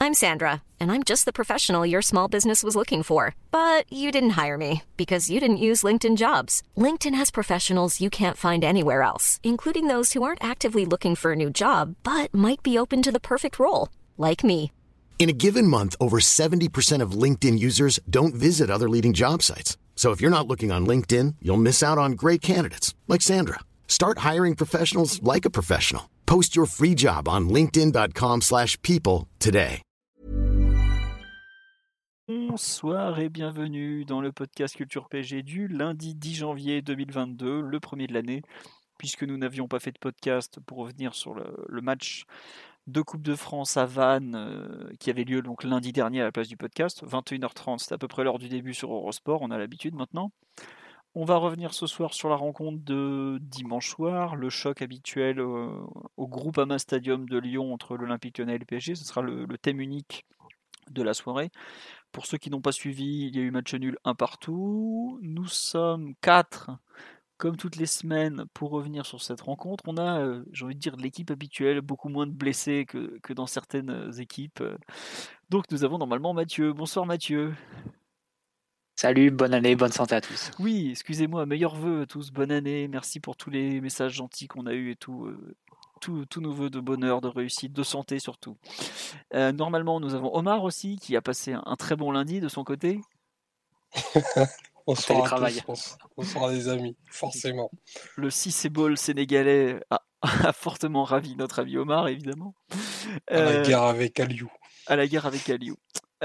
I'm Sandra, and I'm just the professional your small business was looking for. But you didn't hire me because you didn't use LinkedIn Jobs. LinkedIn has professionals you can't find anywhere else, including those who aren't actively looking for a new job, but might be open to the perfect role, like me. In a given month, over 70% of LinkedIn users don't visit other leading job sites. So if you're not looking on LinkedIn, you'll miss out on great candidates like Sandra. Start hiring professionals like a professional. Post your free job on linkedin.com/people today. Bonsoir et bienvenue dans le podcast Culture PG du lundi 10 janvier 2022, le premier de l'année, puisque nous n'avions pas fait de podcast pour revenir sur le match de Coupe de France à Vannes qui avait lieu donc lundi dernier à la place du podcast. 21h30, c'est à peu près l'heure du début sur Eurosport, on a l'habitude maintenant. On va revenir ce soir sur la rencontre de dimanche soir, le choc habituel au Groupama Stadium de Lyon entre l'Olympique Lyonnais et le PSG. Ce sera le thème unique de la soirée. Pour ceux qui n'ont pas suivi, il y a eu match nul un partout. Nous sommes 4, comme toutes les semaines, pour revenir sur cette rencontre. On a, j'ai envie de dire, de l'équipe habituelle, beaucoup moins de blessés que dans certaines équipes. Donc nous avons normalement Mathieu. Bonsoir Mathieu. Salut, bonne année, bonne santé à tous. Oui, excusez-moi, meilleurs vœux à tous, bonne année, merci pour tous les messages gentils qu'on a eus et tout. Tous nos vœux de bonheur, de réussite, de santé surtout. Normalement, nous avons Omar aussi, qui a passé un très bon lundi de son côté. Bonsoir à tous, bonsoir les amis, forcément. Le cicéball sénégalais a fortement ravi notre ami Omar, évidemment. À la guerre avec Aliou. À la guerre avec Aliou.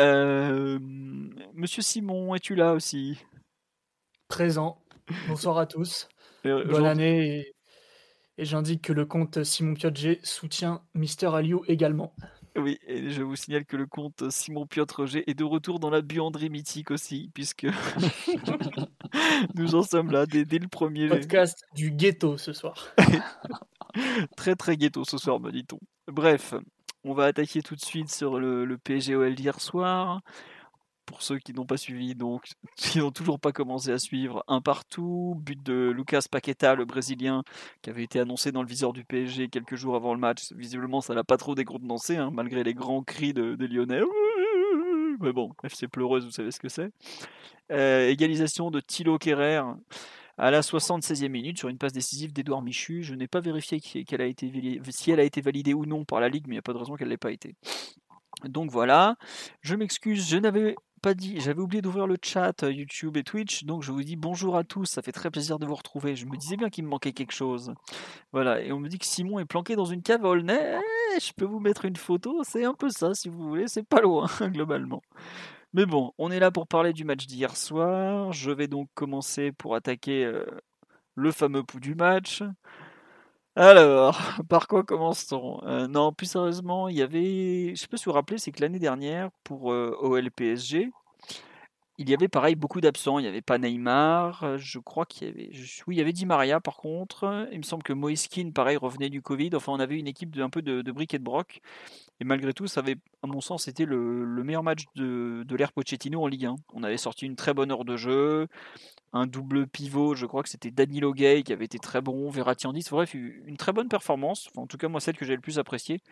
Monsieur Simon, es-tu là aussi? Présent. Bonsoir à tous. Bonne année. Et j'indique que le compte Simon Piotr soutient Mister Aliou également. Oui, et je vous signale que le compte Simon Piotr G est de retour dans la buanderie mythique aussi, puisque nous en sommes là dès le premier. Podcast du ghetto ce soir. Très très ghetto ce soir, me dit-on. Bref, on va attaquer tout de suite sur le PSG-OL d'hier soir. Pour ceux qui n'ont pas suivi, donc qui n'ont toujours pas commencé à suivre, un partout, but de Lucas Paqueta, le Brésilien, qui avait été annoncé dans le viseur du PSG quelques jours avant le match. Visiblement, ça l'a pas trop décontenancé, malgré les grands cris des Lyonnais. Mais bon, FC pleureuse, vous savez ce que c'est. Égalisation de Thilo Kehrer à la 76e minute sur une passe décisive d'Edouard Michu. Je n'ai pas vérifié si elle a été validée ou non par la Ligue, mais il n'y a pas de raison qu'elle ne l'ait pas été. Donc voilà, je m'excuse, je n'avais pas dit, j'avais oublié d'ouvrir le chat YouTube et Twitch, donc je vous dis bonjour à tous, ça fait très plaisir de vous retrouver. Je me disais bien qu'il me manquait quelque chose. Voilà, et on me dit que Simon est planqué dans une cave à Aulnay. Je peux vous mettre une photo, c'est un peu ça si vous voulez, c'est pas loin globalement. Mais bon, on est là pour parler du match d'hier soir. Je vais donc commencer pour attaquer le fameux pouls du match. Alors, par quoi commence-t-on? Non, plus sérieusement, il y avait, je sais pas si vous vous rappelez, c'est que l'année dernière, pour OL PSG, il y avait pareil beaucoup d'absents. Il n'y avait pas Neymar, je crois qu'il y avait, oui, il y avait Di Maria par contre. Il me semble que Moise Kean, pareil, revenait du Covid. Enfin, on avait une équipe un peu de bric et de broc. Et malgré tout, ça avait, à mon sens, c'était le meilleur match de l'ère Pochettino en Ligue 1. On avait sorti une très bonne heure de jeu. Un double pivot, je crois que c'était Danilo Gay qui avait été très bon, Verratti en 10, bref, une très bonne performance, enfin, en tout cas moi celle que j'ai le plus appréciée.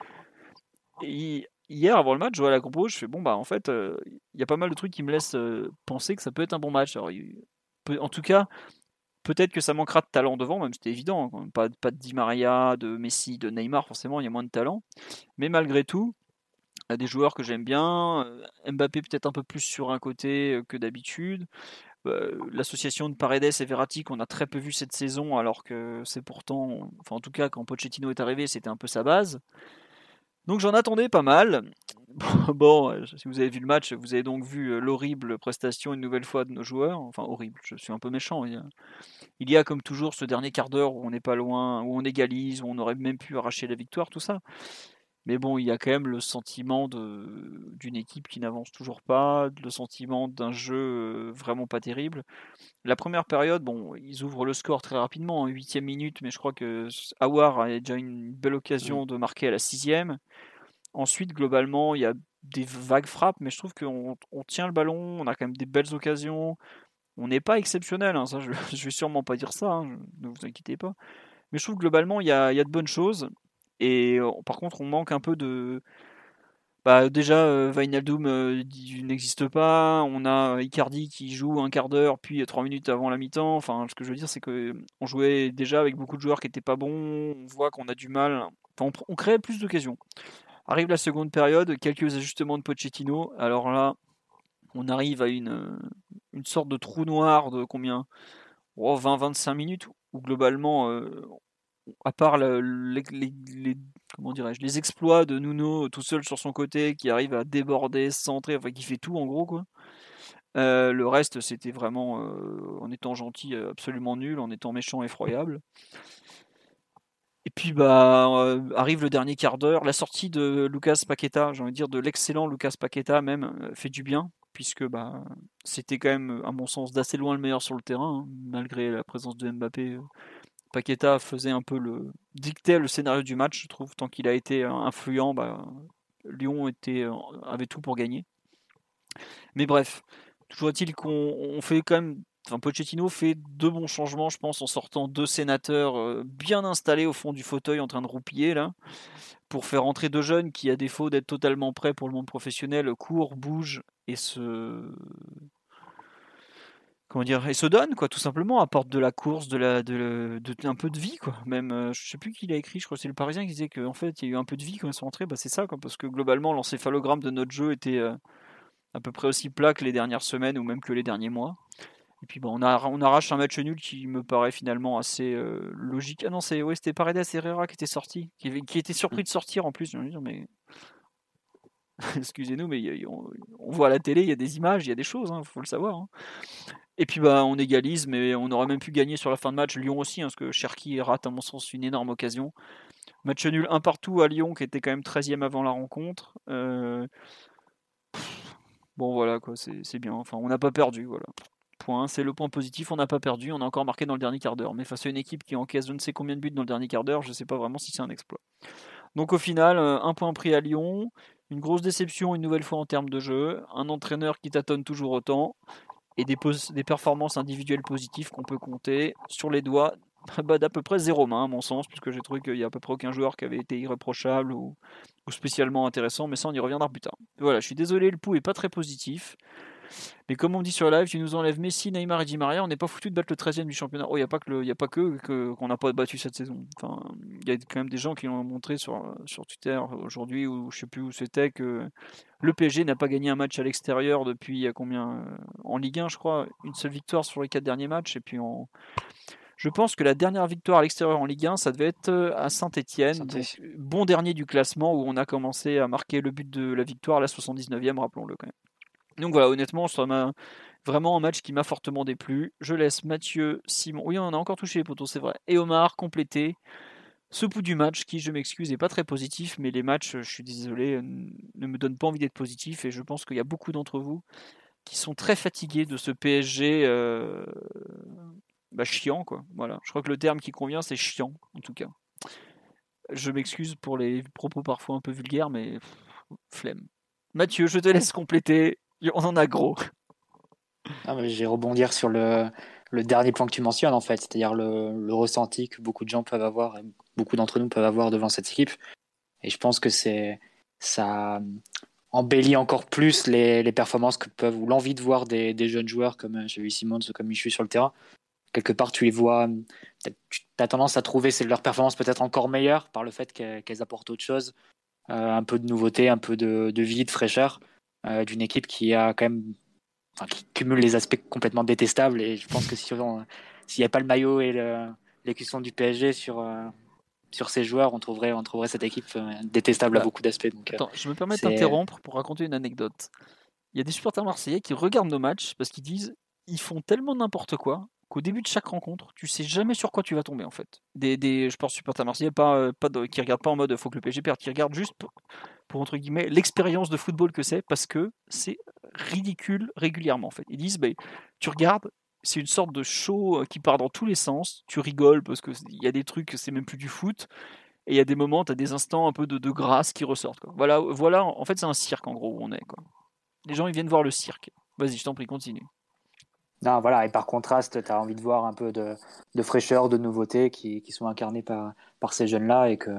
Et hier avant le match, je vois la compo, je fais bon bah en fait, il y a pas mal de trucs qui me laissent penser que ça peut être un bon match. Alors, en tout cas, peut-être que ça manquera de talent devant, même c'était évident, hein, pas de Di Maria, de Messi, de Neymar, forcément il y a moins de talent, mais malgré tout, il y a des joueurs que j'aime bien, Mbappé peut-être un peu plus sur un côté que d'habitude. L'association de Paredes et Verratti qu'on a très peu vu cette saison, alors que c'est pourtant, enfin en tout cas quand Pochettino est arrivé, c'était un peu sa base. Donc j'en attendais pas mal. Bon, si vous avez vu le match, vous avez donc vu l'horrible prestation une nouvelle fois de nos joueurs. Enfin horrible, je suis un peu méchant. Il y a comme toujours ce dernier quart d'heure où on n'est pas loin, où on égalise, où on aurait même pu arracher la victoire, tout ça. Mais bon, il y a quand même le sentiment d'une équipe qui n'avance toujours pas, le sentiment d'un jeu vraiment pas terrible. La première période, bon, ils ouvrent le score très rapidement, en 8e minute, mais je crois que Aouar a déjà une belle occasion de marquer à la 6e. Ensuite, globalement, il y a des vagues frappes, mais je trouve qu'on tient le ballon, on a quand même des belles occasions. On n'est pas exceptionnel, hein, ça, je vais sûrement pas dire ça, ne vous inquiétez pas. Mais je trouve que globalement, il y a de bonnes choses. Et par contre, on manque un peu Bah, déjà, Wijnaldum n'existe pas. On a Icardi qui joue un quart d'heure, puis 3 minutes avant la mi-temps. Enfin, ce que je veux dire, c'est qu'on jouait déjà avec beaucoup de joueurs qui n'étaient pas bons. On voit qu'on a du mal. Enfin, on créait plus d'occasions. Arrive la seconde période, quelques ajustements de Pochettino. Alors là, on arrive à une sorte de trou noir de combien 20-25 minutes, où globalement, à part comment dirais-je, les exploits de Nuno tout seul sur son côté, qui arrive à déborder, centrer, enfin qui fait tout en gros quoi. Le reste, c'était vraiment, en étant gentil, absolument nul, en étant méchant, effroyable. Et puis arrive le dernier quart d'heure, la sortie de Lucas Paqueta, j'ai envie de dire de l'excellent Lucas Paqueta même, fait du bien, puisque c'était quand même, à mon sens, d'assez loin le meilleur sur le terrain, hein, malgré la présence de Mbappé. Paqueta faisait un peu dictait le scénario du match, je trouve, tant qu'il a été influent, Lyon avait tout pour gagner. Mais bref, toujours est-il qu'on fait quand même. Enfin, Pochettino fait 2 bons changements, je pense, en sortant 2 sénateurs bien installés au fond du fauteuil en train de roupiller là, pour faire entrer 2 jeunes qui, à défaut d'être totalement prêts pour le monde professionnel, courent, bougent et se donne quoi, tout simplement, apporte de la course, un peu de vie quoi. Même je sais plus qui l'a écrit, je crois que c'est le Parisien qui disait qu'en fait il y a eu un peu de vie quand ils sont entrés. C'est ça quoi, parce que globalement l'encéphalogramme de notre jeu était à peu près aussi plat que les dernières semaines ou même que les derniers mois. Et puis on arrache un match nul qui me paraît finalement assez logique. Ah non, c'était Paredes Herrera qui était sorti, qui était surpris de sortir en plus. Je veux dire, mais excusez-nous, mais on voit à la télé, il y a des images, il y a des choses, faut le savoir. Hein. Et puis on égalise, mais on aurait même pu gagner sur la fin de match. Lyon aussi, parce que Cherki rate à mon sens une énorme occasion. Match nul 1 partout à Lyon, qui était quand même 13e avant la rencontre. Bon voilà quoi, c'est bien. Enfin, on n'a pas perdu, voilà. Point, c'est le point positif, on n'a pas perdu, on a encore marqué dans le dernier quart d'heure. Mais face à une équipe qui encaisse je ne sais combien de buts dans le dernier quart d'heure, je ne sais pas vraiment si c'est un exploit. Donc au final, 1 point pris à Lyon, une grosse déception une nouvelle fois en termes de jeu, un entraîneur qui tâtonne toujours autant, et des performances individuelles positives qu'on peut compter sur les doigts d'à peu près 0 main à mon sens, puisque j'ai trouvé qu'il n'y a à peu près aucun joueur qui avait été irréprochable ou spécialement intéressant, mais ça on y reviendra plus tard. Voilà, je suis désolé, le pouls est pas très positif. Mais comme on dit sur live, tu nous enlèves Messi, Neymar et Di Maria, on n'est pas foutu de battre le 13e du championnat. Oh, il n'y a pas qu'on n'a pas battu cette saison. Enfin, il y a quand même des gens qui l'ont montré sur Twitter aujourd'hui, ou je sais plus où c'était, que le PSG n'a pas gagné un match à l'extérieur depuis combien en Ligue 1, je crois, une seule victoire sur les 4 derniers matchs. Et puis je pense que la dernière victoire à l'extérieur en Ligue 1, ça devait être à Saint-Etienne, bon dernier du classement, où on a commencé à marquer le but de la victoire à la 79e, rappelons-le quand même. Donc voilà, honnêtement, ça m'a vraiment un match qui m'a fortement déplu. Je laisse Mathieu, Simon, oui, on a encore touché les poteaux, c'est vrai, et Omar compléter ce bout du match qui, je m'excuse, n'est pas très positif, mais les matchs, je suis désolé, ne me donnent pas envie d'être positif, et je pense qu'il y a beaucoup d'entre vous qui sont très fatigués de ce PSG chiant, quoi. Voilà, je crois que le terme qui convient, c'est chiant, en tout cas. Je m'excuse pour les propos parfois un peu vulgaires, mais flemme. Mathieu, je te laisse compléter. On en a gros. Je vais rebondir sur le dernier point que tu mentionnes, en fait, c'est-à-dire le ressenti que beaucoup de gens peuvent avoir, et beaucoup d'entre nous peuvent avoir devant cette équipe. Et je pense que ça embellit encore plus les performances que peuvent, ou l'envie de voir des jeunes joueurs comme j'ai vu Simons ou comme Michu sur le terrain. Quelque part, tu les vois, tu as tendance à trouver leurs performances peut-être encore meilleures par le fait qu'elles apportent autre chose, un peu de nouveauté, un peu de vie, de fraîcheur, d'une équipe qui a quand même, qui cumule les aspects complètement détestables. Et je pense que s'il n'y a pas le maillot et les cuissons du PSG sur ces joueurs, on trouverait cette équipe détestable à beaucoup d'aspects. Donc, attends, je me permets de t'interrompre pour raconter une anecdote. Il y a des supporters marseillais qui regardent nos matchs parce qu'ils disent ils font tellement n'importe quoi qu'au début de chaque rencontre, tu sais jamais sur quoi tu vas tomber en fait. Je pense supporters marseillais qui regardent pas en mode faut que le PSG perde, qui regardent juste pour entre guillemets l'expérience de football que c'est, parce que c'est ridicule régulièrement en fait. Ils disent tu regardes, c'est une sorte de show qui part dans tous les sens, tu rigoles parce que il y a des trucs, c'est même plus du foot. Et il y a des moments, tu as des instants un peu de grâce qui ressortent. Quoi. Voilà, en fait, c'est un cirque en gros où on est. Quoi. Les gens, ils viennent voir le cirque. Vas-y, je t'en prie, continue. Non, voilà, et par contraste, tu as envie de voir un peu de fraîcheur, de nouveauté qui sont incarnées par ces jeunes-là, et que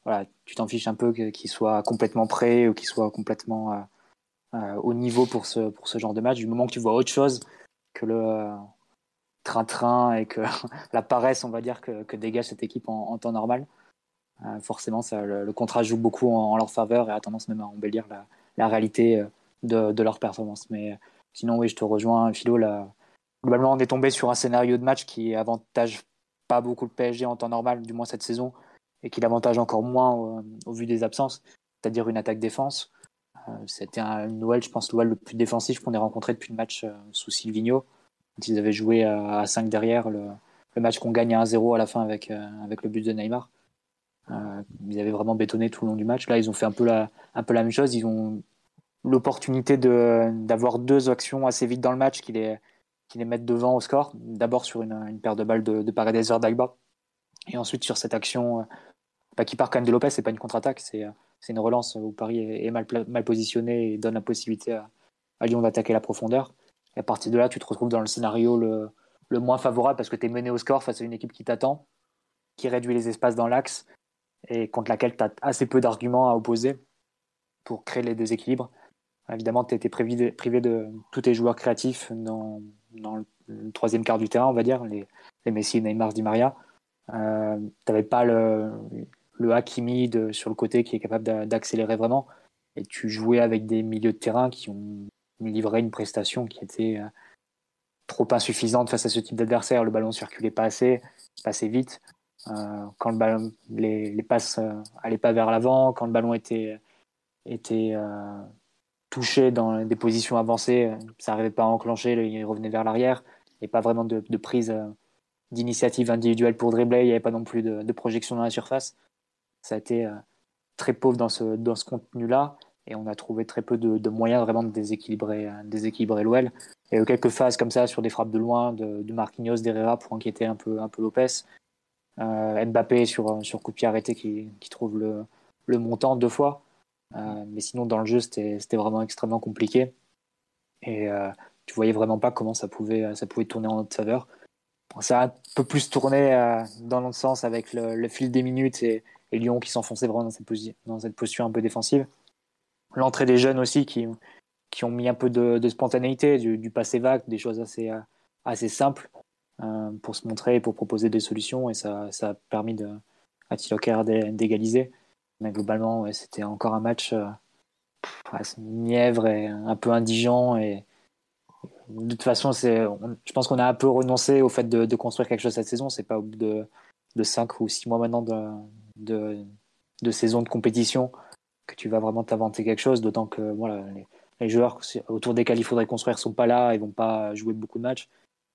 voilà, tu t'en fiches un peu qu'il soit complètement prêt ou qu'il soit complètement au niveau pour ce genre de match. Du moment que tu vois autre chose que le train-train et que la paresse, on va dire, que dégage cette équipe en temps normal, forcément, le contrat joue beaucoup en leur faveur et a tendance même à embellir la réalité de leur performance. Mais sinon, oui, je te rejoins, Philo. Globalement, on est tombé sur un scénario de match qui avantage pas beaucoup le PSG en temps normal, du moins cette saison, et qui l'avantage encore moins au vu des absences, c'est-à-dire une attaque-défense. C'était une OL, je pense, l'OL le plus défensif qu'on ait rencontré depuis le match sous Silvino. Ils avaient joué à 5 derrière le match qu'on gagne à 1-0 à la fin avec le but de Neymar. Ils avaient vraiment bétonné tout le long du match. Là, ils ont fait un peu la même chose. Ils ont l'opportunité d'avoir 2 actions assez vite dans le match qui les mettent devant au score. D'abord sur une paire de balles de Paredes vers d'Alba. Et ensuite sur cette action qui part quand même de Lopez, c'est pas une contre-attaque, c'est une relance où Paris est mal positionné et donne la possibilité à Lyon d'attaquer la profondeur. Et à partir de là, tu te retrouves dans le scénario le moins favorable parce que tu es mené au score face à une équipe qui t'attend, qui réduit les espaces dans l'axe et contre laquelle tu as assez peu d'arguments à opposer pour créer les déséquilibres. Évidemment, tu étais privé de tous tes joueurs créatifs dans le troisième quart du terrain, on va dire, les Messi, Neymar, Di Maria. Tu n'avais pas le Hakimi sur le côté qui est capable d'accélérer vraiment. Et tu jouais avec des milieux de terrain qui ont livré une prestation qui était trop insuffisante face à ce type d'adversaire. Le ballon circulait pas assez vite. Quand le ballon, les passes allaient pas vers l'avant, quand le ballon était touché dans des positions avancées, ça n'arrivait pas à enclencher, il revenait vers l'arrière. Il n'y avait pas vraiment de prise d'initiative individuelle pour dribbler, il n'y avait pas non plus de projection dans la surface. Ça a été très pauvre dans ce contenu-là, et on a trouvé très peu de moyens vraiment de déséquilibrer l'OL. Il y a eu quelques phases comme ça sur des frappes de loin de Marquinhos, d'Herrera pour inquiéter un peu Lopez. Mbappé sur coup de pied arrêté qui trouve le montant 2 fois. Mais sinon, dans le jeu, c'était vraiment extrêmement compliqué. Et tu voyais vraiment pas comment ça pouvait tourner en notre faveur. Ça a un peu plus tourné dans l'autre sens avec le fil des minutes et Lyon qui s'enfonçait vraiment dans cette posture un peu défensive. L'entrée des jeunes aussi qui ont mis un peu de spontanéité, du passé vague, des choses assez simples pour se montrer et pour proposer des solutions. Et ça a permis à Thiloker d'égaliser. Mais globalement, ouais, c'était encore un match mièvre et un peu indigent. Et de toute façon, je pense qu'on a un peu renoncé au fait de construire quelque chose cette saison. C'est pas au bout de 5 ou 6 mois maintenant de saison de compétition que tu vas vraiment t'inventer quelque chose, d'autant que voilà, les joueurs autour desquels il faudrait construire sont pas là et vont pas jouer beaucoup de matchs.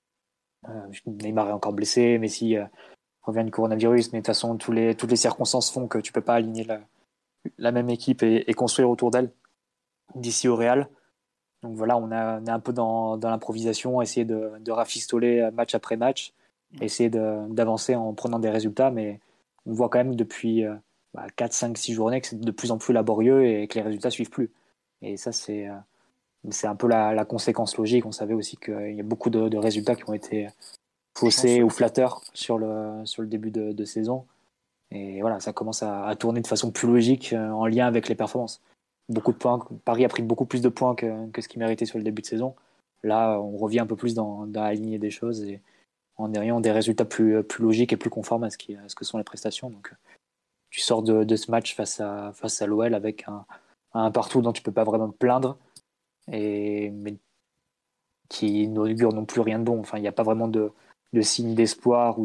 Neymar est encore blessé, Messi revient du coronavirus, mais de toute façon toutes les circonstances font que tu peux pas aligner la même équipe et construire autour d'elle d'ici au Real. Donc voilà, on est un peu dans l'improvisation, essayer de rafistoler match après match, essayer d'avancer en prenant des résultats, mais on voit quand même depuis 4, 5, 6 journées que c'est de plus en plus laborieux et que les résultats suivent plus. Et ça, c'est un peu la conséquence logique. On savait aussi qu'il y a beaucoup de résultats qui ont été faussés ou flatteurs sur le début de saison. Et voilà, ça commence à tourner de façon plus logique en lien avec les performances. Beaucoup de points. Paris a pris beaucoup plus de points que ce qu'il méritait sur le début de saison. Là, on revient un peu plus dans la lignée des choses et en ayant des résultats plus logiques et plus conformes à ce que sont les prestations. Donc, tu sors de ce match face à l'OL avec un partout dont tu peux pas vraiment te plaindre, mais qui n'augure non plus rien de bon. Enfin, il n'y a pas vraiment de signe d'espoir ou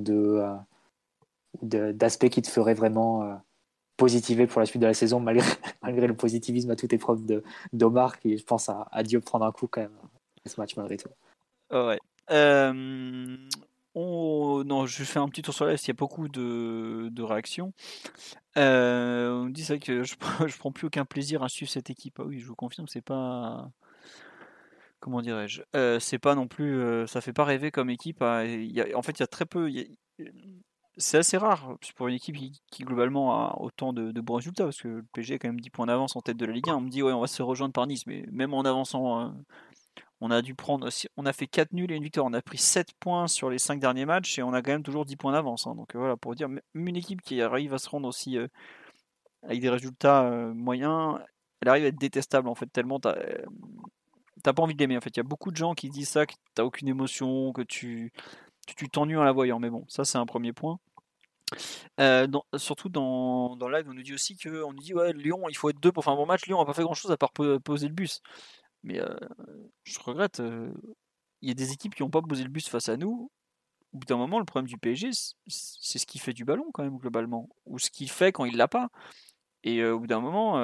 d'aspect qui te ferait vraiment positiver pour la suite de la saison, malgré le positivisme à toute épreuve d'Omar, qui, je pense, a dû prendre un coup quand même ce match malgré tout. Ouais. Non, je fais un petit tour sur la liste, il y a beaucoup de réactions. On me dit ça que je prends plus aucun plaisir à suivre cette équipe. Ah oui, je vous confirme, c'est pas... Comment dirais-je, c'est pas non plus... ça fait pas rêver comme équipe. En fait, il y a très peu... C'est assez rare pour une équipe qui globalement a autant de bons résultats, parce que le PSG a quand même 10 points d'avance en tête de la Ligue 1. On me dit, ouais, on va se rejoindre par Nice, mais même en avançant... on a fait 4 nuls et une victoire. On a pris 7 points sur les 5 derniers matchs et on a quand même toujours 10 points d'avance. Donc voilà, pour dire, même une équipe qui arrive à se rendre aussi avec des résultats moyens, elle arrive à être détestable en fait, tellement t'as pas envie de l'aimer en fait. Il y a beaucoup de gens qui disent ça, que t'as aucune émotion, que tu t'ennuies en la voyant, mais bon, ça c'est un premier point. Surtout dans le live, on nous dit aussi on nous dit ouais, Lyon, il faut être 2 pour faire un bon match. Lyon n'a pas fait grand chose à part poser le bus. Mais je regrette, il y a des équipes qui n'ont pas posé le bus face à nous. Au bout d'un moment, le problème du PSG, c'est ce qui fait du ballon quand même globalement, ou ce qu'il fait quand il l'a pas. Et au bout d'un moment,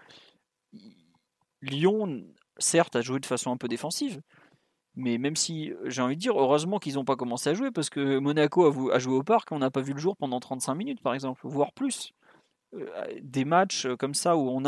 Lyon, certes, a joué de façon un peu défensive, mais même si, j'ai envie de dire, heureusement qu'ils n'ont pas commencé à jouer, parce que Monaco a joué au parc, on n'a pas vu le jour pendant 35 minutes, par exemple, voire plus. Des matchs comme ça où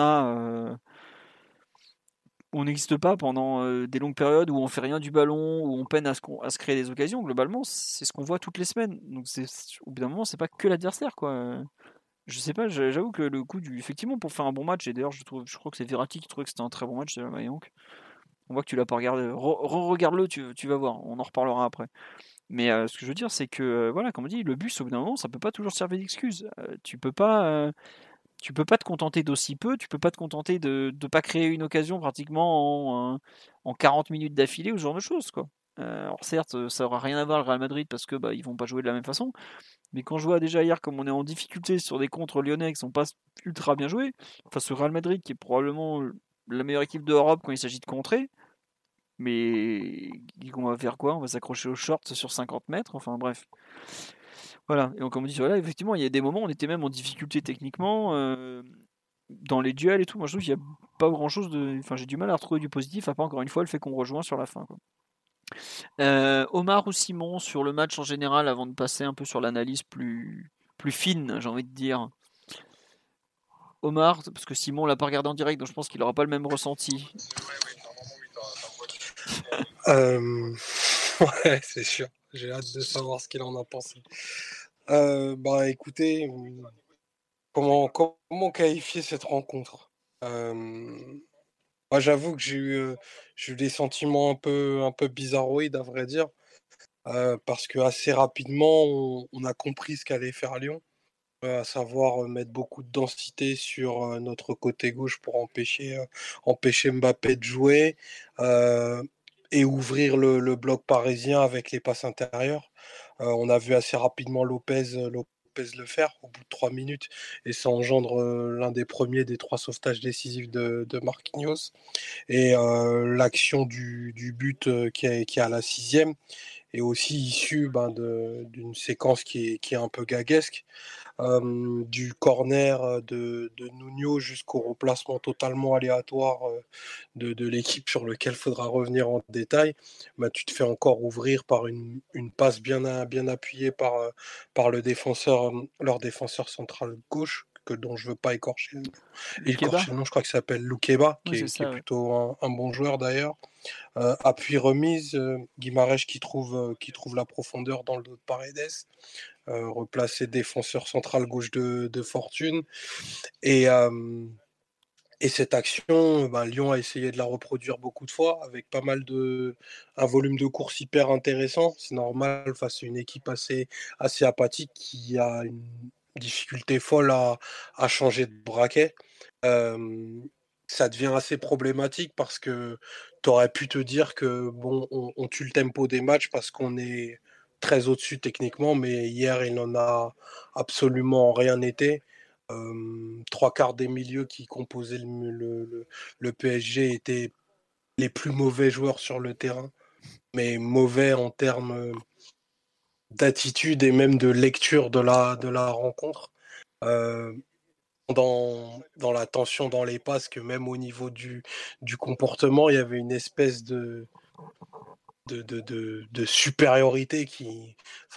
on n'existe pas pendant des longues périodes, où on fait rien du ballon, où on peine à se créer des occasions, globalement, c'est ce qu'on voit toutes les semaines. Donc au bout d'un moment, c'est pas que l'adversaire, quoi. Je sais pas, j'avoue que le coup effectivement, pour faire un bon match, et d'ailleurs, je crois que c'est Verratti qui trouvait que c'était un très bon match, donc on voit que tu l'as pas regardé. Regarde-le, tu vas voir, on en reparlera après. Mais ce que je veux dire, c'est que, voilà, comme on dit, le bus, au bout d'un moment, ça peut pas toujours servir d'excuse. Tu peux pas te contenter d'aussi peu, tu peux pas te contenter de ne pas créer une occasion pratiquement en 40 minutes d'affilée ou ce genre de choses, quoi. Alors certes, ça aura rien à voir le Real Madrid parce que ils vont pas jouer de la même façon, mais quand je vois déjà hier comme on est en difficulté sur des contres lyonnais qui sont pas ultra bien joués, face au Real Madrid qui est probablement la meilleure équipe d'Europe quand il s'agit de contrer, mais on va faire quoi? On va s'accrocher aux shorts sur 50 mètres, enfin bref. Voilà, et donc comme on dit, voilà, effectivement, il y a des moments où on était même en difficulté techniquement, dans les duels et tout. Moi je trouve qu'il n'y a pas grand chose de. Enfin, j'ai du mal à retrouver du positif, à part encore une fois le fait qu'on rejoint sur la fin, quoi. Omar ou Simon sur le match en général avant de passer un peu sur l'analyse plus fine, j'ai envie de dire. Omar, parce que Simon l'a pas regardé en direct, donc je pense qu'il n'aura pas le même ressenti. Ouais, c'est sûr. J'ai hâte de savoir ce qu'il en a pensé. Écoutez, comment qualifier cette rencontre? Moi, j'avoue que j'ai eu des sentiments un peu bizarroïdes, à vrai dire, parce que assez rapidement, on a compris ce qu'allait faire Lyon, à savoir mettre beaucoup de densité sur notre côté gauche pour empêcher Mbappé de jouer, et ouvrir le bloc parisien avec les passes intérieures. On a vu assez rapidement Lopez le faire au bout de 3 minutes, et ça engendre l'un des premiers des 3 sauvetages décisifs de Marquinhos. Et l'action du but qui est à la 6e est aussi issue d'une séquence qui est un peu gaguesque. Du corner de Nuno jusqu'au remplacement totalement aléatoire de l'équipe sur lequel il faudra revenir en détail, tu te fais encore ouvrir par une passe bien appuyée par leur défenseur central gauche, dont je ne veux pas écorcher le nom, je crois qu'il s'appelle Loukeba, qui est plutôt un bon joueur d'ailleurs. Appui remise, Guimarães qui trouve la profondeur dans le dos de Paredes, replacé défenseur central gauche de Fortune. Et cette action, Lyon a essayé de la reproduire beaucoup de fois, avec un volume de course hyper intéressant. C'est normal face à une équipe assez apathique qui a une difficulté folle à changer de braquet. Ça devient assez problématique parce que tu aurais pu te dire que on tue le tempo des matchs parce qu'on est très au-dessus techniquement, mais hier il n'en a absolument rien été. 3/4 des milieux qui composaient le PSG étaient les plus mauvais joueurs sur le terrain, mais mauvais en termes d'attitude et même de lecture de la rencontre. Dans la tension dans les passes, que même au niveau du comportement, il y avait une espèce de supériorité qui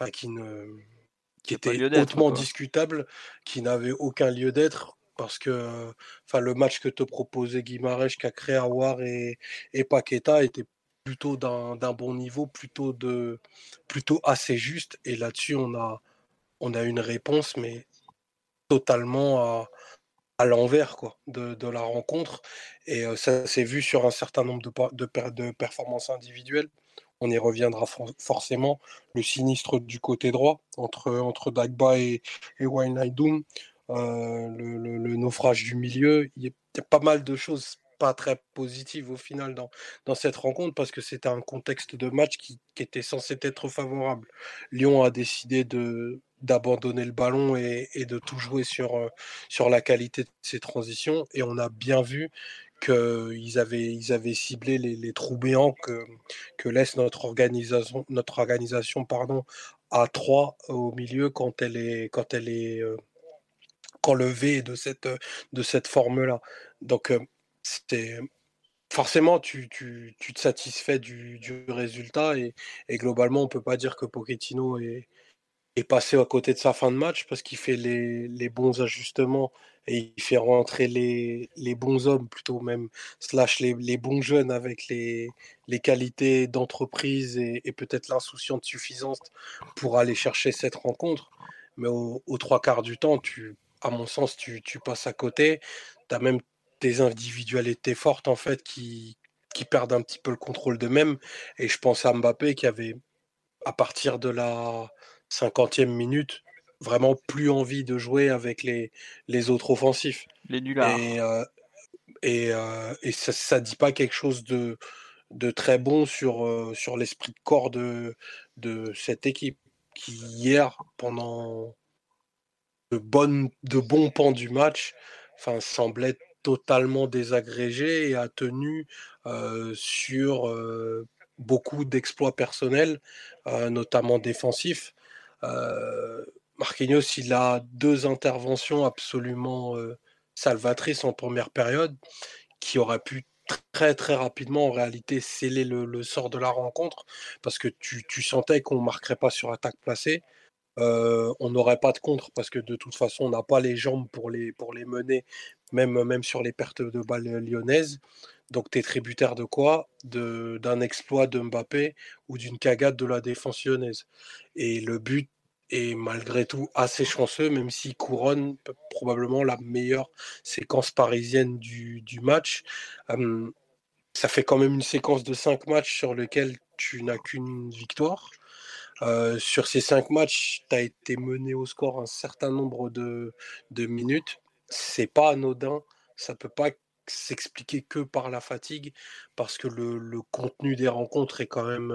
était hautement discutable, qui n'avait aucun lieu d'être, parce que le match que te proposait Guimarães, Cacré, Aouar et Paqueta était plutôt d'un bon niveau, plutôt assez juste, et là-dessus on a une réponse, mais totalement à l'envers de la rencontre, et ça s'est vu sur un certain nombre de performances individuelles. On y reviendra forcément. Le sinistre du côté droit entre Dagba et Wijnaldum, le naufrage du milieu. Il y a pas mal de choses pas très positives au final dans cette rencontre parce que c'était un contexte de match qui était censé être favorable. Lyon a décidé d'abandonner le ballon et de tout jouer sur la qualité de ses transitions et on a bien vu qu'ils avaient ciblé les trous béants que laisse notre organisation à 3 au milieu quand le V est de cette forme-là. Donc, c'est forcément, tu te satisfais du résultat et globalement, on peut pas dire que Pochettino est passé à côté de sa fin de match parce qu'il fait les bons ajustements et il fait rentrer les bons hommes plutôt même, slash les bons jeunes avec les qualités d'entreprise et peut-être l'insouciance suffisante pour aller chercher cette rencontre. Mais aux trois quarts du temps, à mon sens, tu passes à côté. Tu as même des individualités fortes en fait qui perdent un petit peu le contrôle d'eux-mêmes. Et je pense à Mbappé qui avait, à partir de la 50e minute, vraiment plus envie de jouer avec les autres offensifs. Les nullards. Et ça dit pas quelque chose de très bon sur l'esprit de corps de cette équipe qui, hier, pendant de bons pans du match, semblait totalement désagrégé et a tenu sur beaucoup d'exploits personnels, notamment défensifs. Marquinhos, il a 2 interventions absolument salvatrices en première période qui auraient pu très très rapidement en réalité sceller le sort de la rencontre parce que tu sentais qu'on ne marquerait pas sur attaque placée. On n'aurait pas de contre parce que de toute façon on n'a pas les jambes pour les mener même sur les pertes de balles lyonnaises. Donc tu es tributaire de quoi? D'un exploit de Mbappé ou d'une cagade de la défense lyonnaise. Et le but est malgré tout assez chanceux, même s'il couronne probablement la meilleure séquence parisienne du match. Ça fait quand même une séquence de 5 matchs sur lequel tu n'as qu'une victoire. Sur ces 5 matchs, tu as été mené au score un certain nombre de minutes. C'est pas anodin. Ça peut pas s'expliquer que par la fatigue, parce que le contenu des rencontres est quand même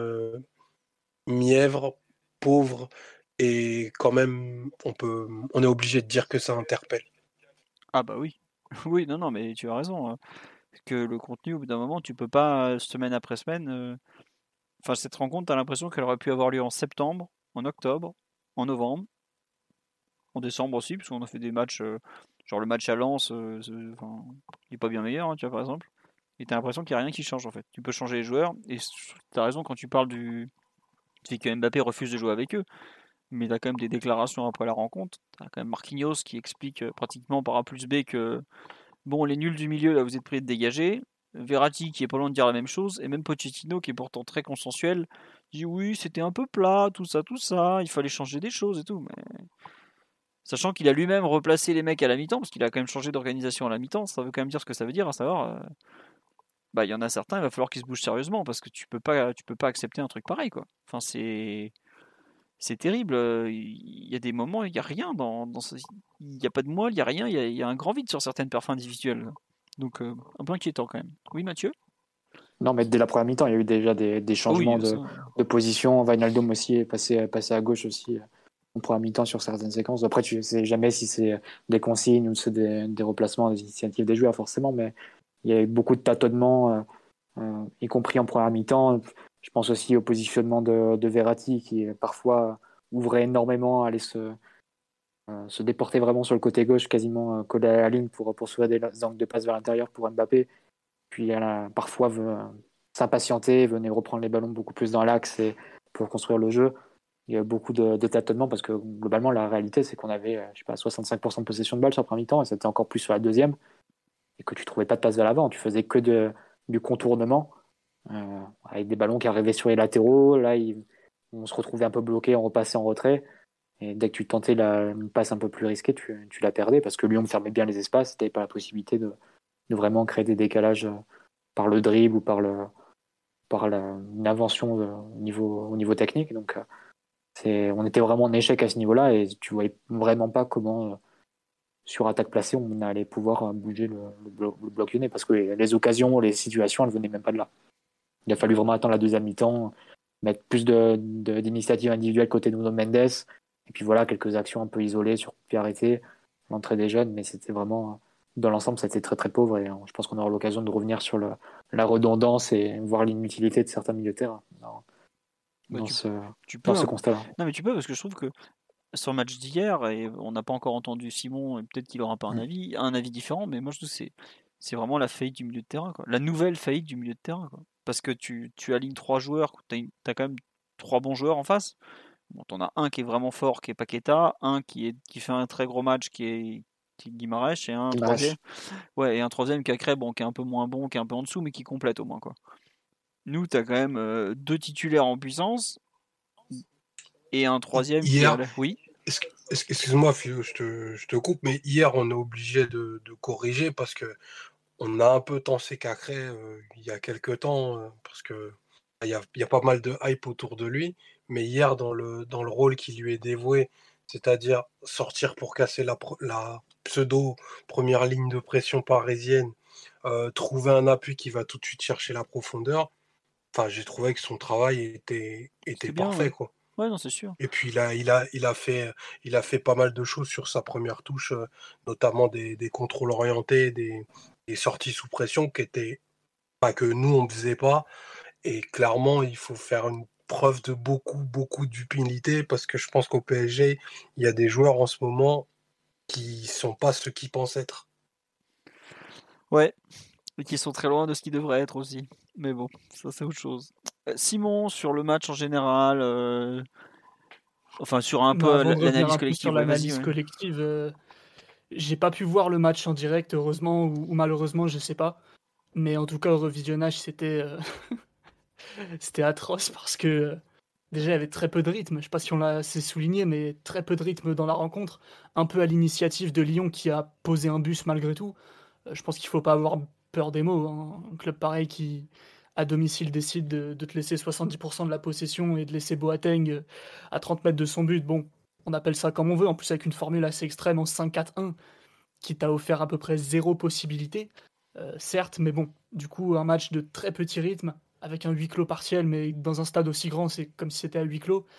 mièvre, pauvre, et quand même, on est obligé de dire que ça interpelle. Ah bah oui. Oui, non, mais tu as raison. Que le contenu, au bout d'un moment, tu peux pas, semaine après semaine... Enfin, cette rencontre, tu as l'impression qu'elle aurait pu avoir lieu en septembre, en octobre, en novembre, en décembre aussi, parce qu'on a fait des matchs, genre le match à Lens, il n'est pas bien meilleur, hein, tu vois, par exemple. Et tu as l'impression qu'il n'y a rien qui change, en fait. Tu peux changer les joueurs, et tu as raison quand tu parles du fait que Mbappé refuse de jouer avec eux. Mais tu as quand même des déclarations après la rencontre. Tu as quand même Marquinhos qui explique pratiquement par A plus B que bon, les nuls du milieu, là, vous êtes prêts de dégager. Verratti qui est pas loin de dire la même chose, et même Pochettino qui est pourtant très consensuel, dit oui, c'était un peu plat, tout ça, il fallait changer des choses et tout. Mais... Sachant qu'il a lui-même replacé les mecs à la mi-temps, parce qu'il a quand même changé d'organisation à la mi-temps, ça veut quand même dire ce que ça veut dire, à savoir, il y en a certains, il va falloir qu'ils se bougent sérieusement, parce que tu peux pas accepter un truc pareil, quoi. Enfin, c'est terrible. Il y a des moments, il n'y a rien il n'y a pas de moelle, il n'y a rien, il y a un grand vide sur certaines perfs individuelles. Donc, un peu inquiétant quand même. Oui, Mathieu? Non, mais dès la première mi-temps, il y a eu déjà des changements de position. Wijnaldum aussi est passé à gauche aussi en première mi-temps sur certaines séquences. Après, tu ne sais jamais si c'est des consignes ou c'est des replacements, des initiatives des joueurs forcément, mais il y a eu beaucoup de tâtonnements, y compris en première mi-temps. Je pense aussi au positionnement de Verratti qui parfois ouvrait énormément, allait se déporter vraiment sur le côté gauche, quasiment collé à la ligne pour poursuivre des angles de passe vers l'intérieur pour Mbappé. Puis elle a parfois s'impatienter, venait reprendre les ballons beaucoup plus dans l'axe et pour construire le jeu. Il y a beaucoup de tâtonnements parce que globalement, la réalité, c'est qu'on avait 65% de possession de balle sur le premier mi-temps et c'était encore plus sur la deuxième et que tu trouvais pas de passe vers l'avant. Tu faisais que du contournement avec des ballons qui arrivaient sur les latéraux. Là, on se retrouvait un peu bloqué, on repassait en retrait. Et dès que tu tentais une passe un peu plus risquée, tu la perdais parce que Lyon fermait bien les espaces. Tu n'avais pas la possibilité de vraiment créer des décalages par le dribble ou par une invention au niveau technique. Donc, on était vraiment en échec à ce niveau-là et tu voyais vraiment pas comment sur attaque placée, on allait pouvoir bouger le bloc lyonnais parce que les occasions, les situations, elles venaient même pas de là. Il a fallu vraiment attendre la deuxième mi-temps, mettre plus d'initiatives individuelles côté Nuno Mendes, et puis voilà, quelques actions un peu isolées sur coup de pied arrêté, l'entrée des jeunes, mais c'était vraiment, dans l'ensemble, ça a été très très pauvre, et je pense qu'on aura l'occasion de revenir sur la redondance et voir l'inutilité de certains milieux de terrain dans ce constat-là. Non, mais tu peux, parce que je trouve que sur le match d'hier, et on n'a pas encore entendu Simon, et peut-être qu'il aura pas un avis différent, mais moi je trouve que c'est vraiment la faillite du milieu de terrain, quoi. La nouvelle faillite du milieu de terrain, quoi. Parce que tu alignes 3 joueurs, tu as quand même 3 bons joueurs en face. Bon, t'en as un qui est vraiment fort, qui est Paqueta, un qui fait un très gros match, qui est Guimarães, et un troisième. Ouais, et un troisième qui est bon, qui est un peu moins bon, qui est un peu en dessous, mais qui complète au moins, quoi. Nous, t'as quand même 2 titulaires en puissance et un troisième hier, Oui. Excuse-moi, Philo, je te coupe, mais hier, on est obligé de corriger parce que on a un peu tensé Cacré il y a quelques temps, parce que il y a pas mal de hype autour de lui, mais hier, dans le rôle qui lui est dévoué, c'est-à-dire sortir pour casser la pseudo première ligne de pression parisienne, trouver un appui qui va tout de suite chercher la profondeur, enfin, j'ai trouvé que son travail était parfait, bien, quoi. Ouais, non, c'est sûr. Et puis il a fait pas mal de choses sur sa première touche, notamment des contrôles orientés, des sorties sous pression qui étaient pas que nous on ne faisait pas. Et clairement, il faut faire une preuve de beaucoup d'humilité parce que je pense qu'au PSG, il y a des joueurs en ce moment qui sont pas ce qu'ils pensent être. Ouais, et qui sont très loin de ce qu'ils devraient être aussi. Mais bon, ça c'est autre chose. Simon, sur le match en général, enfin sur un peu l'analyse collective. Sur l'analyse collective, j'ai pas pu voir le match en direct, heureusement ou malheureusement, je sais pas. Mais en tout cas, au revisionnage, c'était c'était atroce parce que déjà, il y avait très peu de rythme. Je sais pas si on l'a assez souligné, mais très peu de rythme dans la rencontre. Un peu à l'initiative de Lyon qui a posé un bus malgré tout. Je pense qu'il faut pas avoir peur des mots, hein. Un club pareil qui, à domicile, décide de te laisser 70% de la possession et de laisser Boateng à 30 mètres de son but. Bon, on appelle ça comme on veut, en plus avec une formule assez extrême en 5-4-1 qui t'a offert à peu près zéro possibilité, certes, mais bon, du coup, un match de très petit rythme, avec un huis clos partiel, mais dans un stade aussi grand, c'est comme si c'était à huis clos.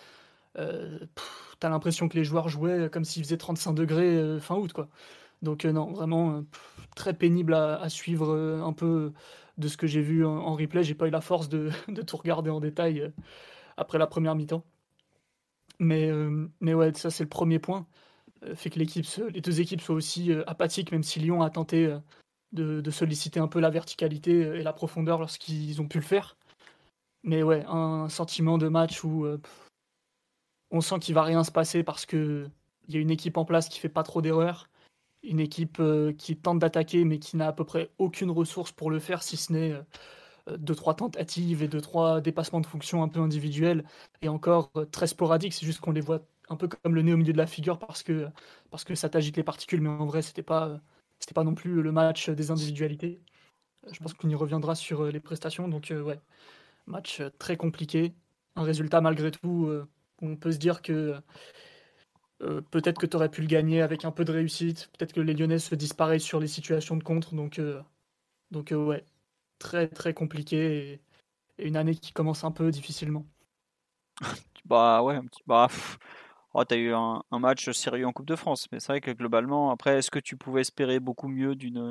T'as l'impression que les joueurs jouaient comme s'il faisait 35 degrés fin août, quoi. Donc non, vraiment très pénible à suivre un peu de ce que j'ai vu en replay. J'ai pas eu la force de tout regarder en détail après la première mi-temps. Mais ouais, ça c'est le premier point. Fait que les deux équipes soient aussi apathiques, même si Lyon a tenté de solliciter un peu la verticalité et la profondeur lorsqu'ils ont pu le faire. Mais ouais, un sentiment de match où on sent qu'il va rien se passer parce que il y a une équipe en place qui fait pas trop d'erreurs, une équipe qui tente d'attaquer mais qui n'a à peu près aucune ressource pour le faire, si ce n'est 2-3 tentatives et 2-3 dépassements de fonction un peu individuels, et encore très sporadiques. C'est juste qu'on les voit un peu comme le nez au milieu de la figure parce que ça t'agite les particules, mais en vrai c'était pas non plus le match des individualités. Je pense qu'on y reviendra sur les prestations. Donc ouais, match très compliqué, un résultat malgré tout on peut se dire que peut-être que tu aurais pu le gagner avec un peu de réussite, peut-être que les Lyonnais se disparaissent sur les situations de contre. Donc ouais, très très compliqué et une année qui commence un peu difficilement. Bah ouais, t'as eu un match sérieux en Coupe de France, mais c'est vrai que globalement, après, est-ce que tu pouvais espérer beaucoup mieux d'une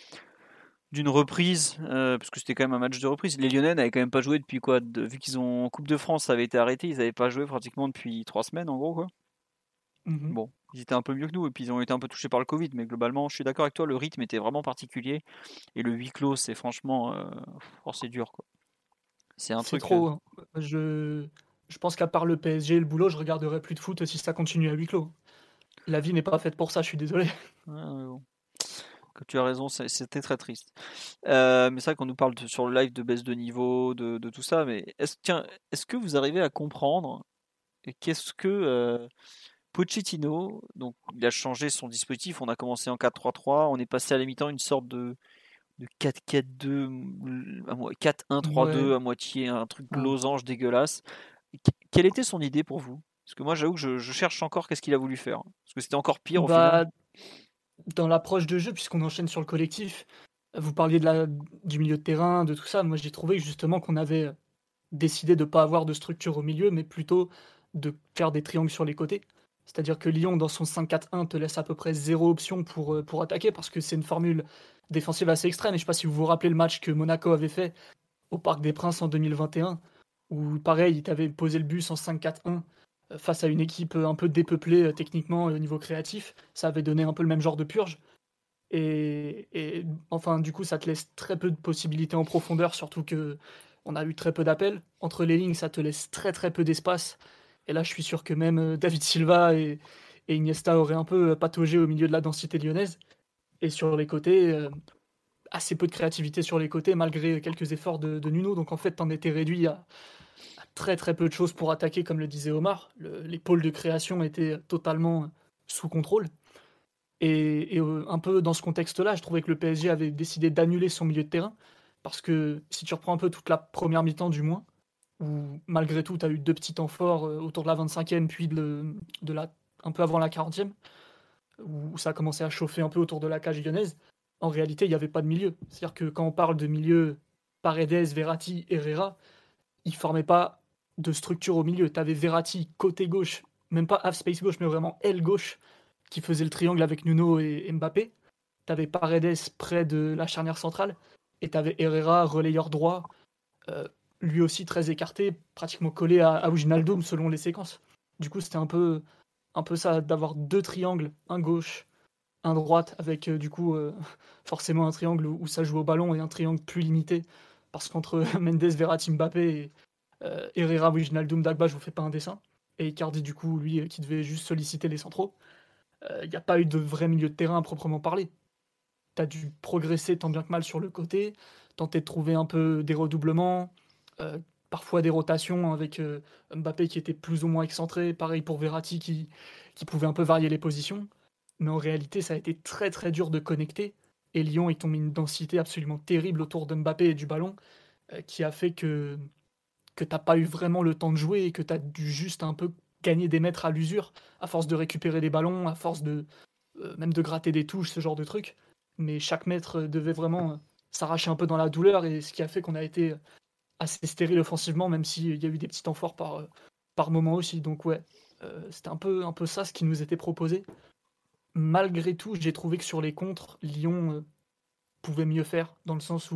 reprise, parce que c'était quand même un match de reprise. Les Lyonnais n'avaient quand même pas joué depuis quoi, vu qu'ils ont en Coupe de France, ça avait été arrêté, ils n'avaient pas joué pratiquement depuis 3 semaines en gros, quoi. Bon, ils étaient un peu mieux que nous et puis ils ont été un peu touchés par le Covid, mais globalement, je suis d'accord avec toi, le rythme était vraiment particulier et le huis clos, c'est franchement, c'est dur, quoi. C'est un truc. Trop. Hein. Je pense qu'à part le PSG et le boulot, je regarderai plus de foot si ça continue à huis clos. La vie n'est pas faite pour ça, je suis désolé. Ouais, bon. Tu as raison, c'était très triste. Mais c'est vrai qu'on nous parle sur le live de baisse de niveau, de tout ça, mais est-ce que vous arrivez à comprendre qu'est-ce que Pochettino, donc il a changé son dispositif, on a commencé en 4-3-3, on est passé à la mi-temps une sorte de 4-4-2, 4-1-3-2 à moitié, un truc losange dégueulasse. Quelle était son idée pour vous? Parce que moi j'avoue que je cherche encore qu'est-ce qu'il a voulu faire. Parce que c'était encore pire au final. dans l'approche de jeu, puisqu'on enchaîne sur le collectif, vous parliez du milieu de terrain, de tout ça. Moi, j'ai trouvé justement qu'on avait décidé de ne pas avoir de structure au milieu, mais plutôt de faire des triangles sur les côtés. C'est-à-dire que Lyon, dans son 5-4-1, te laisse à peu près zéro option pour attaquer, parce que c'est une formule défensive assez extrême. Et je ne sais pas si vous vous rappelez le match que Monaco avait fait au Parc des Princes en 2021, où pareil, il t'avait posé le bus en 5-4-1 face à une équipe un peu dépeuplée techniquement et au niveau créatif. Ça avait donné un peu le même genre de purge. Et enfin, du coup, ça te laisse très peu de possibilités en profondeur, surtout que on a eu très peu d'appels. Entre les lignes, ça te laisse très très peu d'espace. Et là, je suis sûr que même David Silva et Iniesta auraient un peu pataugé au milieu de la densité lyonnaise. Et sur les côtés, assez peu de créativité sur les côtés, malgré quelques efforts de Nuno. Donc en fait, t'en étais réduit à très très peu de choses pour attaquer, comme le disait Omar. Les pôles de création étaient totalement sous contrôle. Et un peu dans ce contexte-là, je trouvais que le PSG avait décidé d'annuler son milieu de terrain. Parce que si tu reprends un peu toute la première mi-temps du moins, où malgré tout, tu as eu deux petits temps forts autour de la 25e, puis un peu avant la 40e, où ça a commencé à chauffer un peu autour de la cage lyonnaise, en réalité, il n'y avait pas de milieu. C'est-à-dire que quand on parle de milieu Paredes, Verratti, Herrera, ils ne formaient pas de structure au milieu. Tu avais Verratti côté gauche, même pas half space gauche, mais vraiment aile gauche, qui faisait le triangle avec Nuno et Mbappé. Tu avais Paredes près de la charnière centrale, et tu avais Herrera, relayeur droit, euh, lui aussi très écarté, pratiquement collé à Wijnaldum selon les séquences. Du coup, c'était un peu ça, d'avoir deux triangles, un gauche, un droite, avec du coup forcément un triangle où ça joue au ballon et un triangle plus limité, parce qu'entre Mendes, Verratti, Mbappé et Herrera, Wijnaldum, Dagba, je vous fais pas un dessin. Et Icardi, du coup, lui, qui devait juste solliciter les centraux. Il n'y a pas eu de vrai milieu de terrain à proprement parler. Tu as dû progresser tant bien que mal sur le côté, tenter de trouver un peu des redoublements, euh, parfois des rotations avec Mbappé qui était plus ou moins excentré, pareil pour Verratti qui pouvait un peu varier les positions. Mais en réalité, ça a été très très dur de connecter. Et Lyon, ils ont mis une densité absolument terrible autour de Mbappé et du ballon, qui a fait que t'as pas eu vraiment le temps de jouer et que tu as dû juste un peu gagner des mètres à l'usure, à force de récupérer des ballons, à force de même de gratter des touches, ce genre de trucs. Mais chaque mètre devait vraiment s'arracher un peu dans la douleur, et ce qui a fait qu'on a été assez stérile offensivement, même s'il y a eu des petits temps forts par moment aussi. Donc ouais, c'était un peu ça ce qui nous était proposé. Malgré tout, j'ai trouvé que sur les contres, Lyon pouvait mieux faire, dans le sens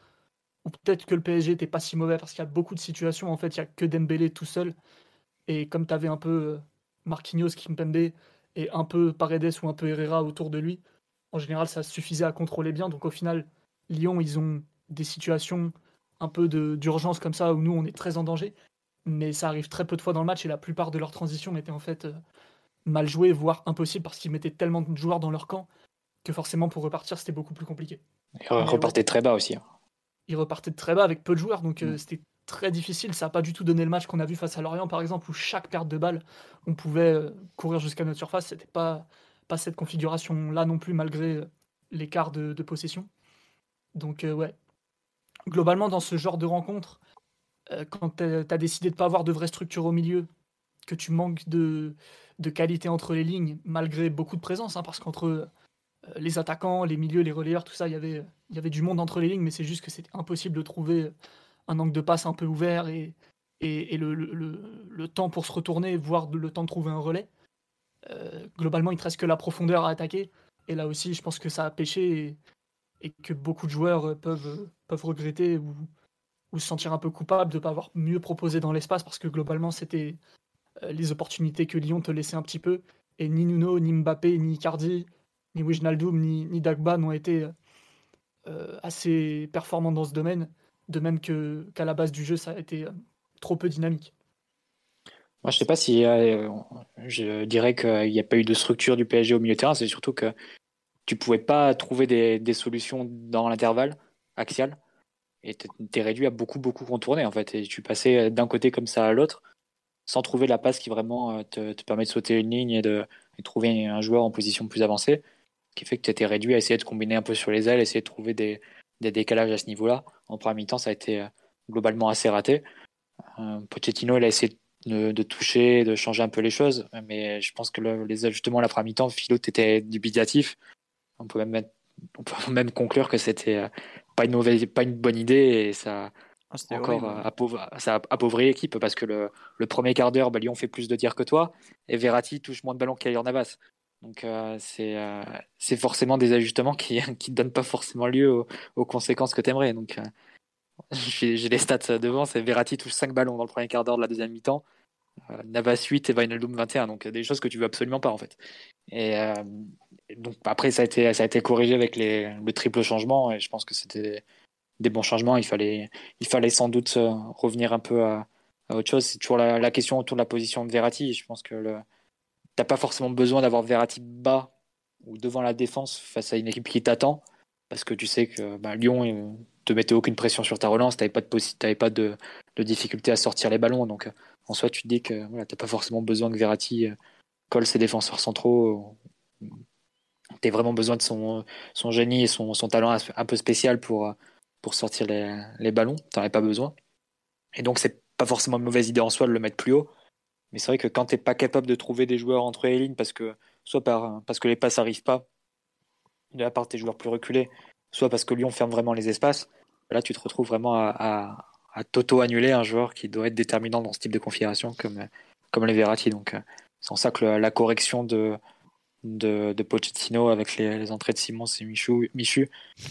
où peut-être que le PSG n'était pas si mauvais, parce qu'il y a beaucoup de situations, en fait, il n'y a que Dembélé tout seul. Et comme tu avais un peu Marquinhos, Kimpembe, et un peu Paredes ou un peu Herrera autour de lui, en général, ça suffisait à contrôler bien. Donc au final, Lyon, ils ont des situations un peu d'urgence comme ça, où nous, on est très en danger. Mais ça arrive très peu de fois dans le match, et la plupart de leurs transitions étaient en fait mal jouées, voire impossibles, parce qu'ils mettaient tellement de joueurs dans leur camp que forcément, pour repartir, c'était beaucoup plus compliqué. Et Mais ouais, repartait très bas aussi. ils repartaient de très bas avec peu de joueurs, donc Mm. c'était très difficile. Ça n'a pas du tout donné le match qu'on a vu face à Lorient, par exemple, où chaque perte de balle, on pouvait courir jusqu'à notre surface. C'était pas cette configuration-là non plus, malgré l'écart de possession. Donc ouais, globalement, dans ce genre de rencontre, quand tu as décidé de ne pas avoir de vraie structure au milieu, que tu manques de qualité entre les lignes, malgré beaucoup de présence, hein, parce qu'entre les attaquants, les milieux, les relayeurs, tout ça, il y avait du monde entre les lignes, mais c'est juste que c'était impossible de trouver un angle de passe un peu ouvert et le temps pour se retourner, voire le temps de trouver un relais. Globalement, il te reste que la profondeur à attaquer. Et là aussi, je pense que ça a pêché, et que beaucoup de joueurs peuvent regretter ou se sentir un peu coupables de ne pas avoir mieux proposé dans l'espace, parce que globalement, c'était les opportunités que Lyon te laissait un petit peu. Et ni Nuno, ni Mbappé, ni Icardi, ni Wijnaldum, ni Dagba n'ont été assez performants dans ce domaine, de même qu'à la base du jeu, ça a été trop peu dynamique. Moi, je sais pas si je dirais qu'il n'y a pas eu de structure du PSG au milieu de terrain. C'est surtout que tu pouvais pas trouver des solutions dans l'intervalle axial, et t'es réduit à beaucoup contourner en fait. Et tu passais d'un côté comme ça à l'autre sans trouver la passe qui vraiment te permet de sauter une ligne et de trouver un joueur en position plus avancée, ce qui fait que tu étais réduit à essayer de combiner un peu sur les ailes, essayer de trouver des décalages à ce niveau-là. En première mi-temps, ça a été globalement assez raté. Pochettino, il a essayé de toucher, de changer un peu les choses, mais je pense que les ajustements à la première mi-temps, Philo était dubitatif. On peut même conclure que c'était pas une bonne idée et ça C'était encore horrible. ça a appauvri l'équipe parce que le premier quart d'heure, Lyon fait plus de tirs que toi et Verratti touche moins de ballons qu'Ayor Navas. Donc c'est forcément des ajustements qui qui donnent pas forcément lieu aux conséquences que tu aimerais. Donc j'ai les stats devant, c'est Verratti touche 5 ballons dans le premier quart d'heure de la deuxième mi-temps, Navas 8 et Wijnaldum 21. Donc des choses que tu veux absolument pas en fait. Et donc après ça a été corrigé avec le triple changement et je pense que c'était des bons changements. Il fallait sans doute revenir un peu à autre chose. C'est toujours la question autour de la position de Verratti. Je pense que t'as pas forcément besoin d'avoir Verratti bas ou devant la défense face à une équipe qui t'attend, parce que tu sais que Lyon te mettait aucune pression sur ta relance, t'avais pas de difficulté à sortir les ballons. Donc en soi, tu te dis que voilà, t'as pas forcément besoin que Verratti colle ses défenseurs centraux. T'as vraiment besoin de son génie et son talent un peu spécial pour sortir les ballons. T'en as pas besoin. Et donc, c'est pas forcément une mauvaise idée en soi de le mettre plus haut. Mais c'est vrai que quand t'es pas capable de trouver des joueurs entre les lignes, parce que les passes arrivent pas de la part de tes joueurs plus reculés, soit parce que Lyon ferme vraiment les espaces, là, tu te retrouves vraiment à t'auto-annuler un joueur qui doit être déterminant dans ce type de configuration comme les Verratti. Donc, c'est en ça que la correction de Pochettino avec les entrées de Simons et Michu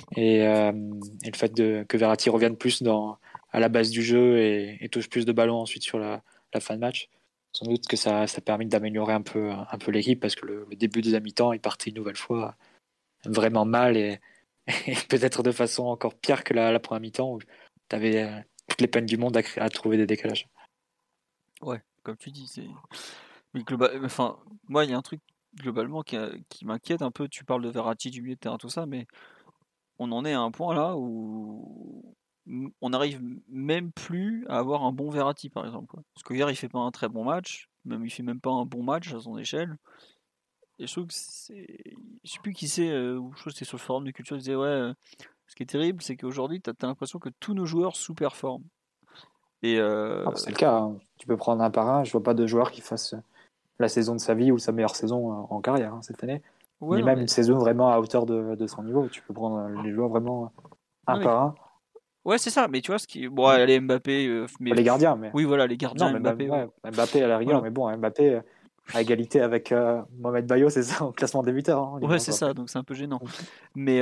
et le fait que Verratti revienne plus à la base du jeu et touche plus de ballons ensuite sur la fin de match. Sans doute que ça a permis d'améliorer un peu l'équipe parce que le début de la mi-temps, il partait une nouvelle fois vraiment mal et peut-être de façon encore pire que la première mi-temps où tu avais toutes les peines du monde à trouver des décalages. Ouais, comme tu dis, c'est. Mais enfin, moi, il y a un truc globalement qui m'inquiète un peu. Tu parles de Verratti, du milieu de terrain, tout ça, mais on en est à un point là où on n'arrive même plus à avoir un bon Verratti, par exemple, quoi. Parce que hier, il fait pas un très bon match, même il fait même pas un bon match à son échelle. Et je trouve que c'est. Je sais plus qui c'est, ou je crois que c'était sur le forum de culture, il disait ouais, ce qui est terrible, c'est qu'aujourd'hui, t'as l'impression que tous nos joueurs sous-performent. Et C'est le cas, hein. Tu peux prendre un par un. Je vois pas de joueur qui fasse la saison de sa vie ou sa meilleure saison en carrière cette année. ouais, Ni non, même mais. une saison vraiment à hauteur de son niveau. Tu peux prendre les joueurs vraiment un Non, mais par un. ouais, c'est ça, mais tu vois, ce qui. Bon, allez, Mbappé, Pas les gardiens, mais oui, voilà, les non, gardiens mais Mbappé, ouais. ouais, Mbappé à la rigueur, Voilà. mais bon, Mbappé à égalité avec Mohamed Bayo, c'est ça, au classement des buteurs en Ligue Ouais, 1, c'est quoi. ça, donc c'est un peu gênant. Mais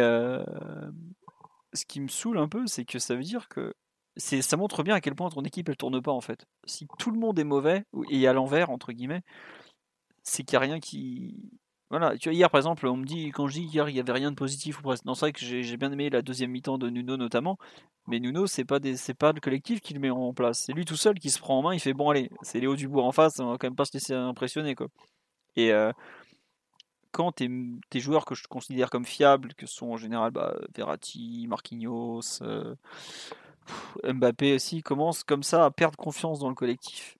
ce qui me saoule un peu, c'est que ça veut dire que ça montre bien à quel point ton équipe elle tourne pas en fait. Si tout le monde est mauvais et à l'envers entre guillemets, c'est qu'il y a rien qui. Voilà, tu vois, hier par exemple, on me dit, quand je dis hier il y avait rien de positif ou presque. Non, c'est vrai que j'ai bien aimé la deuxième mi-temps de Nuno notamment, mais Nuno c'est pas le collectif qui le met en place, c'est lui tout seul qui se prend en main, il fait bon allez, c'est Léo Dubourg en face, on va quand même pas se laisser impressionner quoi. Et quand tes joueurs que je considère comme fiables, que sont en général Verratti, Marquinhos, Mbappé aussi, commencent comme ça à perdre confiance dans le collectif.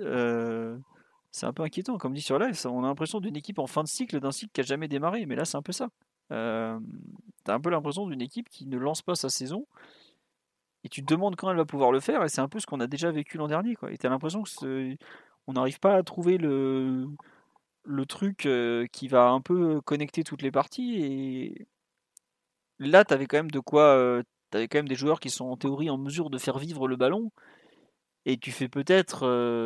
C'est un peu inquiétant, comme dit sur live, on a l'impression d'une équipe en fin de cycle, d'un cycle qui a jamais démarré, mais là c'est un peu ça. Euh, T'as un peu l'impression d'une équipe qui ne lance pas sa saison, et tu te demandes quand elle va pouvoir le faire, et c'est un peu ce qu'on a déjà vécu l'an dernier, quoi. Et t'as l'impression que on n'arrive pas à trouver le truc qui va un peu connecter toutes les parties, et là t'avais quand même de quoi, t'avais quand même des joueurs qui sont en théorie en mesure de faire vivre le ballon, et tu fais peut-être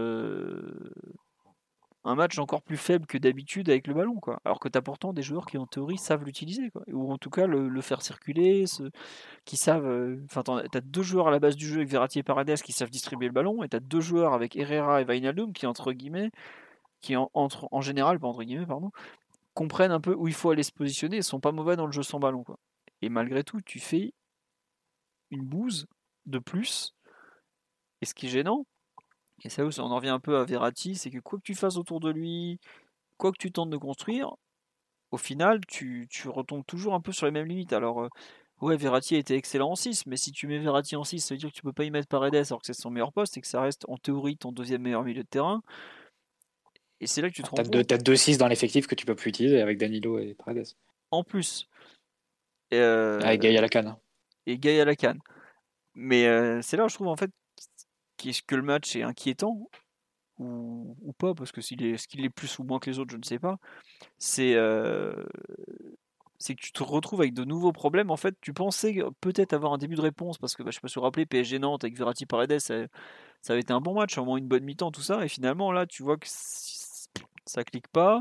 un match encore plus faible que d'habitude avec le ballon, quoi. Alors que tu as pourtant des joueurs qui en théorie savent l'utiliser, quoi. Ou en tout cas le faire circuler, qui savent. Enfin, t'as deux joueurs à la base du jeu avec Verratti et Paredes qui savent distribuer le ballon, et t'as deux joueurs avec Herrera et Wijnaldum qui entre guillemets, en général, pas entre guillemets, pardon, comprennent un peu où il faut aller se positionner et sont pas mauvais dans le jeu sans ballon, quoi. Et malgré tout, tu fais une bouse de plus. Et ce qui est gênant, et c'est là où on en revient un peu à Verratti, c'est que quoi que tu fasses autour de lui, quoi que tu tentes de construire, au final, tu retombes toujours un peu sur les mêmes limites. Alors, ouais, Verratti a été excellent en 6, mais si tu mets Verratti en 6, ça veut dire que tu peux pas y mettre Paredes alors que c'est son meilleur poste et que ça reste en théorie ton deuxième meilleur milieu de terrain. Et c'est là que tu te rends compte. T'as deux 6 dans l'effectif que tu peux plus utiliser avec Danilo et Paredes. En plus, Avec Gaïa Lacan. et Gaïa Lacan. Mais c'est là où je trouve en fait qu'est-ce que le match est inquiétant ou pas, parce que est-ce qu'il est plus ou moins que les autres, je ne sais pas. C'est c'est que tu te retrouves avec de nouveaux problèmes. En fait, tu pensais peut-être avoir un début de réponse parce que je me suis rappelé PSG Nantes avec Verratti Paredes, ça avait été un bon match, au moins une bonne mi-temps, tout ça. Et finalement, là, tu vois que ça clique pas.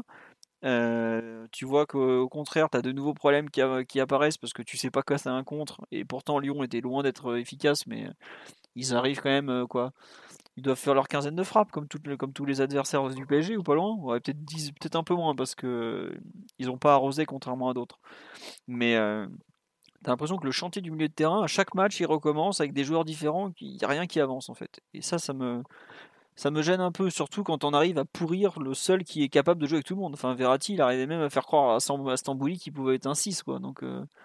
Tu vois qu'au contraire, tu as de nouveaux problèmes qui apparaissent parce que tu sais pas quoi c'est un contre. Et pourtant, Lyon était loin d'être efficace, mais ils arrivent quand même, quoi. Ils doivent faire leur quinzaine de frappes comme tous les adversaires du PSG ou pas loin. Ouais, peut-être 10, peut-être un peu moins parce que ils ont pas arrosé contrairement à d'autres. Mais t'as l'impression que le chantier du milieu de terrain, à chaque match, il recommence avec des joueurs différents, il n'y a rien qui avance en fait. Et ça me gêne un peu, surtout quand on arrive à pourrir le seul qui est capable de jouer avec tout le monde. Enfin, Verratti, il arrivait même à faire croire à Stambouli qu'il pouvait être un 6, quoi. Donc,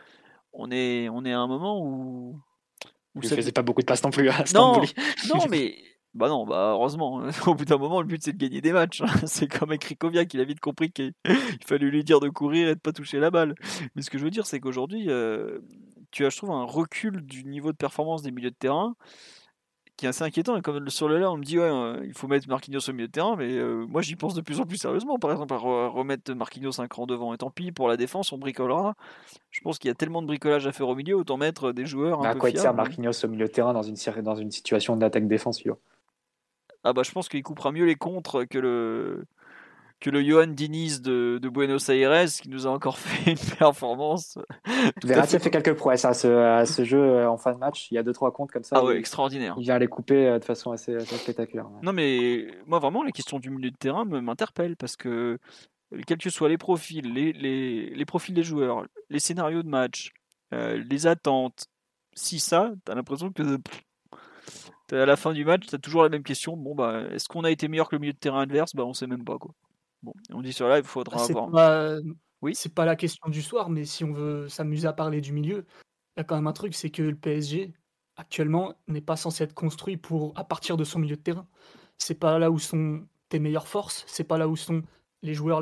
on est à un moment où Il ça faisait pas beaucoup de passes non plus à Non, Stambouli. non, mais bah non, bah heureusement. Au bout d'un moment, le but c'est de gagner des matchs. C'est comme avec Krikoviak, il a vite compris qu'il fallait lui dire de courir et de pas toucher la balle. Mais ce que je veux dire, c'est qu'aujourd'hui, tu as, je trouve, un recul du niveau de performance des milieux de terrain qui est assez inquiétant. Et comme sur le là, on me dit, ouais, il faut mettre Marquinhos au milieu de terrain, mais moi j'y pense de plus en plus sérieusement. Par exemple, à remettre Marquinhos un cran devant. Et tant pis, pour la défense, on bricolera. Je pense qu'il y a tellement de bricolage à faire au milieu, autant mettre des joueurs un À peu quoi il sert fiables. Marquinhos au milieu de terrain dans une situation d'attaque-défense? Ah bah je pense qu'il coupera mieux les contres que le Johan Diniz de Buenos Aires qui nous a encore fait une performance tout à Verratti a fait. fait quelques prouesses à ce jeu en fin de match. Il y a 2-3 comptes comme ça Ah où ouais, il extraordinaire. vient les couper de façon assez spectaculaire. Ouais. Non mais moi vraiment la question du milieu de terrain m'interpelle parce que quels que soient les profils, les profils des joueurs, les scénarios de match, les attentes, si ça, t'as l'impression que à la fin du match, t'as toujours la même question. Bon bah est-ce qu'on a été meilleur que le milieu de terrain adverse? Bah on sait même pas quoi. Bon, on dit sur là, il Ah, faudra avoir. Oui. c'est pas la question du soir, mais si on veut s'amuser à parler du milieu, il y a quand même un truc, c'est que le PSG, actuellement, n'est pas censé être construit à partir de son milieu de terrain. C'est pas là où sont tes meilleures forces, c'est pas là où sont les joueurs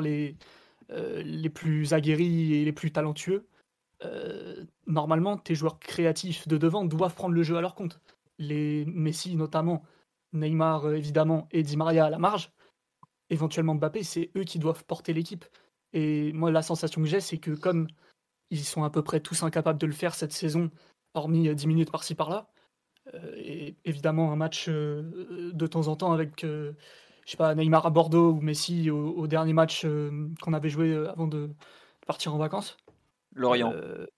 les plus aguerris et les plus talentueux. Normalement, tes joueurs créatifs de devant doivent prendre le jeu à leur compte. Les Messi notamment, Neymar évidemment et Di Maria à la marge, éventuellement Mbappé, c'est eux qui doivent porter l'équipe. Et moi, la sensation que j'ai, c'est que comme ils sont à peu près tous incapables de le faire cette saison, hormis 10 minutes par-ci par-là, et évidemment un match de temps en temps avec, je sais pas, Neymar à Bordeaux ou Messi au dernier match qu'on avait joué avant de partir en vacances. Lorient.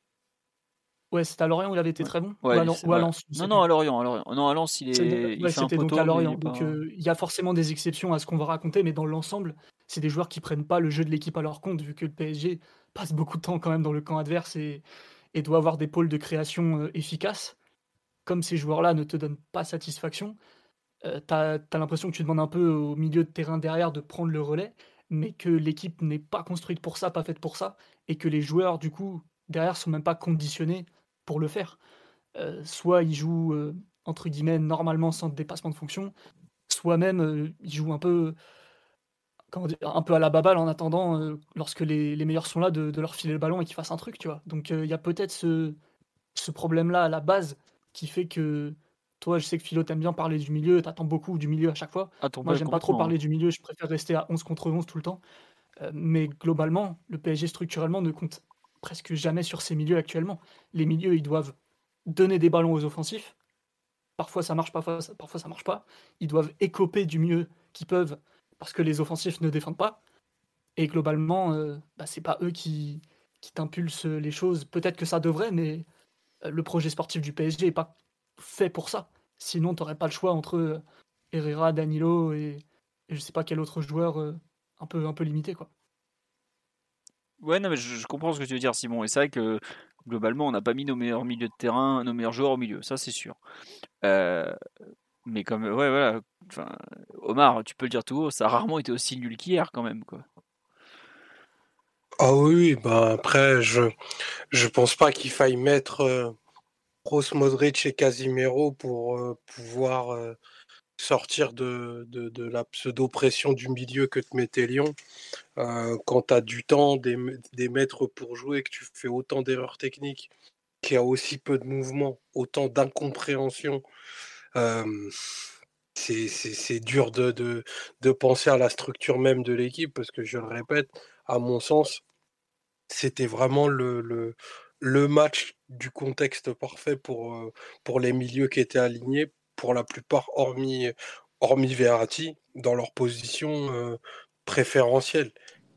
Ouais, c'était à Lorient où il avait été Ouais. très bon, Ouais, ou à Lens, je non, sais non, plus. à Lorient, à Lorient. Non, à Lens, il Ouais, fait un c'était donc à poteau, mais il Lorient. est Donc, pas. il y a forcément des exceptions à ce qu'on va raconter, mais dans l'ensemble, c'est des joueurs qui prennent pas le jeu de l'équipe à leur compte, vu que le PSG passe beaucoup de temps quand même dans le camp adverse et doit avoir des pôles de création efficaces. Comme ces joueurs-là ne te donnent pas satisfaction, t'as l'impression que tu demandes un peu au milieu de terrain derrière de prendre le relais, mais que l'équipe n'est pas construite pour ça, pas faite pour ça, et que les joueurs, du coup, derrière, sont même pas conditionnés pour le faire. Soit ils jouent, entre guillemets «normalement» sans dépassement de fonction, soit même, ils jouent un peu, comment dire? Un peu à la baballe en attendant, lorsque les meilleurs sont là de leur filer le ballon et qu'ils fassent un truc, tu vois? Donc, il y a peut-être ce problème-là à la base qui fait que toi, je sais que Philo, tu bien parler du milieu, t'attends beaucoup du milieu à chaque fois. Attends Moi, pas j'aime pas trop complètement, hein. parler du milieu, je préfère rester à 11 contre 11 tout le temps. Mais globalement, le PSG structurellement ne compte presque jamais sur ses milieux actuellement. Les milieux, ils doivent donner des ballons aux offensifs. Parfois ça marche, parfois ça marche pas. Ils doivent écoper du mieux qu'ils peuvent parce que les offensifs ne défendent pas. Et globalement, bah, c'est pas eux qui t'impulsent les choses. Peut-être que ça devrait, mais le projet sportif du PSG est pas fait pour ça. Sinon, tu pas le choix entre Herrera, Danilo et je sais pas quel autre joueur un peu limité, quoi. Ouais, non, mais je comprends ce que tu veux dire, Simon. Et c'est vrai que globalement, on n'a pas mis nos meilleurs milieux de terrain, nos meilleurs joueurs au milieu, ça c'est sûr. Euh, mais comme, ouais, voilà. Enfin, Omar, tu peux le dire tout haut, ça a rarement été aussi nul qu'hier quand même, quoi. Ah oui, bah après, je pense pas qu'il faille mettre Kroos, Modric et Casimiro pour pouvoir sortir de la pseudo-pression du milieu que te mettait Lyon. Quand tu as du temps, des mètres pour jouer, que tu fais autant d'erreurs techniques, qu'il y a aussi peu de mouvement, autant d'incompréhension, euh, c'est dur de penser à la structure même de l'équipe, parce que je le répète, à mon sens, c'était vraiment le match du contexte parfait pour les milieux qui étaient alignés, pour la plupart, hormis Verratti, dans leur position préférentielle.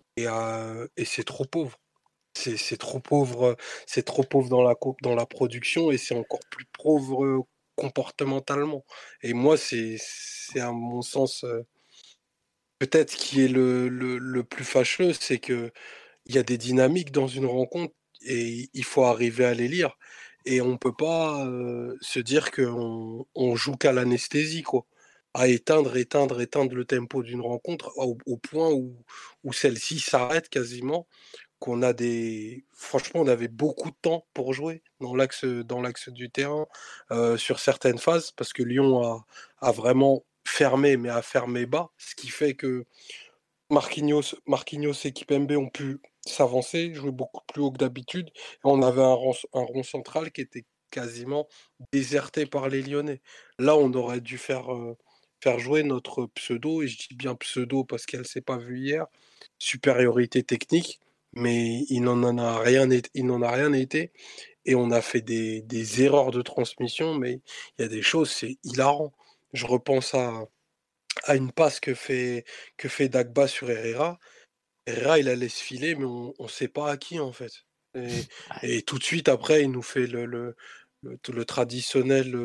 Et c'est trop pauvre. C'est trop pauvre, c'est trop pauvre dans la production et c'est encore plus pauvre comportementalement. Et moi, c'est à mon sens, peut-être ce qui est le plus fâcheux, c'est que il y a des dynamiques dans une rencontre et il faut arriver à les lire. Et on peut pas se dire qu'on joue qu'à l'anesthésie, quoi. À éteindre le tempo d'une rencontre au point où celle-ci s'arrête quasiment, qu'on a franchement, on avait beaucoup de temps pour jouer dans l'axe du terrain sur certaines phases, parce que Lyon a vraiment fermé, mais a fermé bas, ce qui fait que Marquinhos et Kipembe ont pu s'avancer, jouer beaucoup plus haut que d'habitude. Et on avait un rond central qui était quasiment déserté par les Lyonnais. Là, on aurait dû faire jouer notre pseudo, et je dis bien pseudo parce qu'elle ne s'est pas vue hier, supériorité technique, mais il n'en a rien été. Et on a fait des erreurs de transmission, mais il y a des choses, c'est hilarant. Je repense à une passe que fait Dagba sur Herrera. Herrera, il la laisse filer, mais on ne sait pas à qui, en fait. Et tout de suite, après, il nous fait le traditionnel.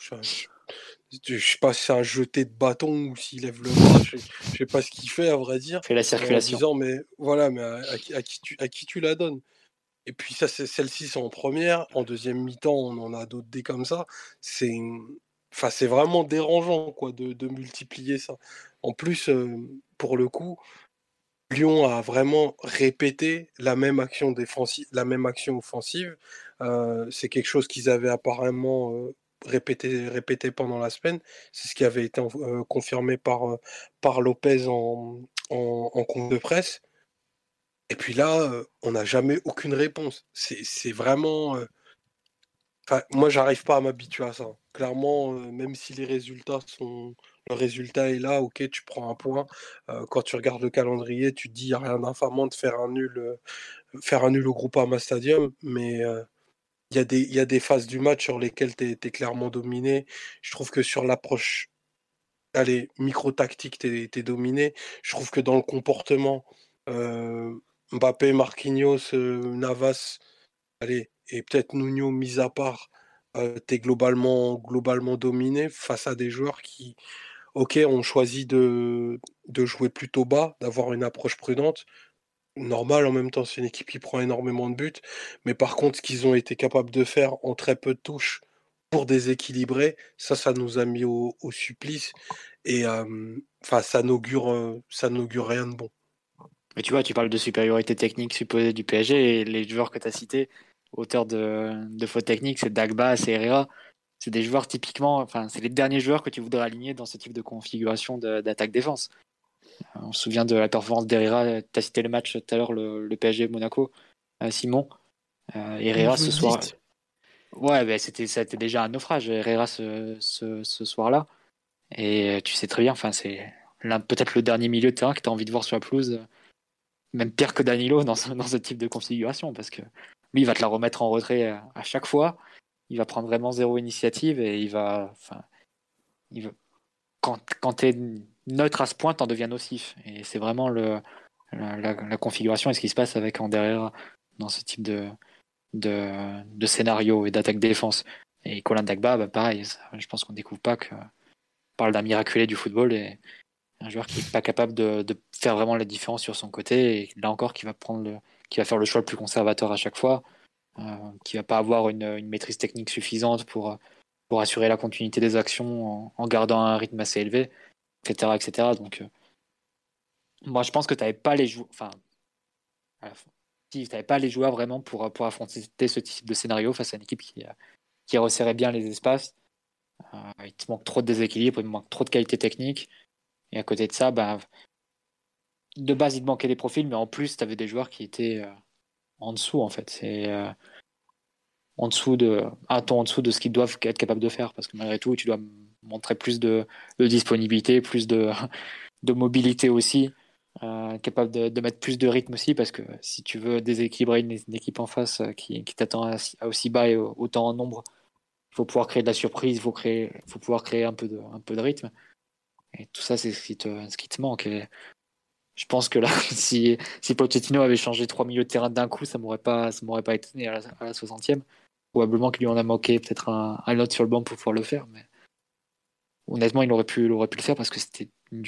Je sais pas si c'est un jeté de bâton ou s'il lève le bras. Je sais pas ce qu'il fait, à vrai dire. Fait la circulation. En disant, mais voilà, mais à qui tu la donnes? Et puis ça, celle-ci, c'est en première. En deuxième mi-temps, on en a d'autres des comme ça. Enfin, c'est vraiment dérangeant, quoi, de multiplier ça. En plus, pour le coup, Lyon a vraiment répété la même action offensive. C'est quelque chose qu'ils avaient apparemment répété pendant la semaine. C'est ce qui avait été confirmé par Lopez en conf de presse. Et puis là, on n'a jamais aucune réponse. C'est vraiment. Enfin, moi, j'arrive pas à m'habituer à ça. Clairement, même si le résultat est là, ok, tu prends un point. Quand tu regardes le calendrier, tu te dis, il n'y a rien d'infamant de faire un nul au Groupama Stadium, mais il y a des phases du match sur lesquelles tu es clairement dominé. Je trouve que sur l'approche, allez, micro-tactique, tu es dominé. Je trouve que dans le comportement, Mbappé, Marquinhos, Navas, allez, et peut-être Nuno mis à part, tu es globalement dominé face à des joueurs qui, ok, ont choisi de jouer plutôt bas, d'avoir une approche prudente. Normal, en même temps, c'est une équipe qui prend énormément de buts. Mais par contre, ce qu'ils ont été capables de faire en très peu de touches pour déséquilibrer, ça nous a mis au supplice. Et enfin, ça n'augure rien de bon. Mais tu vois, tu parles de supériorité technique supposée du PSG et les joueurs que tu as cités, auteurs de fautes techniques, c'est Dagba, c'est Herrera. C'est des joueurs typiquement, enfin, c'est les derniers joueurs que tu voudrais aligner dans ce type de configuration d'attaque-défense. On se souvient de la performance d'Herrera. Tu as cité le match tout à l'heure, le PSG-Monaco, Simon. Herrera ce soir. Ouais, ben ça a été déjà un naufrage, Herrera ce soir-là. Et tu sais très bien, enfin, c'est peut-être le dernier milieu de terrain que tu as envie de voir sur la pelouse, même pire que Danilo dans ce type de configuration, parce que lui, il va te la remettre en retrait à chaque fois. Il va prendre vraiment zéro initiative et il va. Quand tu es neutre à ce point, t'en deviens nocif. Et c'est vraiment la configuration et ce qui se passe avec Ander Herrera dans ce type de scénario et d'attaque-défense. Et Colin Dagba, bah pareil, je pense qu'on découvre pas qu'on parle d'un miraculé du football et un joueur qui n'est pas capable de faire vraiment la différence sur son côté et là encore qui va faire le choix le plus conservateur à chaque fois, qui va pas avoir une maîtrise technique suffisante pour assurer la continuité des actions en gardant un rythme assez élevé, etc. Donc moi je pense que tu n'avais pas les joueurs, enfin si tu n'avais pas les joueurs vraiment pour affronter ce type de scénario face à une équipe qui resserrait bien les espaces. Il te manque trop de déséquilibre, il te manque trop de qualité technique. Et à côté de ça, de base, il te manquait des profils, mais en plus, tu avais des joueurs qui étaient en dessous, en fait. C'est un ton en dessous de ce qu'ils doivent être capables de faire. Parce que malgré tout, tu dois montrer plus de disponibilité, plus de mobilité aussi. capable de mettre plus de rythme aussi, parce que si tu veux déséquilibrer une équipe en face qui t'attend à aussi bas et autant en nombre, il faut pouvoir créer de la surprise, il faut pouvoir créer un peu de rythme. Et tout ça, c'est ce qui te manque. Et je pense que là, si Pochettino avait changé 3 milieux de terrain d'un coup, ça m'aurait pas étonné à la 60e. Probablement qu'il lui en a manqué peut-être un autre sur le banc pour pouvoir le faire. Mais honnêtement, il aurait pu le faire parce que c'était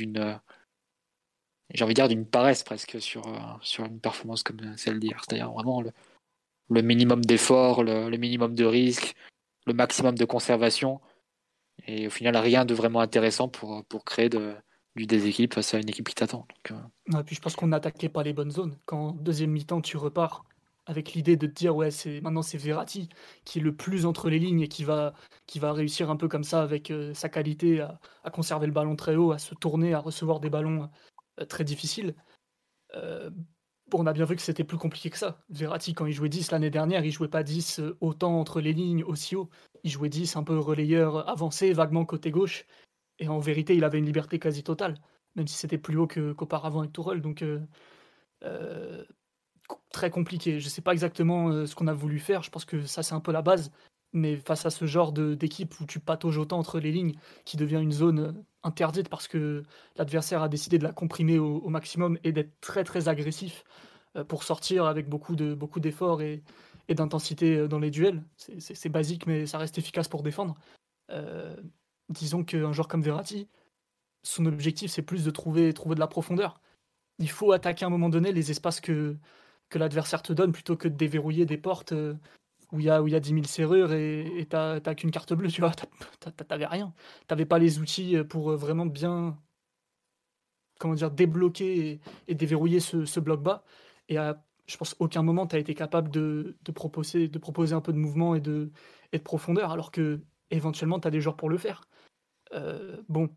j'ai envie de dire d'une paresse presque sur une performance comme celle d'hier. C'est-à-dire vraiment le minimum d'effort, le minimum de risque, le maximum de conservation. Et au final, rien de vraiment intéressant pour créer du déséquilibre face à une équipe qui t'attend. Donc, Ouais, puis je pense qu'on n'attaquait pas les bonnes zones. Quand deuxième mi-temps, tu repars avec l'idée de te dire, ouais, maintenant c'est Verratti qui est le plus entre les lignes et qui va réussir un peu comme ça avec sa qualité à conserver le ballon très haut, à se tourner, à recevoir des ballons très difficiles. Euh, on a bien vu que c'était plus compliqué que ça. Verratti, quand il jouait 10 l'année dernière, il jouait pas 10 autant entre les lignes, aussi haut. Il jouait 10 un peu relayeur avancé, vaguement côté gauche. Et en vérité, il avait une liberté quasi totale, même si c'était plus haut qu'auparavant avec Tourelle. Donc, euh, très compliqué. Je sais pas exactement ce qu'on a voulu faire. Je pense que ça, c'est un peu la base. Mais face à ce genre d'équipe où tu patauges autant entre les lignes, qui devient une zone interdite parce que l'adversaire a décidé de la comprimer au maximum et d'être très très agressif pour sortir avec beaucoup d'efforts et d'intensité dans les duels. C'est basique, mais ça reste efficace pour défendre. Euh, Disons qu'un joueur comme Verratti, son objectif, c'est plus de trouver de la profondeur. Il faut attaquer à un moment donné les espaces que l'adversaire te donne plutôt que de déverrouiller des portes où il y a 10 000 serrures et t'as qu'une carte bleue, tu vois. T'avais rien. T'avais pas les outils pour vraiment bien, comment dire, débloquer et déverrouiller ce bloc bas. Et je pense aucun moment t'as été capable de proposer un peu de mouvement et de profondeur, alors que éventuellement t'as des joueurs pour le faire. Bon,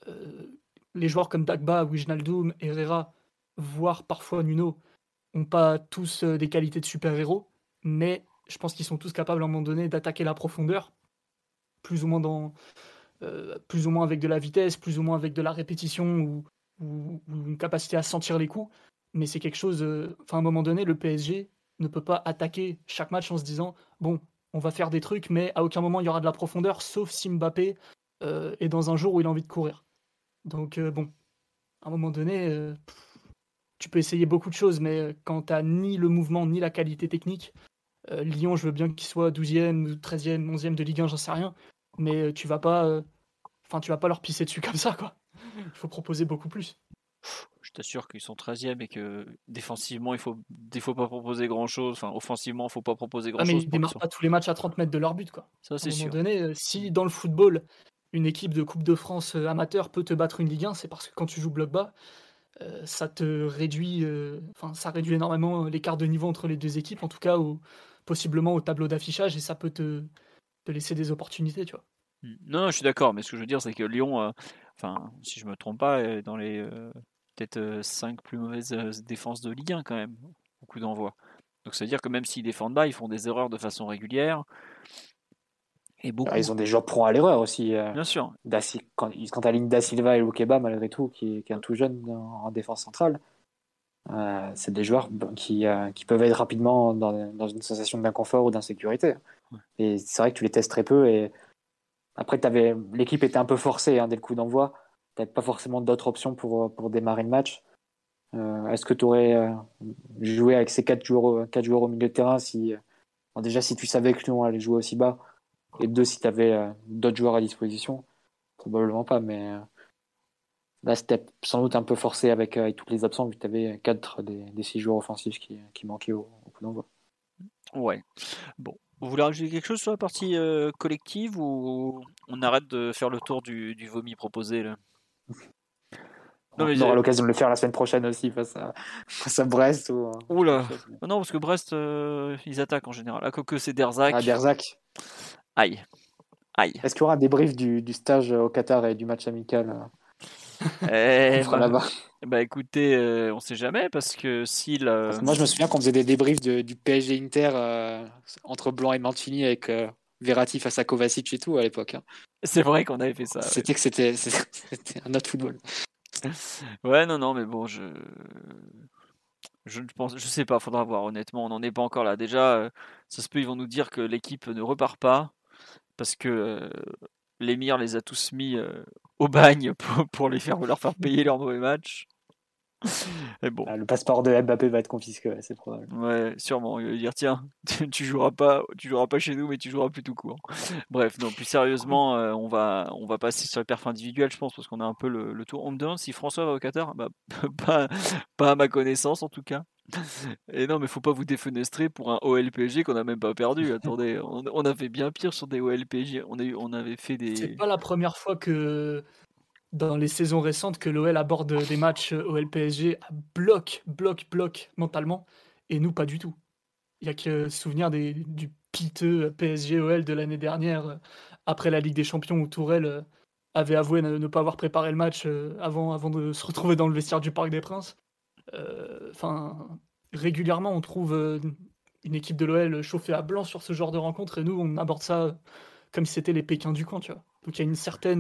les joueurs comme Dagba, Wijnaldum, Herrera, voire parfois Nuno, n'ont pas tous des qualités de super-héros, mais je pense qu'ils sont tous capables à un moment donné d'attaquer la profondeur, plus ou moins plus ou moins avec de la vitesse, plus ou moins avec de la répétition ou une capacité à sentir les coups. Mais c'est quelque chose. À un moment donné, le PSG ne peut pas attaquer chaque match en se disant bon, on va faire des trucs, mais à aucun moment il y aura de la profondeur, sauf si Mbappé est dans un jour où il a envie de courir. Donc bon, à un moment donné, tu peux essayer beaucoup de choses, mais quand tu n'as ni le mouvement ni la qualité technique, Lyon, je veux bien qu'il soit 12e, 13e, 11e de Ligue 1, j'en sais rien, mais tu vas pas leur pisser dessus comme ça, quoi. Il faut proposer beaucoup plus. Je t'assure qu'ils sont 13e et que défensivement, il faut pas proposer grand-chose. Enfin, offensivement, il faut pas proposer grand-chose. Mais ils démarrent pas tous les matchs à 30 mètres de leur but, quoi. Ça, c'est sûr. À un moment donné, si dans le football, une équipe de Coupe de France amateur peut te battre une Ligue 1, c'est parce que quand tu joues bloc bas, ça te réduit, ça réduit énormément l'écart de niveau entre les deux équipes, en tout cas, possiblement au tableau d'affichage, et ça peut te laisser des opportunités, tu vois. Non, je suis d'accord, mais ce que je veux dire, c'est que Lyon, si je me trompe pas, est dans les peut-être 5 plus mauvaises défenses de Ligue 1 quand même, beaucoup d'envois. Donc ça veut dire que même s'ils défendent bas, ils font des erreurs de façon régulière. Et beaucoup. Alors, ils ont des joueurs prompts à l'erreur aussi. Bien sûr. Quand tu alignes Da Silva et Loukeba, malgré tout, qui est un tout jeune en défense centrale, c'est des joueurs qui peuvent être rapidement dans une sensation d'inconfort ou d'insécurité. Ouais. Et c'est vrai que tu les testes très peu. Et après, l'équipe était un peu forcée dès le coup d'envoi. Tu n'avais pas forcément d'autres options pour démarrer le match. Est-ce que tu aurais joué avec ces 4 joueurs au milieu de terrain déjà, si tu savais que Lyon allait jouer aussi bas, et 2, si tu avais d'autres joueurs à disposition? Probablement pas, mais là, c'était sans doute un peu forcé avec toutes les absents, vu que tu avais 4 des 6 joueurs offensifs qui manquaient au coup d'envoi. Ouais. Bon. Vous voulez rajouter quelque chose sur la partie collective ou on arrête de faire le tour du vomi proposé là? On aura l'occasion de le faire la semaine prochaine aussi face à Brest. Oula. Non, parce que Brest, ils attaquent en général. À quoique c'est Derzac. Ah, Derzac. Aïe. Est-ce qu'il y aura un débrief du stage au Qatar et du match amical qu'on fera là-bas? Bah écoutez, on sait jamais parce que Parce que moi je me souviens qu'on faisait des débriefs du PSG Inter entre Blanc et Mancini avec Verratti face à Kovacic et tout à l'époque. C'est vrai qu'on avait fait ça. C'était un autre football. Ouais, non, mais bon, je sais pas, faudra voir. Honnêtement, on n'en est pas encore là. Déjà, ça se peut, ils vont nous dire que l'équipe ne repart pas parce que l'émir les a tous mis au bagne pour leur faire payer leurs mauvais matchs. Et bon, Ah, le passeport de Mbappé va être confisqué, ouais, c'est probable. ouais, sûrement. Il va dire tiens, tu joueras pas chez nous, mais tu joueras plus tout court. Bref, non, plus sérieusement, on va passer sur les perfs individuels, je pense, parce qu'on a un peu le tour. On me demande si François va au Qatar. Bah, pas, pas à ma connaissance, en tout cas. Et non, mais faut pas vous défenestrer pour un OL PSG qu'on a même pas perdu. Attendez, on avait bien pire sur des OL PSG. On avait fait C'est des. pas la première fois que dans les saisons récentes que l'OL aborde des matchs OL PSG à bloc mentalement, et nous pas du tout. Il y a que souvenir du piteux PSG OL de l'année dernière après la Ligue des Champions où Tourelle avait avoué ne pas avoir préparé le match avant de se retrouver dans le vestiaire du Parc des Princes. Enfin, régulièrement on trouve une équipe de l'OL chauffée à blanc sur ce genre de rencontre et nous on aborde ça comme si c'était les Pékins du coin, tu vois. Donc il y a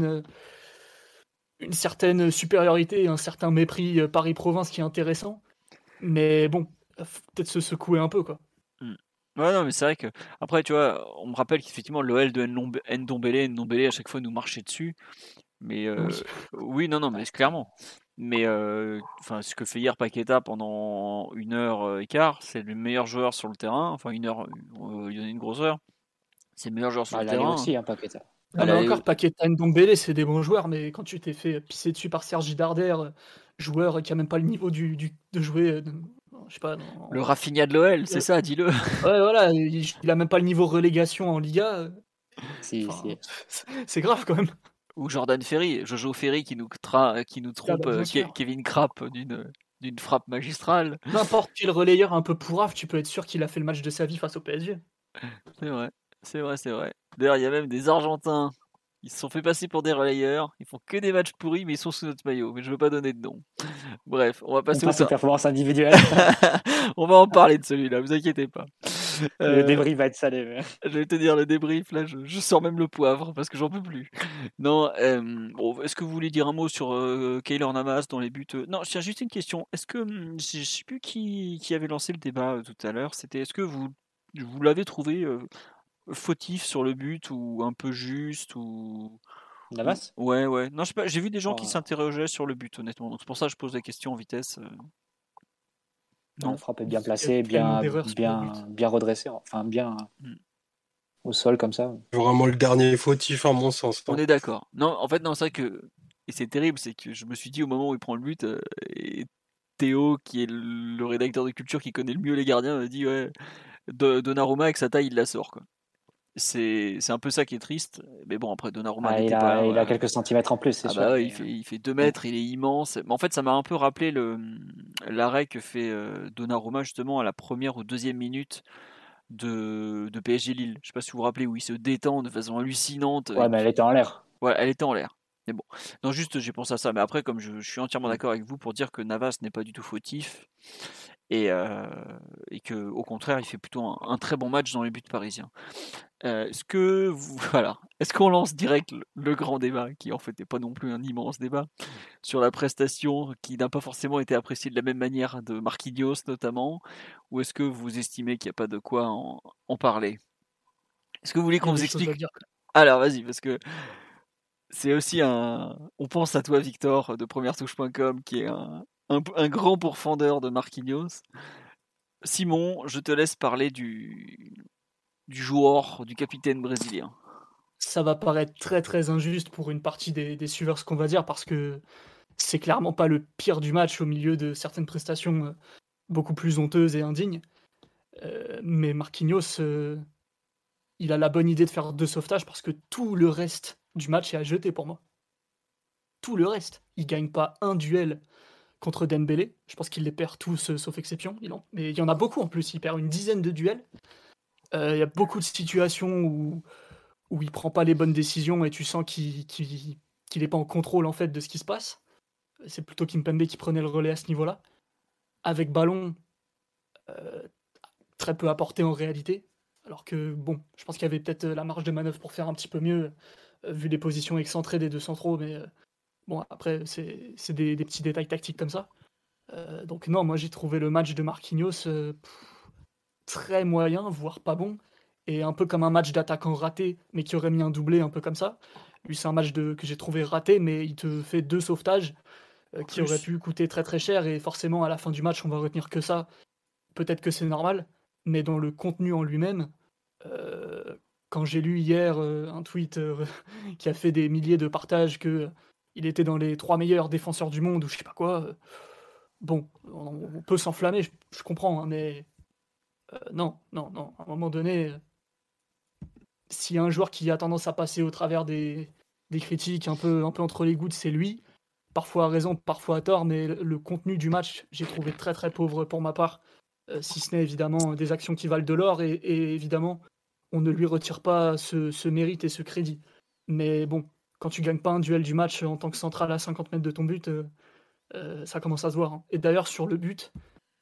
une certaine supériorité et un certain mépris Paris-Province qui est intéressant. Mais bon, faut peut-être se secouer un peu, quoi. Hmm. Ouais, non, mais c'est vrai que. Après, tu vois, on me rappelle qu'effectivement, l'OL de Ndombele, à chaque fois nous marchait dessus. Mais Oui. oui, non, mais c'est clairement. Mais enfin, ce que fait hier Paqueta pendant 1 heure et quart, c'est le meilleur joueur sur le terrain. Enfin, 1 heure, il y en a une grosse heure. C'est le meilleur joueur sur Bah, le l'aller terrain. aussi, hein, Paqueta. À Non, mais l'aller- encore, Paqueta et Ndombele, c'est des bons joueurs, mais quand tu t'es fait pisser dessus par Sergi Darder, joueur qui a même pas le niveau de jouer, je sais pas, Le Rafinha de l'OL, c'est ça, dis-le. ouais, voilà, il a même pas le niveau relégation en Liga. Si, Enfin, si. c'est grave quand même. Ou Jordan Ferry, Jojo Ferry qui nous Ah trompe bah, bien sûr. Kevin Trapp d'une frappe magistrale. N'importe quel relayeur un peu pourrave, tu peux être sûr qu'il a fait le match de sa vie face au PSG. C'est vrai, c'est vrai. D'ailleurs, il y a même des Argentins. Ils se sont fait passer pour des relayeurs. Ils font que des matchs pourris, mais ils sont sous notre maillot. Mais je veux pas donner de nom. Bref, on va On passer au passe aux temps. performances individuelles. On va en parler de celui-là, vous inquiétez pas. Le débris va être salé. Mais... Je vais te dire le débrief, là, je sors même le poivre parce que j'en peux plus. Non, bon, est-ce que vous voulez dire un mot sur Keylor Navas dans les buts Non, je tiens juste une question. Est-ce que, je sais plus qui avait lancé le débat tout à l'heure, c'était est-ce que vous l'avez trouvé fautif sur le but ou un peu juste Navas Ouais, ouais. Non, je sais pas, j'ai vu des gens qui Oh, s'interrogeaient sur le but, honnêtement. Donc c'est pour ça que je pose la question en vitesse. la Non. frappe est bien Il y a placée, tellement bien, d'erreurs sur le but. bien redressée, enfin bien Hmm. au sol comme ça. Vraiment le dernier fautif à mon sens, On hein. est d'accord. Non, en fait, non, c'est vrai que. Et c'est terrible, c'est que je me suis dit au moment où il prend le but, et Théo, qui est le rédacteur de culture qui connaît le mieux les gardiens, m'a dit ouais, Donnarumma avec sa taille, il la sort, quoi. C'est un peu ça qui est triste. Mais bon, après, Donnarumma Ah, n'était pas. il a Voilà. quelques centimètres en plus, c'est Ah sûr. bah ouais, Mais, il fait 2 mètres, il est immense. Mais en fait, ça m'a un peu rappelé l'arrêt que fait Donnarumma justement à la première ou deuxième minute de PSG Lille. Je sais pas si vous vous rappelez où il se détend de façon hallucinante. ouais, mais elle était en l'air. Ouais, elle était en l'air. Mais bon. Non, juste, j'ai pensé à ça. Mais après, comme je suis entièrement Mm. d'accord avec vous pour dire que Navas n'est pas du tout fautif et, euh, et que, au contraire, il fait plutôt un très bon match dans les buts parisiens. Est-ce que voilà, est-ce qu'on lance direct le grand débat, qui en fait n'est pas non plus un immense débat, sur la prestation qui n'a pas forcément été appréciée de la même manière de Marquinhos notamment, ou est-ce que vous estimez qu'il n'y a pas de quoi en parler? Est-ce que vous voulez Il y qu'on a vous des choses à explique? dire. Alors vas-y, parce que c'est aussi on pense à toi, Victor, de premièretouche.com, qui est un grand pourfendeur de Marquinhos. Simon, je te laisse parler du joueur, du capitaine brésilien. Ça va paraître très très injuste pour une partie des suiveurs, ce qu'on va dire, parce que c'est clairement pas le pire du match au milieu de certaines prestations beaucoup plus honteuses et indignes. Mais Marquinhos, il a la bonne idée de faire 2 sauvetages parce que tout le reste du match est à jeter pour moi. Tout le reste. Il gagne pas un duel contre Dembélé. Je pense qu'il les perd tous, sauf exception. Mais il y en a beaucoup en plus. Il perd une dizaine de duels. Il y a beaucoup de situations où il prend pas les bonnes décisions et tu sens qu'il est pas en contrôle en fait de ce qui se passe. C'est plutôt Kimpembe qui prenait le relais à ce niveau-là. Avec ballon, euh, très peu apporté en réalité. Alors que bon, je pense qu'il y avait peut-être la marge de manœuvre pour faire un petit peu mieux, vu les positions excentrées des deux centraux, mais bon, après, c'est des petits détails tactiques comme ça. Donc non, moi j'ai trouvé le match de Marquinhos très moyen, voire pas bon, et un peu comme un match d'attaquant raté, mais qui aurait mis un doublé, un peu comme ça. Lui, c'est un match que j'ai trouvé raté, mais il te fait 2 sauvetages qui auraient Plus. pu coûter très très cher, et forcément à la fin du match, on va retenir que ça. Peut-être que c'est normal, mais dans le contenu en lui-même, quand j'ai lu hier un tweet qui a fait des milliers de partages que il était dans les 3 meilleurs défenseurs du monde ou je sais pas quoi, bon, on peut s'enflammer, je comprends, hein, mais non, non, non. À un moment donné, s'il y a un joueur qui a tendance à passer au travers des critiques un peu entre les gouttes, c'est lui. Parfois à raison, parfois à tort, mais le contenu du match, j'ai trouvé très très pauvre pour ma part. Si ce n'est évidemment des actions qui valent de l'or, et évidemment, on ne lui retire pas ce mérite et ce crédit. Mais bon, quand tu gagnes pas un duel du match en tant que central à 50 mètres de ton but, ça commence à se voir, hein. Et d'ailleurs, sur le but,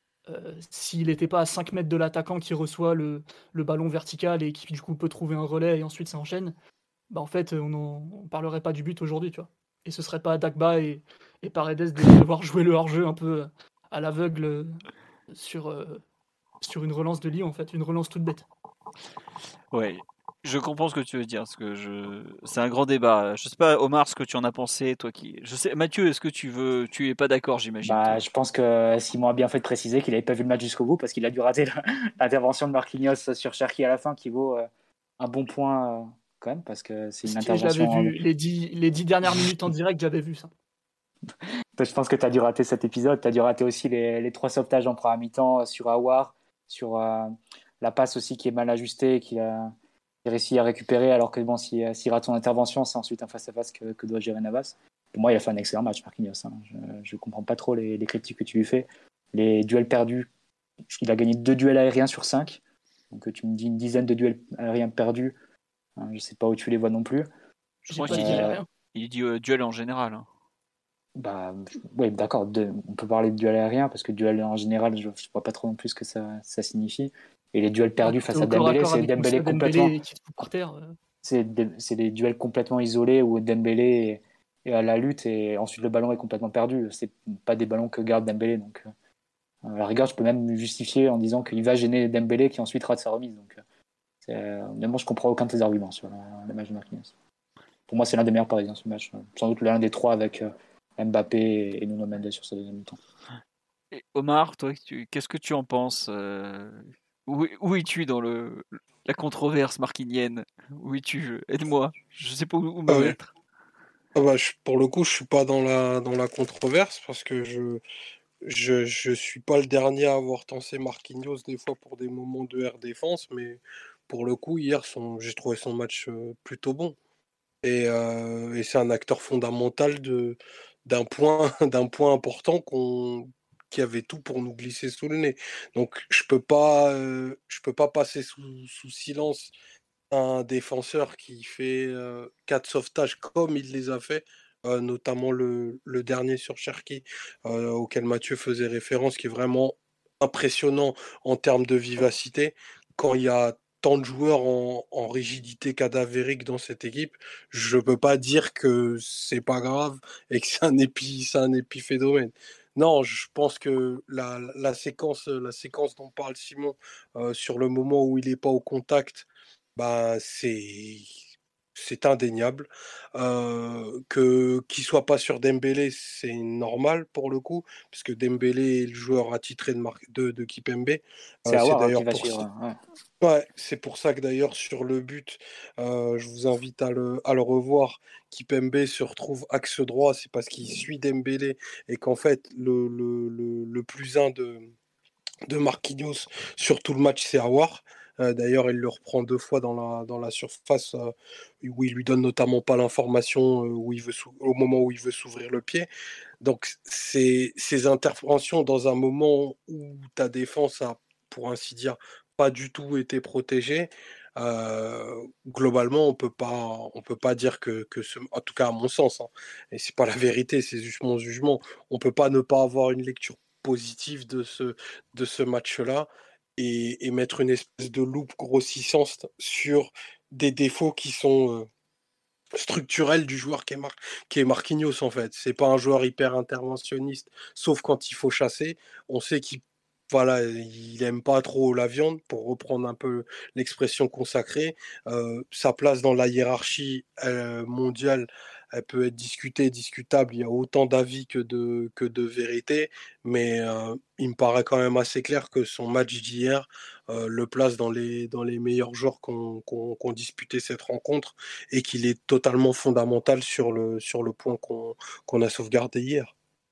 s'il n'était pas à 5 mètres de l'attaquant qui reçoit le ballon vertical et qui du coup peut trouver un relais et ensuite ça enchaîne, bah en fait on parlerait pas du but aujourd'hui, tu vois. Et ce serait pas à Dagba et Paredes de devoir jouer le hors-jeu un peu à l'aveugle sur, sur une relance de Lyon, en fait, une relance toute bête. Ouais, je comprends ce que tu veux dire, c'est un grand débat. Je sais pas, Omar, ce que tu en as pensé, toi qui. Je sais, Mathieu, est-ce que tu es pas d'accord, j'imagine, Bah, toi. je pense que Simon a bien fait de préciser qu'il n'avait pas vu le match jusqu'au bout parce qu'il a dû rater l'intervention de Marquinhos sur Cherki à la fin qui vaut un bon point quand même parce que c'est une Si, je l'avais intervention. vu, les 10 dernières minutes en direct, j'avais vu ça. Je pense que tu as dû rater cet épisode. Tu as dû rater aussi les 3 sauvetages en première mi-temps sur Aouar, sur la passe aussi qui est mal ajustée, qui a réussi à récupérer. Alors que bon, s'il rate son intervention, c'est ensuite un face-à-face que doit gérer Navas. Pour moi, il a fait un excellent match, Marquinhos. Hein. Je ne comprends pas trop les critiques que tu lui fais. Les duels perdus, il a gagné 2 duels aériens sur 5. Donc tu me dis une dizaine de duels aériens perdus. Je ne sais pas où tu les vois non plus. Je J'ai crois pas qu'il dit dit, rien. il dit duel en général, hein. Bah, oui, d'accord. On peut parler de duel aérien parce que duel en général, je ne vois pas trop non plus ce que ça signifie. Et les duels Bah, perdus quand t'es face à au corps à Dembélé, corps c'est avec Dembélé Moussa complètement. Dembélé qui te fout par terre. C'est des duels complètement isolés où Dembélé est à la lutte et ensuite le ballon est complètement perdu. C'est pas des ballons que garde Dembélé. Donc, à la rigueur, je peux même justifier en disant qu'il va gêner Dembélé qui ensuite rate sa remise. Donc, honnêtement, je comprends aucun de tes arguments sur le match de Marquinhos. Pour moi, c'est l'un des meilleurs parisiens ce match. Sans doute l'un des 3 avec Mbappé et Nuno Mendes sur sa deuxième mi-temps. Et Omar, toi, qu'est-ce que tu en penses où es-tu dans la controverse marquinienne? Où es-tu? Aide-moi. Je sais pas où me Ah oui. mettre. Ah bah, pour le coup, je suis pas dans la controverse parce que je suis pas le dernier à avoir tensé Marquinhos des fois pour des moments de air défense, mais pour le coup, hier, j'ai trouvé son match plutôt bon. Et c'est un acteur fondamental d'un point important qui avait tout pour nous glisser sous le nez. Donc je peux pas passer sous silence un défenseur qui fait 4 sauvetages comme il les a fait, notamment le dernier sur Cherki, auquel Mathieu faisait référence, qui est vraiment impressionnant en termes de vivacité. Quand il y a tant de joueurs en rigidité cadavérique dans cette équipe, je peux pas dire que c'est pas grave et que c'est un épiphénomène. Non, je pense que la séquence dont parle Simon, sur le moment où il est pas au contact, bah, c'est indéniable. Qu'il soit pas sur Dembélé, c'est normal pour le coup, puisque Dembélé est le joueur attitré de Kipembe. C'est C'est Aouar qui d'ailleurs va pour suivre. ça. Ouais. Ouais, c'est pour ça que d'ailleurs sur le but, je vous invite à le revoir. Kipembe se retrouve axe droit, c'est parce qu'il suit Dembélé et qu'en fait le plus un de Marquinhos sur tout le match, c'est Aouar. D'ailleurs, il le reprend 2 fois dans la surface, où il lui donne notamment pas l'information au moment où il veut s'ouvrir le pied. Donc, ces interventions dans un moment où ta défense a, pour ainsi dire, pas du tout été protégée, globalement, on peut pas dire en tout cas à mon sens, hein, et c'est pas la vérité, c'est juste mon jugement, on peut pas ne pas avoir une lecture positive de ce match-là et mettre une espèce de loupe grossissante sur des défauts structurelle du joueur qui est Marquinhos en fait. C'est pas un joueur hyper interventionniste, sauf quand il faut chasser. On sait qu'il voilà, il aime pas trop la viande, pour reprendre un peu l'expression consacrée. Sa place dans la hiérarchie mondiale, elle peut être discutée, discutable. Il y a autant d'avis que de vérité, mais il me paraît quand même assez clair que son match d'hier le place dans les meilleurs joueurs qui ont disputé cette rencontre et qu'il est totalement fondamental sur le point qu'on a sauvegardé hier.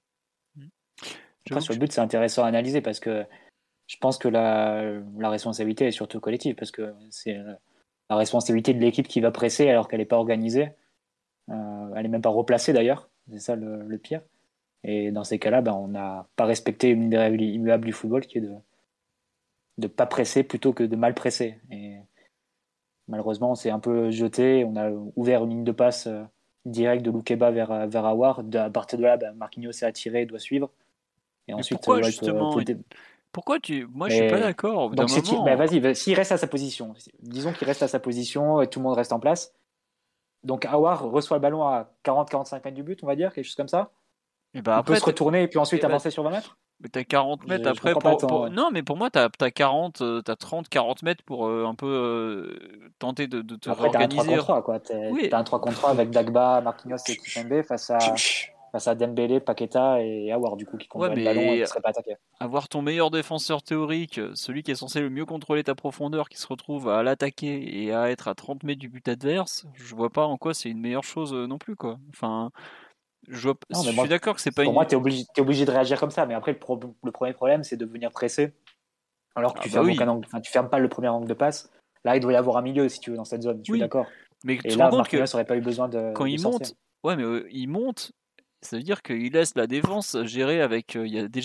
Après, sur le but, c'est intéressant à analyser parce que je pense que la responsabilité est surtout collective parce que c'est la responsabilité de l'équipe qui va presser alors qu'elle n'est pas organisée. Elle n'est même pas replacée d'ailleurs. C'est ça le pire. Et dans ces cas-là, on n'a pas respecté une des règles immuables du football qui est de pas presser plutôt que de mal presser. Et malheureusement, on s'est un peu jeté. On a ouvert une ligne de passe directe de Loukeba vers Aouar. À partir de là, Marquinhos s'est attiré et doit suivre. Et Mais ensuite, pourquoi Wolf justement Pourquoi Moi, je suis pas d'accord. Au bout donc, d'un moment. vas-y, s'il reste à sa position, disons qu'il reste à sa position et tout le monde reste en place. Donc, Aouar reçoit le ballon à 40-45 mètres du but, on va dire, quelque chose comme ça. Et Il peut après, se retourner et puis ensuite avancer sur 20 mètres. Mais t'as 40 mètres Je après comprends pas Non, mais pour moi, t'as 30-40 mètres pour un peu tenter de te Après, t'as un 3 réorganiser. contre 3, quoi. Oui. T'as un 3 contre 3 avec Dagba, Marquinhos et Kimpembe face à Dembélé, Paqueta et Aouar, du coup, qui contrôlent le ballon et qui ne seraient pas attaqués. Avoir ton meilleur défenseur théorique, celui qui est censé le mieux contrôler ta profondeur, qui se retrouve à l'attaquer et à être à 30 mètres du but adverse, je vois pas en quoi c'est une meilleure chose non plus, quoi. Enfin, je suis d'accord que c'est pas Pour moi, t'es obligé de réagir comme ça, mais après, le premier problème, c'est de venir presser alors que tu fermes aucun angle. Enfin, tu fermes pas le premier angle de passe. Là, il doit y avoir un milieu, si tu veux, dans cette zone. Je suis d'accord. Mais et là, Marquinhos n'aurait pas eu besoin de. Quand il monte, ouais, mais il monte. Ça veut dire qu'il laisse la défense gérer avec.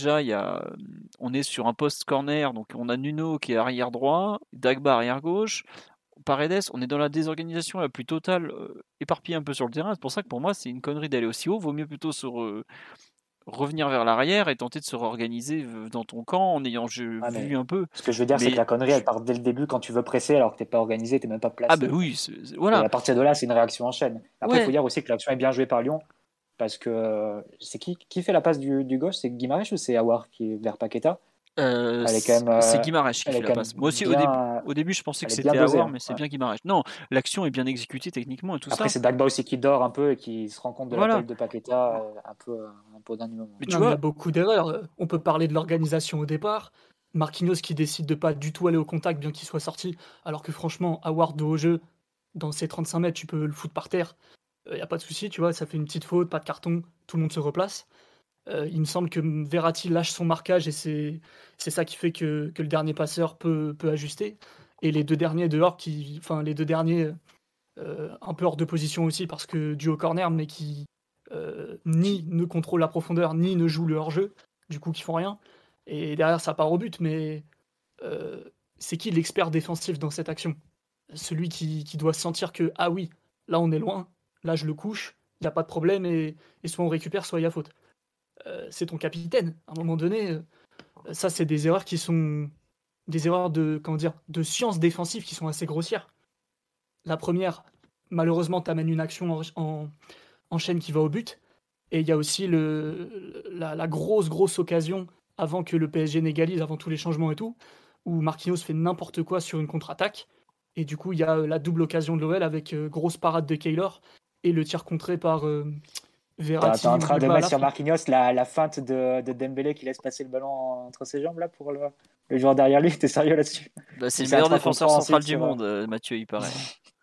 On est sur un post corner, donc on a Nuno qui est arrière droit, Dagba arrière gauche, Paredes. On est dans la désorganisation la plus totale, éparpillée un peu sur le terrain. C'est pour ça que pour moi, c'est une connerie d'aller aussi haut. Vaut mieux plutôt revenir vers l'arrière et tenter de se réorganiser dans ton camp en ayant vu un peu. Ce que je veux dire, c'est que la connerie, elle part dès le début quand tu veux presser alors que t'es pas organisé, t'es même pas placé. Ah ben oui, voilà. Et à partir de là, c'est une réaction en chaîne. Après, il faut dire aussi que l'action est bien jouée par Lyon. Parce que c'est qui fait la passe du gauche? C'est Guimarães ou c'est Aouar qui est vers Paqueta? C'est Guimarães qui fait la passe. Moi aussi, au début, je pensais que c'était Aouar, mais c'est bien Guimarães. Non, l'action est bien exécutée techniquement et tout ça. Après, c'est Dagba aussi qui dort un peu et qui se rend compte de l'appel de Paqueta un peu au dernier moment. Mais il y a beaucoup d'erreurs. On peut parler de l'organisation au départ. Marquinhos qui décide de pas du tout aller au contact bien qu'il soit sorti, alors que franchement, Aouar de haut jeu, dans ses 35 mètres, tu peux le foutre par terre. Il n'y a pas de souci, tu vois, ça fait une petite faute, pas de carton, tout le monde se replace. Il me semble que Verratti lâche son marquage et c'est ça qui fait que le dernier passeur peut ajuster. Et les deux derniers dehors, les deux derniers un peu hors de position aussi parce que dû au corner, mais qui ni ne contrôlent la profondeur, ni ne jouent le hors-jeu, du coup qui font rien. Et derrière, ça part au but, mais c'est qui l'expert défensif dans cette action? Celui qui doit sentir que, ah oui, là on est loin, là je le couche, il n'y a pas de problème, et soit on récupère, soit il y a faute. C'est ton capitaine. À un moment donné, ça c'est des erreurs qui sont des erreurs de science défensive qui sont assez grossières. La première, malheureusement, t'amènes une action en chaîne qui va au but, et il y a aussi la grosse occasion avant que le PSG n'égalise, avant tous les changements et tout, où Marquinhos fait n'importe quoi sur une contre-attaque, et du coup il y a la double occasion de l'OL avec grosse parade de Keylor et le tir contré par Verratti. T'es en train de mettre sur Marquinhos la feinte de Dembélé qui laisse passer le ballon entre ses jambes là pour le joueur derrière lui. T'es sérieux là-dessus? C'est le meilleur défenseur central du monde, Mathieu, il paraît.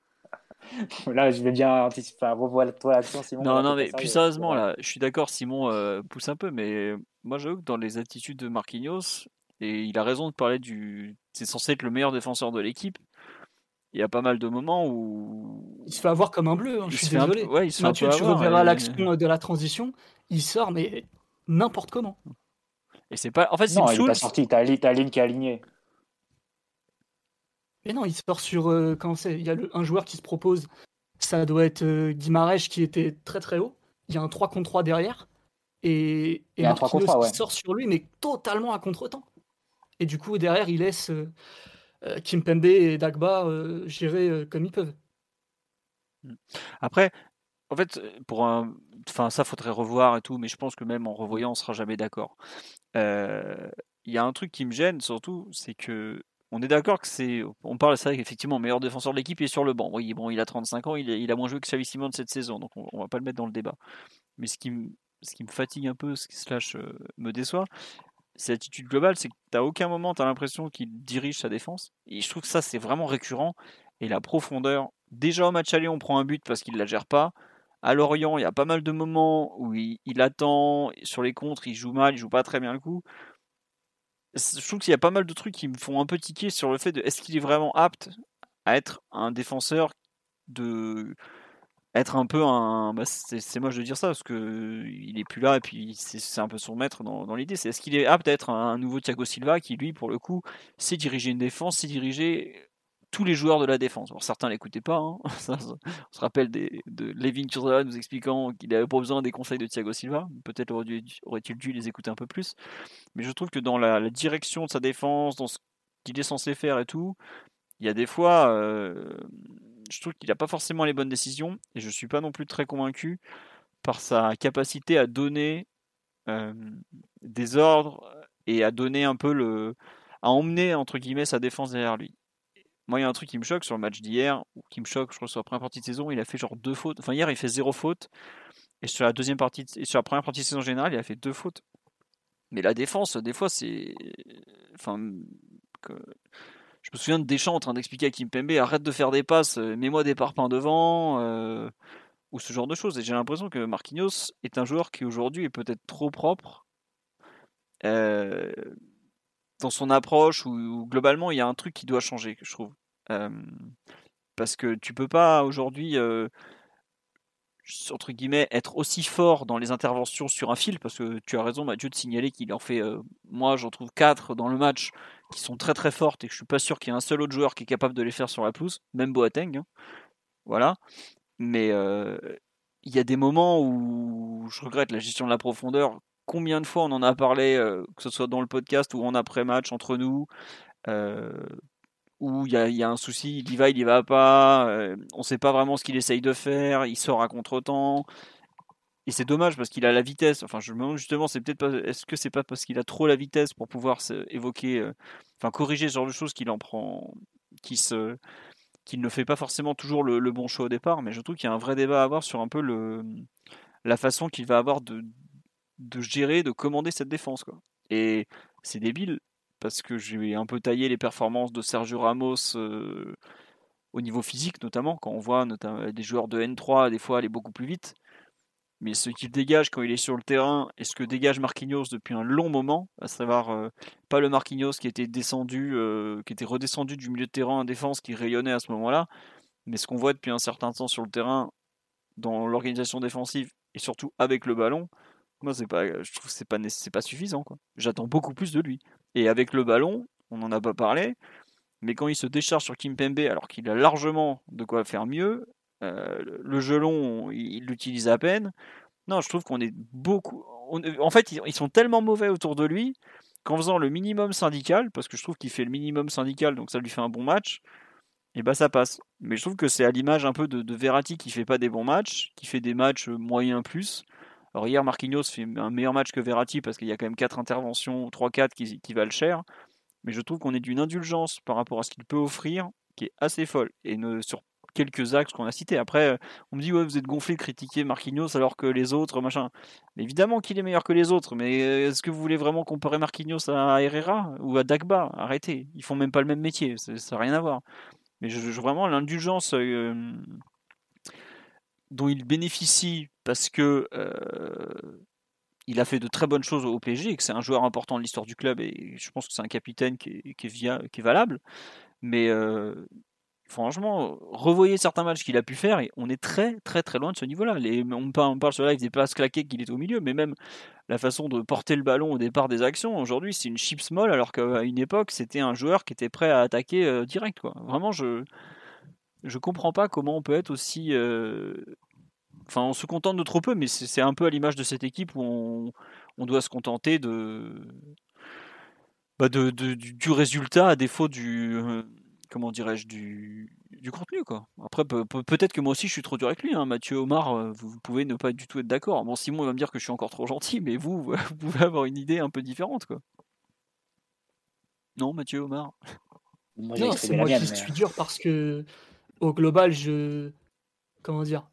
Là, je vais bien anticiper. Revois-toi l'action, Simon. Non, mais plus sérieusement, là, je suis d'accord, Simon pousse un peu, mais moi, j'avoue que dans les attitudes de Marquinhos, et il a raison de parler c'est censé être le meilleur défenseur de l'équipe. Il y a pas mal de moments où il se fait avoir comme un bleu. Je suis désolé. Mathieu, tu reverras l'action de la transition. Il sort, mais n'importe comment. Et c'est pas. En fait, non, il est pas sorti. T'as Ligne qui est aligné. Mais non, il sort sur. Il y a un joueur qui se propose. Ça doit être Guimarães qui était très très haut. Il y a un 3 contre 3 derrière. Et Marquinhos sort sur lui, mais totalement à contre-temps. Et du coup, derrière, il laisse Kimpembe et Dagba gérer comme ils peuvent. Après, en fait, ça faudrait revoir et tout, mais je pense que même en revoyant, on sera jamais d'accord. Il y a un truc qui me gêne surtout, c'est que on est d'accord on parle, c'est vrai qu'effectivement, meilleur défenseur de l'équipe, il est sur le banc. Oui, bon, il a 35 ans, il a moins joué que Xavi Simons cette saison, donc on va pas le mettre dans le débat. Mais ce qui me fatigue un peu, me déçoit, c'est l'attitude globale, c'est qu'à aucun moment tu as l'impression qu'il dirige sa défense. Et je trouve que ça, c'est vraiment récurrent. Et la profondeur, déjà au match aller, on prend un but parce qu'il ne la gère pas. À Lorient, il y a pas mal de moments où il attend, sur les contres, il joue mal, il joue pas très bien le coup. Je trouve qu'il y a pas mal de trucs qui me font un peu tiquer sur le fait de est-ce qu'il est vraiment apte à être un défenseur, de être un peu un. C'est moche de dire ça parce que il est plus là et puis c'est un peu son maître dans l'idée. C'est est-ce qu'il est apte à être un nouveau Thiago Silva qui lui pour le coup sait diriger une défense, sait diriger tous les joueurs de la défense. Alors certains l'écoutaient pas, hein. On se rappelle de Levin Kurzawa nous expliquant qu'il n'avait pas besoin des conseils de Thiago Silva. Peut-être aurait-il dû les écouter un peu plus. Mais je trouve que dans la direction de sa défense, dans ce qu'il est censé faire et tout, il y a des fois, je trouve qu'il n'a pas forcément les bonnes décisions et je suis pas non plus très convaincu par sa capacité à donner des ordres et à donner un peu à emmener entre guillemets sa défense derrière lui. Moi, il y a un truc qui me choque sur le match d'hier, ou qui me choque, je crois, sur la première partie de saison, il a fait genre 2 fautes. Enfin, hier, il fait 0 faute. Et sur la première partie de saison générale, il a fait 2 fautes. Mais la défense, des fois, c'est. Enfin. Je me souviens de Deschamps en train d'expliquer à Kimpembe arrête de faire des passes, mets-moi des parpaings devant, ou ce genre de choses. Et j'ai l'impression que Marquinhos est un joueur qui aujourd'hui est peut-être trop propre euh, dans son approche, où globalement il y a un truc qui doit changer, je trouve. Euh, Parce que tu peux pas aujourd'hui, entre guillemets, être aussi fort dans les interventions sur un fil, parce que tu as raison, Mathieu, de signaler qu'il en fait, moi j'en trouve 4 dans le match qui sont très très fortes et que je suis pas sûr qu'il y ait un seul autre joueur qui est capable de les faire sur la pelouse, même Boateng, hein. Voilà. Mais il y a des moments où je regrette la gestion de la profondeur. Combien de fois on en a parlé, que ce soit dans le podcast ou en après-match entre nous, euh, où il y a un souci, il y va pas, on sait pas vraiment ce qu'il essaye de faire, il sort à contre-temps. Et c'est dommage parce qu'il a la vitesse. Enfin, je me demande justement, c'est peut-être pas. Est-ce que c'est pas parce qu'il a trop la vitesse pour pouvoir évoquer, corriger ce genre de choses qu'il en prend, qu'il ne fait pas forcément toujours le bon choix au départ. Mais je trouve qu'il y a un vrai débat à avoir sur un peu la façon qu'il va avoir de gérer, de commander cette défense, quoi. Et c'est débile parce que j'ai un peu taillé les performances de Sergio Ramos au niveau physique, notamment quand on voit des joueurs de N3 des fois aller beaucoup plus vite. Mais ce qu'il dégage quand il est sur le terrain et ce que dégage Marquinhos depuis un long moment, à savoir pas le Marquinhos qui était qui était redescendu du milieu de terrain en défense, qui rayonnait à ce moment-là, mais ce qu'on voit depuis un certain temps sur le terrain, dans l'organisation défensive et surtout avec le ballon, moi je trouve que c'est pas suffisant, quoi. J'attends beaucoup plus de lui. Et avec le ballon, on n'en a pas parlé, mais quand il se décharge sur Kimpembe alors qu'il a largement de quoi faire mieux, le jeu long, il l'utilise à peine. Non, je trouve qu'on est beaucoup. En fait, ils sont tellement mauvais autour de lui qu'en faisant le minimum syndical, parce que je trouve qu'il fait le minimum syndical, donc ça lui fait un bon match, et bah ça passe. Mais je trouve que c'est à l'image un peu de Verratti qui fait pas des bons matchs, qui fait des matchs moyens plus. Alors hier, Marquinhos fait un meilleur match que Verratti parce qu'il y a quand même 4 interventions, 3-4 qui valent cher. Mais je trouve qu'on est d'une indulgence par rapport à ce qu'il peut offrir qui est assez folle. Et sur quelques axes qu'on a cités. Après, on me dit, ouais, vous êtes gonflé de critiquer Marquinhos alors que les autres, machin. Mais évidemment qu'il est meilleur que les autres. Mais est-ce que vous voulez vraiment comparer Marquinhos à Herrera ou à Dagba? Arrêtez. Ils font même pas le même métier. Ça n'a rien à voir. Mais vraiment, l'indulgence dont il bénéficie parce que il a fait de très bonnes choses au PSG et que c'est un joueur important de l'histoire du club et je pense que c'est un capitaine qui est valable. Mais franchement, revoyez certains matchs qu'il a pu faire et on est très très très loin de ce niveau-là. On parle sur live des passes claquées qu'il est au milieu, mais même la façon de porter le ballon au départ des actions, aujourd'hui c'est une chips molle alors qu'à une époque c'était un joueur qui était prêt à attaquer direct, quoi. Vraiment, je comprends pas comment on peut être aussi... on se contente de trop peu, mais c'est un peu à l'image de cette équipe où on doit se contenter du résultat à défaut comment dirais-je, du contenu, quoi. Après, peut-être que moi aussi je suis trop dur avec lui, hein. Mathieu Omar, vous pouvez ne pas du tout être d'accord. Bon, Simon va me dire que je suis encore trop gentil, mais vous, vous pouvez avoir une idée un peu différente, quoi. Non, Mathieu Omar? Moi, j'ai Non, c'est exprimé la moi mienne, qui mais suis dur parce que, au global, comment dire,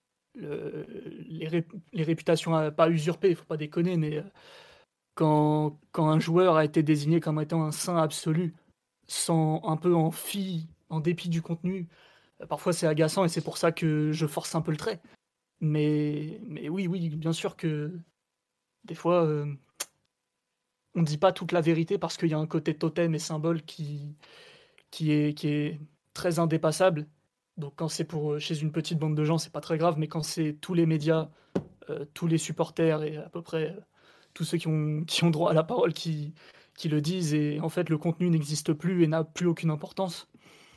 les réputations pas usurpées, il faut pas déconner, mais quand un joueur a été désigné comme étant un saint absolu, sans un peu en dépit du contenu, parfois c'est agaçant et c'est pour ça que je force un peu le trait. Mais oui, oui, bien sûr que des fois, on ne dit pas toute la vérité parce qu'il y a un côté totem et symbole qui est très indépassable. Donc quand c'est chez une petite bande de gens, c'est pas très grave, mais quand c'est tous les médias, tous les supporters et à peu près tous ceux qui ont droit à la parole qui le disent, et en fait le contenu n'existe plus et n'a plus aucune importance.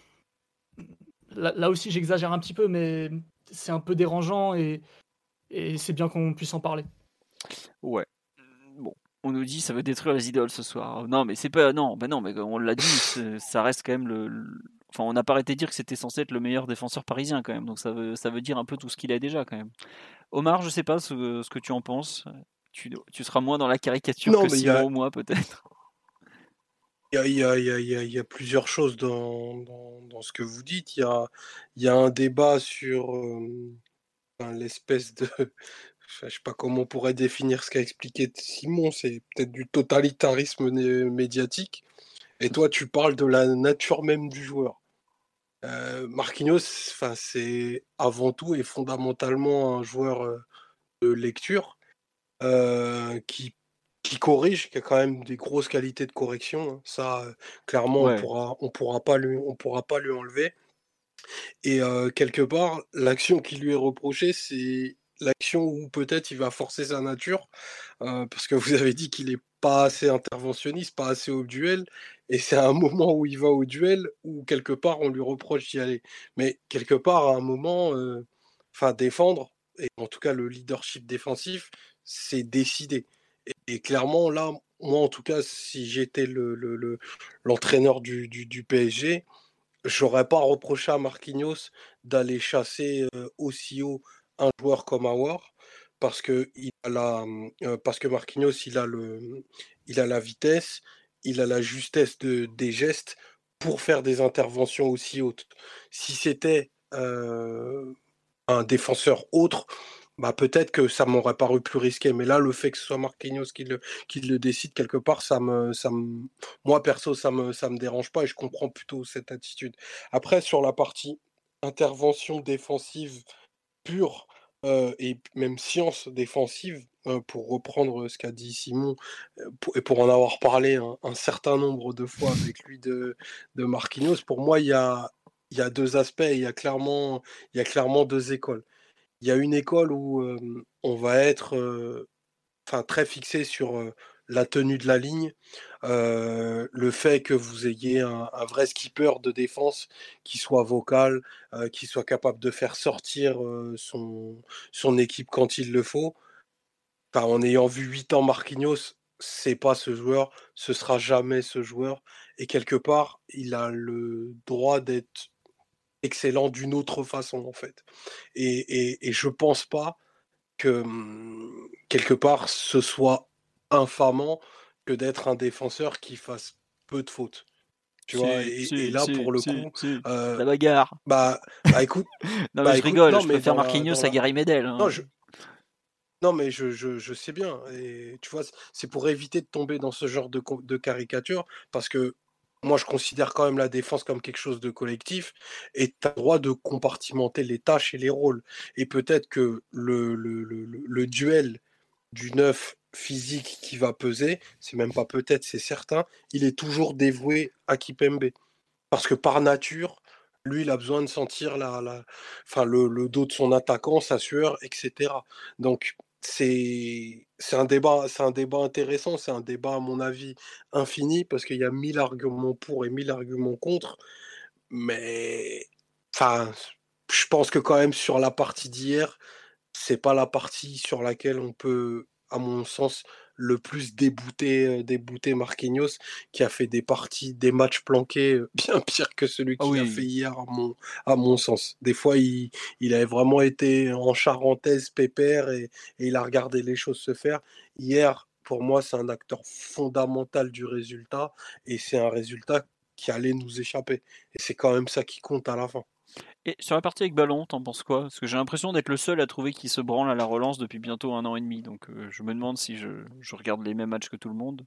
Là aussi j'exagère un petit peu, mais c'est un peu dérangeant et c'est bien qu'on puisse en parler. Ouais. Bon, on nous dit ça veut détruire les idoles ce soir. Non, mais c'est pas. Non, non, mais on l'a dit, ça reste quand même Enfin, on n'a pas arrêté de dire que c'était censé être le meilleur défenseur parisien quand même. Donc ça veut dire un peu tout ce qu'il a déjà quand même. Omar, je sais pas ce que tu en penses. Tu seras moins dans la caricature Non, que mais Simon ou moi peut-être. il y a plusieurs choses dans ce que vous dites. Il y a un débat sur l'espèce de... Je sais pas comment on pourrait définir ce qu'a expliqué Simon, c'est peut-être du totalitarisme médiatique. Et toi, tu parles de la nature même du joueur. Marquinhos, enfin, c'est avant tout et fondamentalement un joueur de lecture qui corrige, qui a quand même des grosses qualités de correction, hein. Ça, clairement, Ouais. on pourra pas lui enlever. Et quelque part, l'action qui lui est reprochée, c'est l'action où peut-être il va forcer sa nature, parce que vous avez dit qu'il est pas assez interventionniste, pas assez au duel, et c'est à un moment où il va au duel où quelque part on lui reproche d'y aller. Mais quelque part, à un moment, enfin défendre, et en tout cas le leadership défensif, c'est décidé. Et clairement là, moi en tout cas, si j'étais l'entraîneur du PSG, j'aurais pas reproché à Marquinhos d'aller chasser, aussi haut un joueur comme Aouar parce parce que Marquinhos, il a la vitesse, il a la justesse des gestes pour faire des interventions aussi hautes. Si c'était, un défenseur autre, bah, peut-être que ça m'aurait paru plus risqué. Mais là, le fait que ce soit Marquinhos qui le décide quelque part, moi perso, ça me dérange pas et je comprends plutôt cette attitude. Après, sur la partie intervention défensive pure, et même science défensive, pour reprendre ce qu'a dit Simon, et pour en avoir parlé un certain nombre de fois avec lui de Marquinhos, pour moi, il y a 2 aspects, il y a clairement 2 écoles. Il y a une école où, on va être, enfin très fixé sur, la tenue de la ligne, le fait que vous ayez un vrai skipper de défense qui soit vocal, qui soit capable de faire sortir, son équipe quand il le faut. Enfin, en ayant vu 8 ans Marquinhos, c'est pas ce joueur, ce sera jamais ce joueur et quelque part, il a le droit d'être excellent d'une autre façon, en fait et je pense pas que, quelque part, ce soit infamant que d'être un défenseur qui fasse peu de fautes, tu vois? Et là, pour le coup, Si. heu, La bagarre. bah écoute Non mais je écoute, rigole, non, je mais préfère Marquinhos à Gary Medel, non, hein. non, mais je sais bien et tu vois, c'est pour éviter de tomber dans ce genre de caricature parce que moi, je considère quand même la défense comme quelque chose de collectif et tu as le droit de compartimenter les tâches et les rôles et peut-être que le duel du neuf physique qui va peser, c'est même pas peut-être, c'est certain, il est toujours dévoué à Kipembe. Parce que par nature, lui, il a besoin de sentir enfin, le dos de son attaquant, sa sueur, etc. Donc, c'est un débat intéressant, c'est un débat, à mon avis, infini, parce qu'il y a 1000 arguments pour et 1000 arguments contre. Mais, enfin, je pense que quand même, sur la partie d'hier, c'est pas la partie sur laquelle on peut, à mon sens, le plus débouté Marquinhos, qui a fait des matchs planqués bien pires que celui Ah qu'il a oui. fait hier, à mon sens. Des fois, il avait vraiment été en charentaise pépère et il a regardé les choses se faire. Hier, pour moi, c'est un acteur fondamental du résultat et c'est un résultat qui allait nous échapper. Et c'est quand même ça qui compte à la fin. Et sur la partie avec ballon, t'en penses quoi? Parce que j'ai l'impression d'être le seul à trouver qu'il se branle à la relance depuis bientôt 1 an et demi. Donc je me demande si je regarde les mêmes matchs que tout le monde.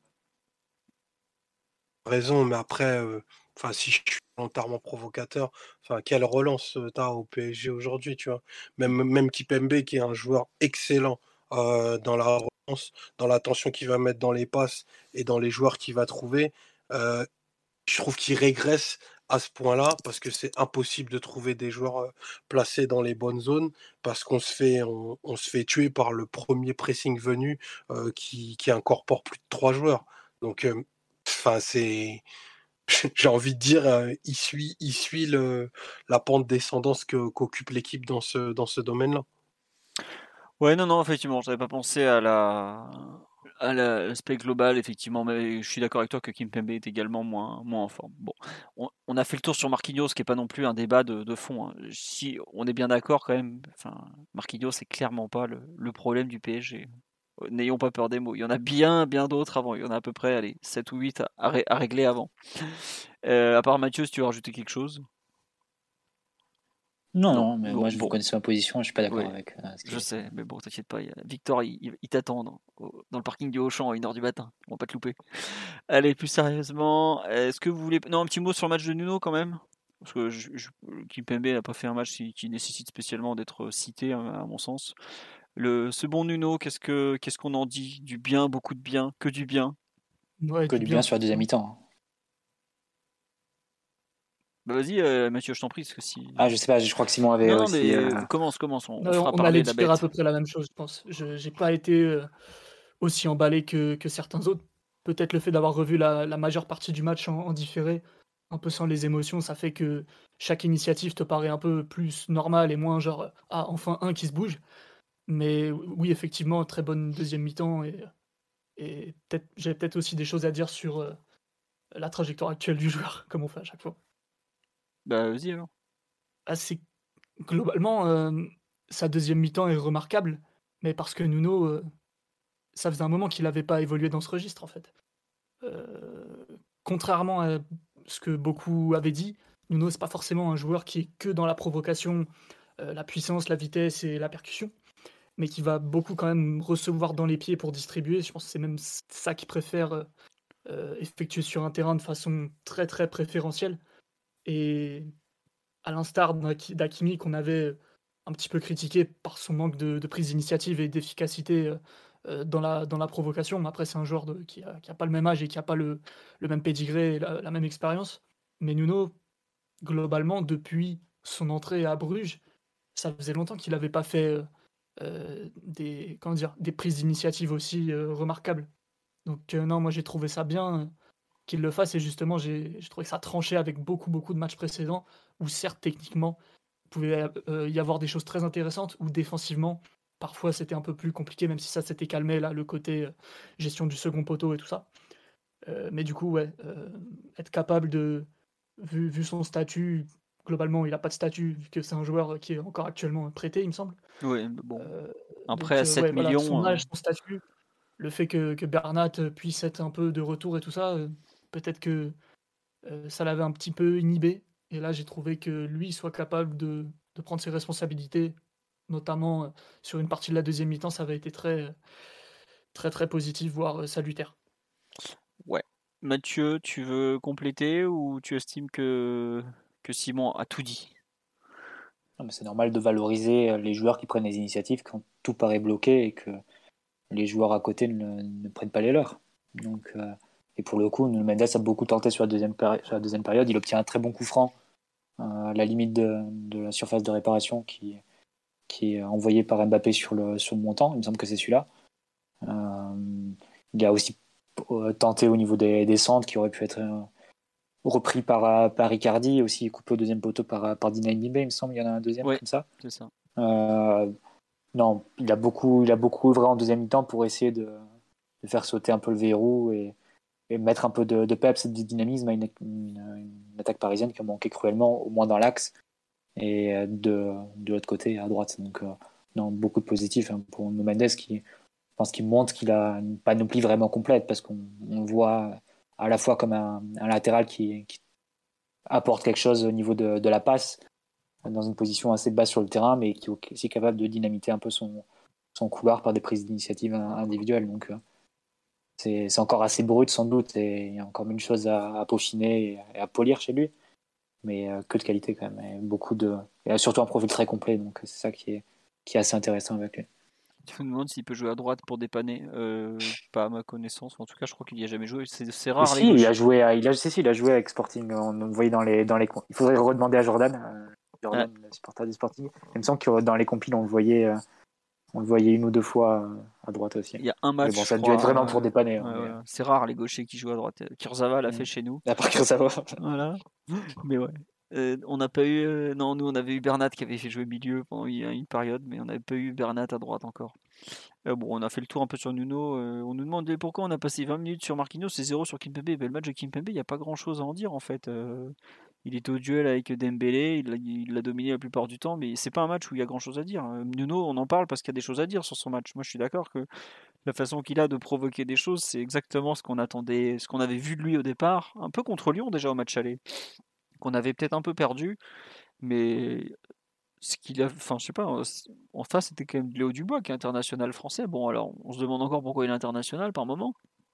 Raison, mais après, enfin, si je suis volontairement provocateur, enfin, quelle relance t'as au PSG aujourd'hui, tu vois? Même Kipembe, qui est un joueur excellent dans la relance, dans l'attention qu'il va mettre dans les passes et dans les joueurs qu'il va trouver, euh, je trouve qu'il régresse à ce point-là parce que c'est impossible de trouver des joueurs placés dans les bonnes zones parce on se fait tuer par le premier pressing venu qui incorpore plus de 3 joueurs. Donc, enfin, c'est j'ai envie de dire, il suit la pente descendante qu'occupe l'équipe dans ce domaine-là. Ouais, non, non, effectivement, j'avais pas pensé l'aspect global, effectivement, mais je suis d'accord avec toi que Kimpembe est également moins en forme. Bon, on a fait le tour sur Marquinhos, qui est pas non plus un débat de fond, hein. Si on est bien d'accord quand même, enfin, Marquinhos c'est clairement pas le problème du PSG. N'ayons pas peur des mots. Il y en a bien d'autres avant. Il y en a à peu près, allez, 7 ou 8 à régler avant. À part Mathieu, si tu veux rajouter quelque chose. Non, mais moi, vous Bon. connaissez ma position, je suis pas d'accord Oui, avec ce je qu'il sais, mais bon, t'inquiète pas. Victor, il t'attend dans le parking du Auchan à 1h du matin. On va pas te louper. Allez, plus sérieusement, est-ce que vous voulez. Non, un petit mot sur le match de Nuno quand même. Parce que Kimpembe n'a pas fait un match qui nécessite spécialement d'être cité, hein, à mon sens. Ce bon Nuno, qu'est-ce qu'on en dit? Du bien, beaucoup de bien, que du bien. Ouais, Que du bien sur la deuxième mi-temps. Bah vas-y, Mathieu, je t'en prie, parce que si. Ah, je sais pas, je crois que Simon avait Non, aussi. mais commence, on Non, fera on parler allait la dire à bête. peu près la même chose, je pense. Je j'ai pas été aussi emballé que certains autres. Peut-être le fait d'avoir revu la majeure partie du match en différé, un peu sans les émotions, ça fait que chaque initiative te paraît un peu plus normale et moins genre ah, enfin un qui se bouge. Mais oui, effectivement, très bonne deuxième mi-temps et j'ai peut-être aussi des choses à dire sur la trajectoire actuelle du joueur, comme on fait à chaque fois. Bah vas-y alors. Ah, c'est globalement sa deuxième mi-temps est remarquable, mais parce que Nuno, ça faisait un moment qu'il n'avait pas évolué dans ce registre en fait. Heu, Contrairement à ce que beaucoup avaient dit, Nuno, c'est pas forcément un joueur qui est que dans la provocation, la puissance, la vitesse et la percussion, mais qui va beaucoup quand même recevoir dans les pieds pour distribuer. Je pense que c'est même ça qu'il préfère, effectuer sur un terrain de façon très, très préférentielle et à l'instar d'Hakimi qu'on avait un petit peu critiqué par son manque de prise d'initiative et d'efficacité, dans la provocation. Après, c'est un joueur qui a pas le même âge et qui a pas le même pédigré et la même expérience. Mais Nuno, globalement, depuis son entrée à Bruges, ça faisait longtemps qu'il n'avait pas fait, des comment dire? Des prises d'initiative aussi, remarquables. Donc non, moi j'ai trouvé ça bien, qu'il le fasse et justement j'ai trouvé que ça tranchait avec beaucoup de matchs précédents où certes techniquement, il pouvait, y avoir des choses très intéressantes ou défensivement, parfois c'était un peu plus compliqué même si ça s'était calmé là, le côté, gestion du second poteau et tout ça. Mais du coup ouais, être capable de vu son statut, globalement il a pas de statut vu que c'est un joueur, qui est encore actuellement prêté il me semble. Oui, mais bon. Après, Donc à 7 ouais voilà, son millions. âge, son statut, le fait que Bernat, puisse être un peu de retour et tout ça, peut-être que ça l'avait un petit peu inhibé et là, j'ai trouvé que lui soit capable de prendre ses responsabilités, notamment, sur une partie de la deuxième mi-temps, ça avait été très positif, voire, salutaire. Ouais. Mathieu, tu veux compléter ou tu estimes que Simon a tout dit? Non, mais c'est normal de valoriser les joueurs qui prennent les initiatives quand tout paraît bloqué et que les joueurs à côté ne prennent pas les leurs. Donc, et pour le coup, Nuno Mendes a beaucoup tenté sur sur la deuxième période. Il obtient un très bon coup franc à la limite de la surface de réparation qui est envoyé par Mbappé sur le montant. Il me semble que c'est celui-là. Il a aussi tenté au niveau des centres qui auraient pu être repris par Icardi, aussi coupé au deuxième poteau par Dina Nibé, il me semble. Il y en a un deuxième Ouais, comme ça. c'est ça. Non, il a beaucoup œuvré en deuxième mi-temps pour essayer faire sauter un peu le verrou et mettre un peu de peps et de dynamisme à une attaque parisienne qui a manqué cruellement, au moins dans l'axe, et de l'autre côté, à droite. Donc, non, beaucoup de positifs pour Nuno Mendes, je pense qu'il montre qu'il a une panoplie vraiment complète, parce qu'on voit à la fois comme un latéral qui apporte quelque chose au niveau de la passe, dans une position assez basse sur le terrain, mais qui est aussi capable de dynamiter un peu son couloir par des prises d'initiative individuelles. Donc, c'est encore assez brut sans doute, et il y a encore mille choses à peaufiner et à polir chez lui, mais que de qualité quand même, et surtout un profil très complet, donc c'est ça qui est assez intéressant avec lui. Tu me demandes s'il peut jouer à droite pour dépanner, pas à ma connaissance, en tout cas je crois qu'il n'y a jamais joué, c'est rare les gauches. Il a joué avec Sporting, on le voyait dans les il faudrait redemander à Jordan, le supporter du Sporting, il me semble que dans les compiles on le voyait une ou deux fois à droite aussi. Il y a un match. Mais bon, ça a dû être vraiment pour dépanner. Ouais. C'est rare les gauchers qui jouent à droite. Kurzawa l'a fait chez nous. Après Kurzawa. Voilà. Mais ouais. On n'a pas eu. Non, nous on avait eu Bernat qui avait fait jouer milieu pendant une période, mais on n'avait pas eu Bernat à droite encore. Bon, on a fait le tour un peu sur Nuno. On nous demandait pourquoi on a passé 20 minutes sur Marquinhos et 0 sur Kimpembe. Le match de Kimpembe, il n'y a pas grand chose à en dire en fait. Il était au duel avec Dembélé, il l'a dominé la plupart du temps, mais c'est pas un match où il y a grand chose à dire. Nuno, on en parle parce qu'il y a des choses à dire sur son match. Moi, je suis d'accord que la façon qu'il a de provoquer des choses, c'est exactement ce qu'on attendait, ce qu'on avait vu de lui au départ, un peu contre Lyon déjà au match aller, qu'on avait peut-être un peu perdu, mais ce qu'il a, enfin je sais pas, en face c'était quand même Léo Dubois qui est international français. Bon alors, on se demande encore pourquoi il est international par moment.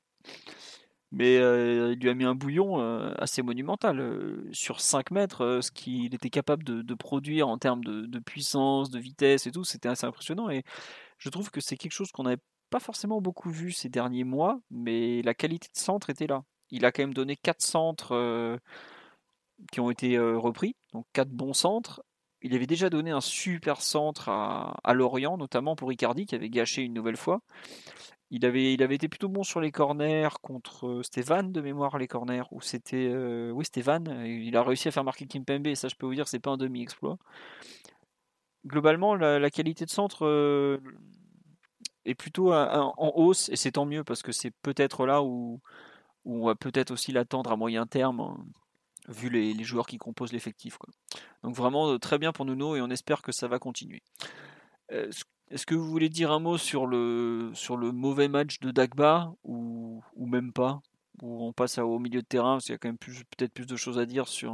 Mais il lui a mis un bouillon assez monumental. Sur 5 mètres, ce qu'il était capable de produire en termes de puissance, de vitesse et tout, c'était assez impressionnant. Et je trouve que c'est quelque chose qu'on n'avait pas forcément beaucoup vu ces derniers mois, mais la qualité de centre était là. Il a quand même donné 4 centres qui ont été repris, donc 4 bons centres. Il avait déjà donné un super centre à Lorient, notamment pour Icardi, qui avait gâché une nouvelle fois. Il avait été plutôt bon sur les corners contre c'était Vannes de mémoire les corners ou c'était oui c'était Vannes. Il a réussi à faire marquer Kimpembe et ça je peux vous dire c'est pas un demi-exploit. Globalement la qualité de centre est plutôt en hausse et c'est tant mieux parce que c'est peut-être là où on va peut-être aussi l'attendre à moyen terme hein, vu les joueurs qui composent l'effectif quoi. Donc vraiment très bien pour Nuno et on espère que ça va continuer. Est-ce que vous voulez dire un mot sur le mauvais match de Dagba ou même pas? Ou on passe au milieu de terrain parce qu'il y a quand même peut-être plus de choses à dire sur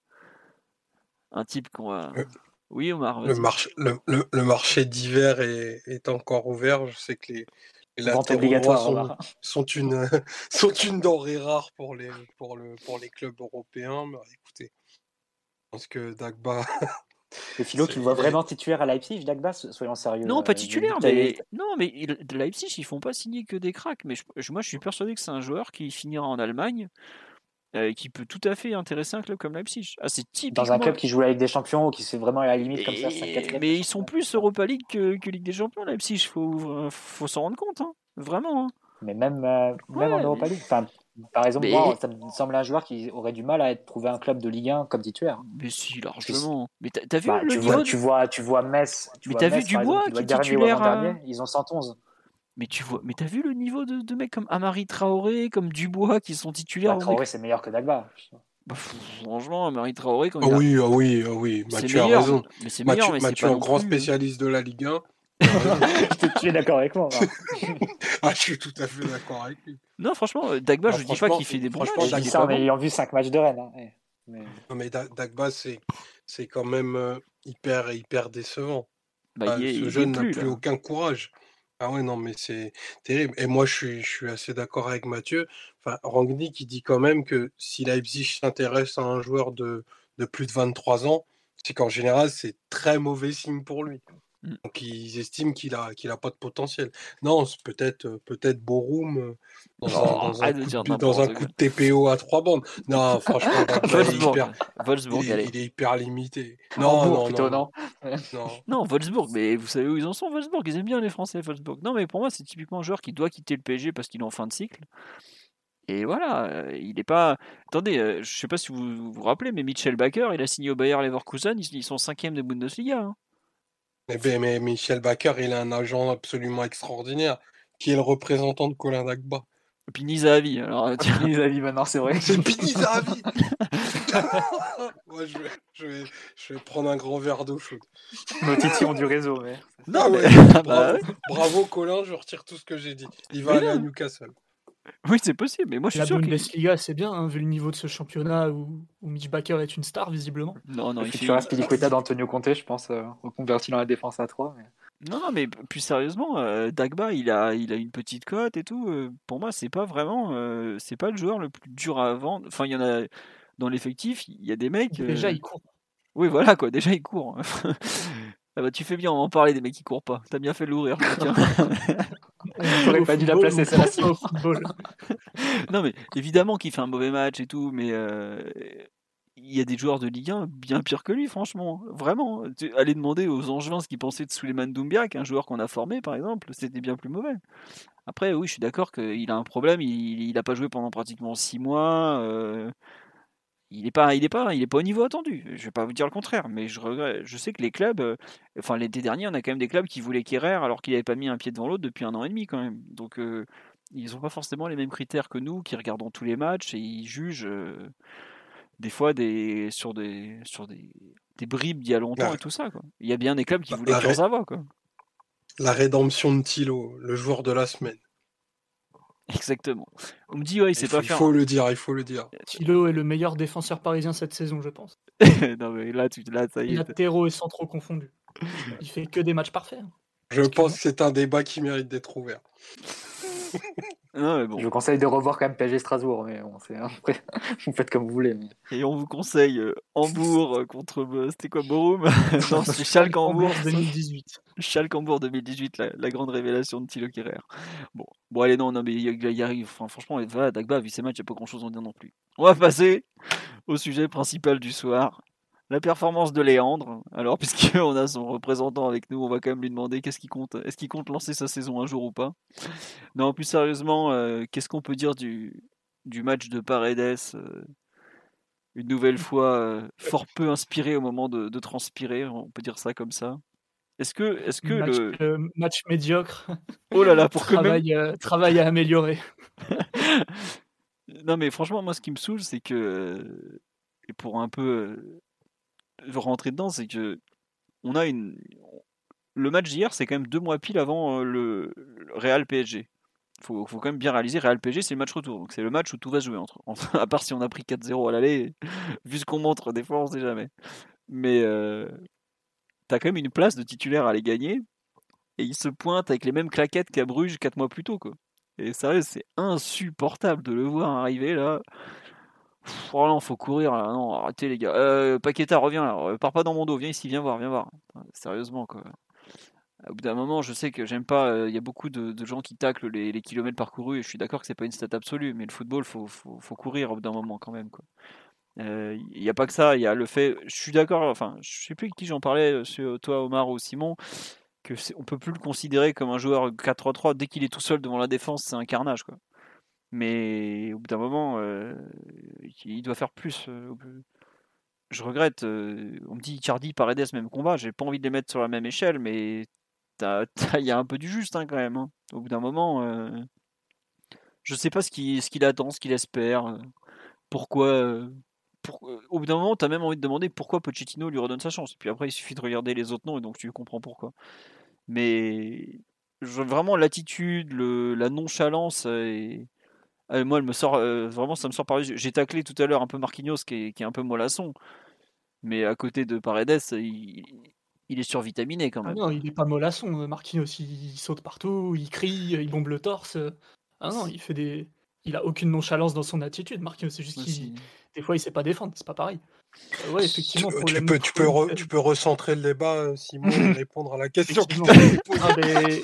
un type qu'on va. Oui, Omar. Le marché d'hiver est encore ouvert. Je sais que les latéraux sont une denrée rare pour les clubs européens. Mais écoutez, je pense que Dagba. Le Philo qui le voit vraiment titulaire à Leipzig, Dagba, soyons sérieux. Non, pas titulaire, mais Leipzig, ils font pas signer que des cracks. Mais moi, je suis persuadé que c'est un joueur qui finira en Allemagne, qui peut tout à fait intéresser un club comme Leipzig. Ah, c'est typiquement... Dans un club qui joue avec des champions, qui c'est vraiment à la limite comme ça. Mais ils sont plus Europa League que Ligue des Champions, Leipzig. Faut s'en rendre compte, hein. Vraiment. Hein. Mais même en Europa League. Enfin, par exemple, moi, ça me semble un joueur qui aurait du mal à trouver un club de Ligue 1 comme titulaire. Mais si, largement. Mais t'as vu le niveau tu vois Metz. Mais t'as vu Dubois qui est titulaire ils ont 111. Mais t'as vu le niveau de mecs comme Amari Traoré, comme Dubois qui sont titulaires. Traoré, c'est meilleur que Dagba. Franchement, Amari Traoré, quand oui. Mathieu a raison. Mais c'est meilleur, Mathieu, un grand spécialiste de la Ligue 1. Tu es d'accord avec moi? Je suis tout à fait d'accord avec lui. Non, franchement, Dagba, je dis pas qu'il fait des bons matchs. Je dis ça en ayant vu 5 matchs de Rennes. Hein. Non, mais Dagba, c'est quand même hyper décevant. Ce jeune n'a plus aucun courage. Ah ouais, non, mais c'est terrible. Et moi, je suis assez d'accord avec Mathieu. Enfin, Rangnick, qui dit quand même que si Leipzig s'intéresse à un joueur de plus de 23 ans, c'est qu'en général, c'est très mauvais signe pour lui. Donc ils estiment qu'il a pas de potentiel. Non, c'est peut-être Borum dans un coup de TPO à 3 bandes. Non, franchement, il est hyper limité. Non. Non, Wolfsburg, mais vous savez où ils en sont, Wolfsburg, ils aiment bien les Français, Wolfsburg. Non, mais pour moi, c'est typiquement un joueur qui doit quitter le PSG parce qu'il est en fin de cycle. Et voilà, il n'est pas... Attendez, je sais pas si vous vous rappelez, mais Michel Bakker, il a signé au Bayer Leverkusen, ils sont 5e de Bundesliga. Hein. Mais Michel Bakker, il a un agent absolument extraordinaire qui est le représentant de Colin Dagba. Pini Zahavi, alors tiens. Pini Zahavi, maintenant, c'est vrai. C'est Pini Zahavi. Moi, je vais prendre un grand verre d'eau chaude. Nos titillons ont du réseau, mais... Non, mais... bravo, bravo Colin, je retire tout ce que j'ai dit. Il va aller à Newcastle. Oui, c'est possible, mais moi je suis sûr que... La Bundesliga, c'est bien, hein, vu le niveau de ce championnat où Mitch Bakker est une star, visiblement. Non, il fait... Aspilicueta d'Antonio Conte, je pense, reconverti dans la défense à 3. Mais... Non, mais plus sérieusement, Dagba, il a une petite cote et tout. Pour moi, c'est pas vraiment... c'est pas le joueur le plus dur à vendre. Enfin, il y en a... Dans l'effectif, il y a des mecs... Déjà, il court. Oui, voilà, quoi. Déjà, il court. Ah bah, tu fais bien, on en parler des mecs qui courent pas. T'as bien fait de l'ouvrir. J'aurais pas dû la placer, celle-là. Au football. Non, mais évidemment qu'il fait un mauvais match et tout, mais il y a des joueurs de Ligue 1 bien pires que lui, franchement. Vraiment. Allez demander aux Angevins ce qu'ils pensaient de Souleymane Doumbia, un joueur qu'on a formé, par exemple, c'était bien plus mauvais. Après, oui, je suis d'accord qu'il a un problème. Il a pas joué pendant pratiquement 6 mois. Il est pas au niveau attendu. Je vais pas vous dire le contraire, mais je sais que les clubs, enfin l'été dernier, on a quand même des clubs qui voulaient Kerrer alors qu'il n'avait pas mis un pied devant l'autre depuis 1 an et demi quand même. Donc ils n'ont pas forcément les mêmes critères que nous, qui regardons tous les matchs et ils jugent des fois sur des bribes d'il y a longtemps et tout ça, quoi. Il y a bien des clubs qui voulaient Kurzawa, quoi. La rédemption de Thilo, le joueur de la semaine. Exactement. On me dit, ouais, il sait pas faire. Il faut le dire. Thilo est le meilleur défenseur parisien cette saison, je pense. Non, mais là, ça y est. Latéraux et centraux confondus. Il fait que des matchs parfaits. Je pense que c'est un débat qui mérite d'être ouvert. Non, mais bon. Je vous conseille de revoir quand même PSG Strasbourg, mais bon, après, vous faites comme vous voulez. Mais... Et on vous conseille Hambourg contre c'était quoi, Borum? Non, c'est Schalke-Hambourg 2018. Schalke-Hambourg 2018, la grande révélation de Thilo Kerrer. Bon, allez, non, mais il y arrive. Enfin, franchement, voilà, Dagba, vu ces matchs, il n'y a pas grand-chose à en dire non plus. On va passer au sujet principal du soir. La performance de Léandre. Alors, puisqu'on a son représentant avec nous, on va quand même lui demander qu'est-ce qu'il compte. Est-ce qu'il compte lancer sa saison un jour ou pas? Non, plus sérieusement, qu'est-ce qu'on peut dire du match de Paredes une nouvelle fois, fort peu inspiré au moment de transpirer, on peut dire ça comme ça. Est-ce que match médiocre. Oh là là, pour travail à améliorer. Non, mais franchement, moi, ce qui me saoule, c'est que, et pour un peu rentrer dedans, c'est que le match d'hier, c'est quand même 2 mois pile avant le Real PSG. Faut quand même bien réaliser, Real PSG, c'est le match retour. Donc c'est le match où tout va se jouer. À part si on a pris 4-0 à l'aller, vu ce qu'on montre, des fois, on sait jamais. Mais t'as quand même une place de titulaire à les gagner. Et il se pointe avec les mêmes claquettes qu'à Bruges 4 mois plus tôt, quoi. Et sérieux, c'est insupportable de le voir arriver là. Oh non, faut courir là. Non, arrêtez les gars. Paqueta, reviens là. Pars pas dans mon dos. Viens ici, viens voir. Sérieusement, quoi. Au bout d'un moment, je sais que j'aime pas. Il y a beaucoup de gens qui taclent les kilomètres parcourus et je suis d'accord que c'est pas une stat absolue, mais le football, faut courir au bout d'un moment quand même, quoi. Il n'y a pas que ça. Il y a le fait. Je suis d'accord. Enfin, je sais plus avec qui j'en parlais, toi, Omar ou Simon, que on peut plus le considérer comme un joueur 4-3-3. Dès qu'il est tout seul devant la défense, c'est un carnage, quoi. Mais au bout d'un moment, il doit faire plus. Je regrette. On me dit Icardi, Paredes, même combat. J'ai pas envie de les mettre sur la même échelle, mais il y a un peu du juste, hein, quand même. Hein. Au bout d'un moment, je sais pas ce qu'il attend, ce qu'il espère. Pourquoi. Au bout d'un moment, tu as même envie de demander pourquoi Pochettino lui redonne sa chance. Et puis après, il suffit de regarder les autres noms et donc tu comprends pourquoi. Mais vraiment, l'attitude, la nonchalance, moi, elle me sort vraiment, ça me sort par les yeux. J'ai taclé tout à l'heure un peu Marquinhos qui est un peu mollasson. Mais à côté de Paredes, il est survitaminé quand même. Ah non, il est pas mollasson. Marquinhos, il saute partout, il crie, il bombe le torse. Ah non, il a aucune nonchalance dans son attitude. Marquinhos, c'est juste qu'il des fois il sait pas défendre, c'est pas pareil. Ouais, effectivement. Tu peux recentrer le débat, Simon, et répondre à la question qui t'a été posée.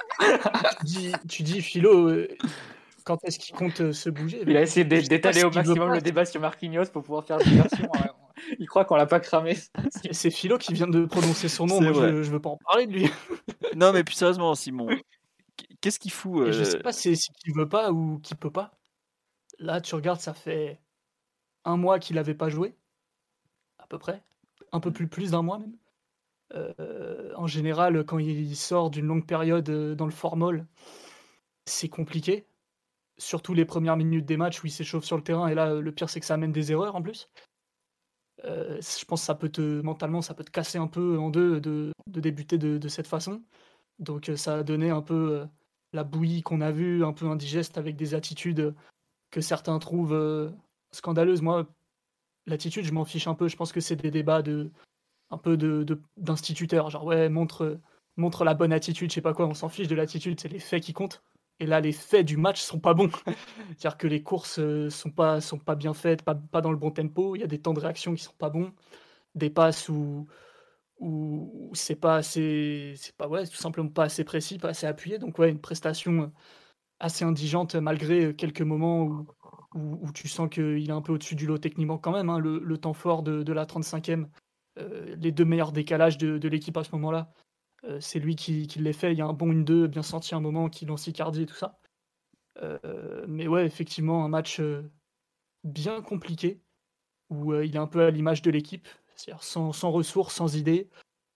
Tu dis Philo, quand est-ce qu'il compte se bouger? Il a essayé d'étaler au maximum le débat sur Marquinhos pour pouvoir faire diversion. Il croit qu'on l'a pas cramé. C'est Philo qui vient de prononcer son nom. Moi, je veux pas en parler de lui. Non, mais plus sérieusement, Simon, qu'est-ce qu'il fout Je sais pas si c'est qu'il veut pas ou qu'il peut pas. Là, tu regardes, ça fait 1 mois qu'il avait pas joué, à peu près. Un peu plus d'1 mois même. En général, quand il sort d'une longue période dans le formol, c'est compliqué. Surtout les premières minutes des matchs où il s'échauffe sur le terrain et là, le pire, c'est que ça amène des erreurs en plus. Je pense que ça peut mentalement, ça peut te casser un peu en deux de débuter de cette façon. Donc ça a donné un peu la bouillie qu'on a vue, un peu indigeste avec des attitudes que certains trouvent scandaleuses. Moi, l'attitude, je m'en fiche un peu. Je pense que c'est des débats un peu d'instituteurs. Genre, ouais, montre la bonne attitude, je sais pas quoi. On s'en fiche de l'attitude, c'est les faits qui comptent. Et là, les faits du match sont pas bons. C'est-à-dire que les courses sont pas bien faites, pas dans le bon tempo. Il y a des temps de réaction qui sont pas bons. Des passes où c'est pas assez, c'est pas, ouais, tout simplement pas assez précis, pas assez appuyé. Donc, ouais, une prestation assez indigente malgré quelques moments où tu sens qu'il est un peu au-dessus du lot techniquement quand même, hein. Le temps fort de la 35e, les deux meilleurs décalages de l'équipe à ce moment-là, c'est lui qui les fait. Il y a un bon 1-2 bien senti un moment qui lance Icardi et tout ça. Mais ouais, effectivement, un match bien compliqué où il est un peu à l'image de l'équipe, c'est-à-dire sans ressources, sans idées.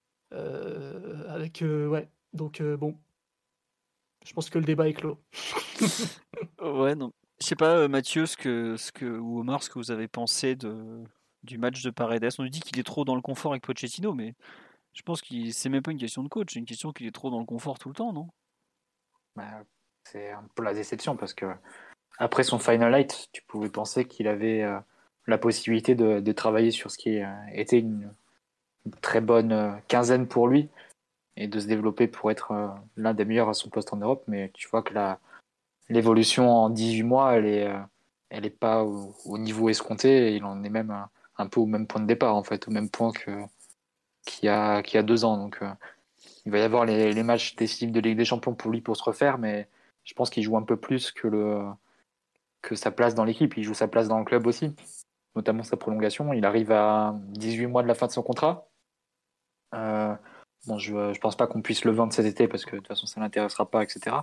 Ouais, donc bon, je pense que le débat est clos. Ouais, non. Je sais pas, Mathieu, ou Omar, ce que vous avez pensé du match de Paredes. On nous dit qu'il est trop dans le confort avec Pochettino, mais je pense que c'est même pas une question de coach, c'est une question qu'il est trop dans le confort tout le temps, non? Bah, c'est un peu la déception parce que après son Final Light, tu pouvais penser qu'il avait la possibilité de travailler sur ce qui était une très bonne quinzaine pour lui et de se développer pour être l'un des meilleurs à son poste en Europe. Mais tu vois que l'évolution en 18 mois, elle est pas au niveau escompté. Et il en est même un peu au même point de départ, en fait, au même point qu'il y a 2 ans. Donc, il va y avoir les matchs décisifs de Ligue des Champions pour lui pour se refaire, mais je pense qu'il joue un peu plus que sa place dans l'équipe. Il joue sa place dans le club aussi, notamment sa prolongation. Il arrive à 18 mois de la fin de son contrat. Euh, bon, je pense pas qu'on puisse le vendre cet été parce que de toute façon ça l'intéressera pas, etc.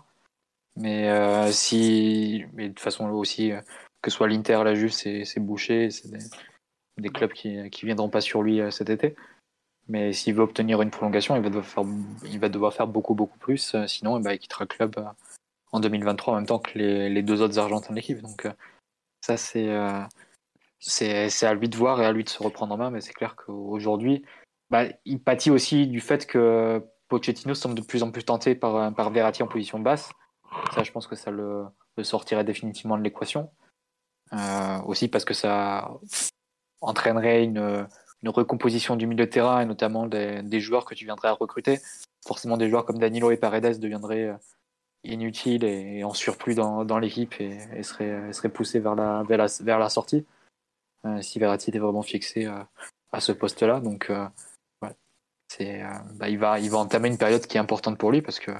Mais de toute façon aussi que ce soit l'Inter, la Juve, c'est bouché, c'est des clubs qui viendront pas sur lui cet été. Mais s'il veut obtenir une prolongation, il va devoir faire beaucoup beaucoup plus. Sinon, il quittera le club en 2023 en même temps que les deux autres Argentins de l'équipe. Donc ça c'est à lui de voir et à lui de se reprendre en main. Mais c'est clair qu'aujourd'hui, il pâtit aussi du fait que Pochettino semble de plus en plus tenté par Verratti en position basse. Ça, je pense que ça le sortirait définitivement de l'équation. Aussi parce que ça entraînerait une recomposition du milieu de terrain et notamment des joueurs que tu viendrais à recruter. Forcément, des joueurs comme Danilo et Paredes deviendraient inutiles et en surplus dans l'équipe et seraient poussés vers la sortie si Verratti était vraiment fixé à ce poste-là. Donc, ouais, il va entamer une période qui est importante pour lui parce que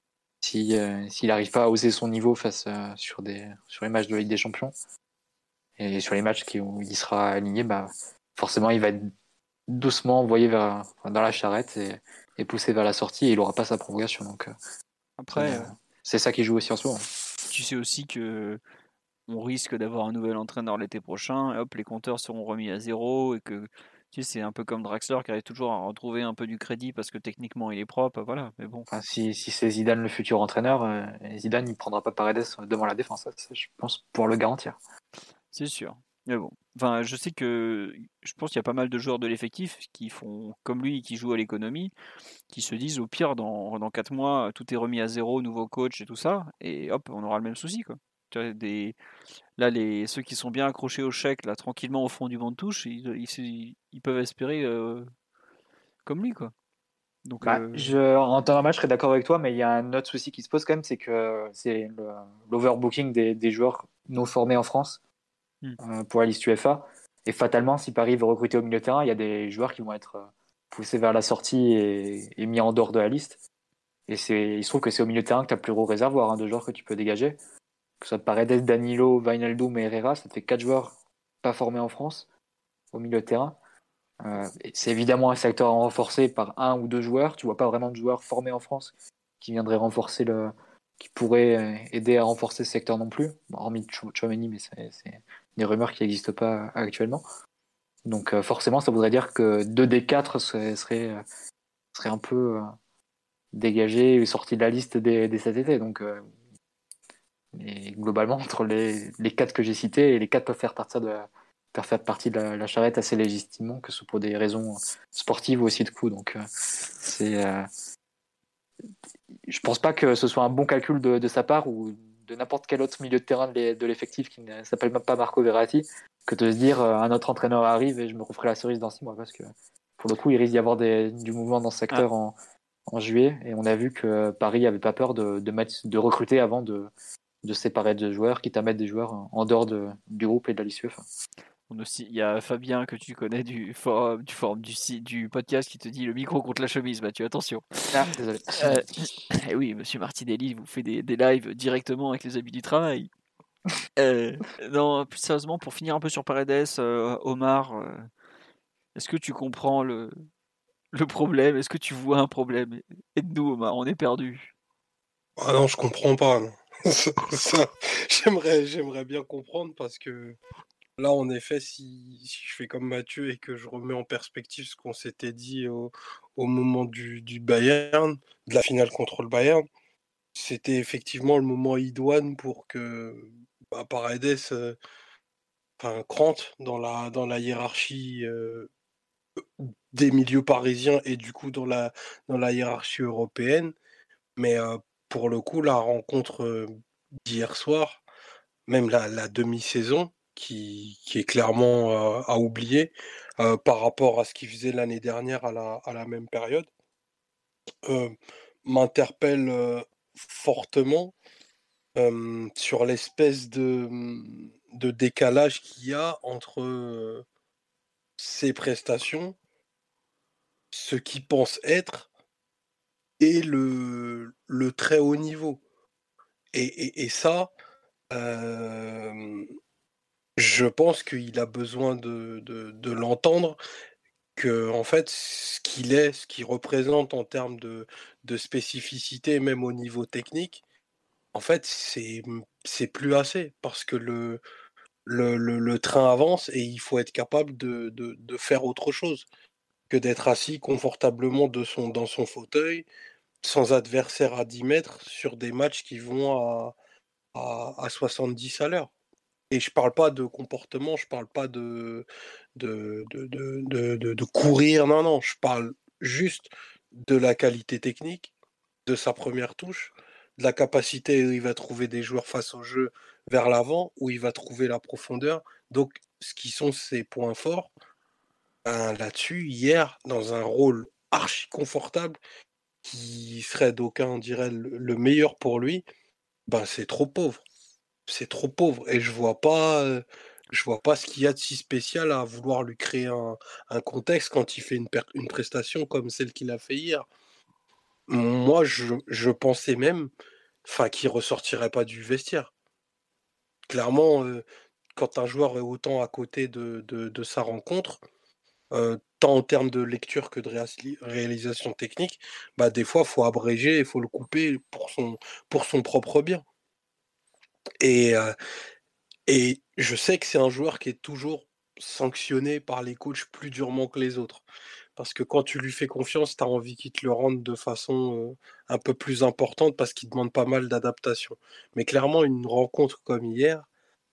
s'il n'arrive pas à hausser son niveau face sur les matchs de Ligue des Champions et sur les matchs où il sera aligné, forcément il va être doucement envoyé dans la charrette et poussé vers la sortie et il n'aura pas sa prolongation. Donc Après, c'est ça qui joue aussi en ce moment. tu sais aussi que on risque d'avoir un nouvel entraîneur l'été prochain, et hop, les compteurs seront remis à zéro, et que tu sais, c'est un peu comme Draxler qui arrive toujours à retrouver un peu du crédit parce que techniquement il est propre, voilà, mais bon. Enfin, si c'est Zidane le futur entraîneur, Zidane il prendra pas Paredes devant la défense, ça, je pense pouvoir le garantir. C'est sûr. Mais bon, enfin, je sais que je pense qu'il y a pas mal de joueurs de l'effectif qui font comme lui, qui jouent à l'économie, qui se disent au pire dans 4 mois tout est remis à zéro, nouveau coach et tout ça, et hop, on aura le même souci quoi. Tu vois, là, ceux qui sont bien accrochés au chèque, là, tranquillement au fond du banc de touche, ils peuvent espérer comme lui, quoi. Donc, En temps normal, je serais d'accord avec toi, mais il y a un autre souci qui se pose quand même, c'est que c'est l'overbooking des joueurs non formés en France pour la liste UEFA. Et fatalement, si Paris veut recruter au milieu de terrain, il y a des joueurs qui vont être poussés vers la sortie et mis en dehors de la liste. Et il se trouve que c'est au milieu de terrain que tu as le plus gros réservoir de joueurs que tu peux dégager. Que ce soit Paredes, Danilo, Wijnaldum et Herrera, ça te fait 4 joueurs pas formés en France au milieu de terrain. C'est évidemment un secteur renforcé par un ou deux joueurs. Tu vois pas vraiment de joueurs formés en France qui viendraient qui pourraient aider à renforcer ce secteur non plus. Bon, hormis Tchouaméni, mais c'est des rumeurs qui n'existent pas actuellement. Donc forcément, ça voudrait dire que 2 des 4 seraient un peu dégagés et sortis de la liste dès cet été. Donc Et globalement, entre les 4 que j'ai cités, et les 4 peuvent faire partie de la charrette assez légitimement, que ce soit pour des raisons sportives ou aussi de coût. Donc, je pense pas que ce soit un bon calcul de sa part ou de n'importe quel autre milieu de terrain de l'effectif qui ne s'appelle même pas Marco Verratti, que de se dire un autre entraîneur arrive et je me referai la cerise dans 6 mois, parce que pour le coup, il risque d'y avoir du mouvement dans ce secteur en juillet, et on a vu que Paris n'avait pas peur de recruter avant de séparer de joueurs, quitte à mettre des joueurs en dehors du groupe et de la liste UEFA. Aussi, il y a Fabien que tu connais du podcast qui te dit le micro contre la chemise, Mathieu, attention. Ah, désolé. Et oui, monsieur Martinelli vous fait des lives directement avec les habits du travail. Non, plus sérieusement, pour finir un peu sur Paredes, Omar, est-ce que tu comprends le problème? Est-ce que tu vois un problème? Aide-nous, Omar, on est perdu. Ah non, je comprends pas. Non. Ça, j'aimerais bien comprendre, parce que là, en effet, si je fais comme Mathieu et que je remets en perspective ce qu'on s'était dit au moment du Bayern, de la finale contre le Bayern, c'était effectivement le moment idoine pour que Paredes crante dans la hiérarchie des milieux parisiens, et du coup dans la hiérarchie européenne. Mais pour le coup, la rencontre d'hier soir, même la demi-saison, qui est clairement à oublier par rapport à ce qu'il faisait l'année dernière à la même période, m'interpelle fortement sur l'espèce de décalage qu'il y a entre ses prestations, ce qu'il pense être, et le très haut niveau. Et ça, je pense qu'il a besoin de l'entendre, que en fait, ce qu'il représente en termes de spécificité, même au niveau technique, en fait, c'est plus assez, parce que le train avance et il faut être capable de faire autre chose que d'être assis confortablement dans son fauteuil, sans adversaire à 10 mètres, sur des matchs qui vont à 70 à l'heure. Et je parle pas de comportement, je parle pas de courir, non, non, je parle juste de la qualité technique, de sa première touche, de la capacité où il va trouver des joueurs face au jeu vers l'avant, où il va trouver la profondeur. Donc, ce qui sont ses points forts, là-dessus, hier, dans un rôle archi confortable, qui serait d'aucuns diraient le meilleur pour lui, c'est trop pauvre. C'est trop pauvre, et je vois pas ce qu'il y a de si spécial à vouloir lui créer un contexte quand il fait une prestation comme celle qu'il a fait hier. Moi, je pensais même, qu'il ressortirait pas du vestiaire. Clairement, quand un joueur est autant à côté de sa rencontre, tant en termes de lecture que de réalisation technique, des fois, faut abréger, il faut le couper pour son propre bien. Et je sais que c'est un joueur qui est toujours sanctionné par les coachs plus durement que les autres. Parce que quand tu lui fais confiance, tu as envie qu'il te le rende de façon un peu plus importante, parce qu'il demande pas mal d'adaptation. Mais clairement, une rencontre comme hier,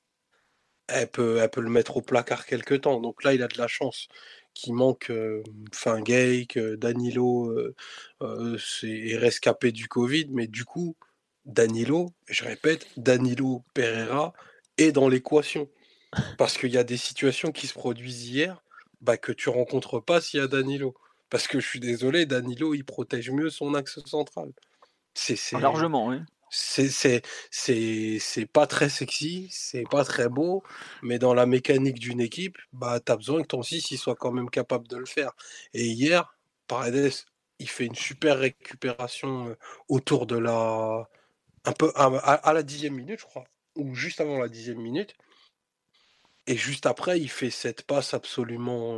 elle peut le mettre au placard quelque temps. Donc là, il a de la chance qu'il manque Gay, que Danilo est rescapé du Covid. Mais du coup, Danilo, je répète, Danilo Pereira est dans l'équation. Parce qu'il y a des situations qui se produisent hier que tu rencontres pas s'il y a Danilo. Parce que je suis désolé, Danilo, il protège mieux son axe central. Largement, oui. C'est pas très sexy, c'est pas très beau, mais dans la mécanique d'une équipe, tu as besoin que ton 6 il soit quand même capable de le faire. Et hier, Paredes, il fait une super récupération autour de un peu à la 10e minute, je crois, ou juste avant la 10e minute. Et juste après, il fait cette passe absolument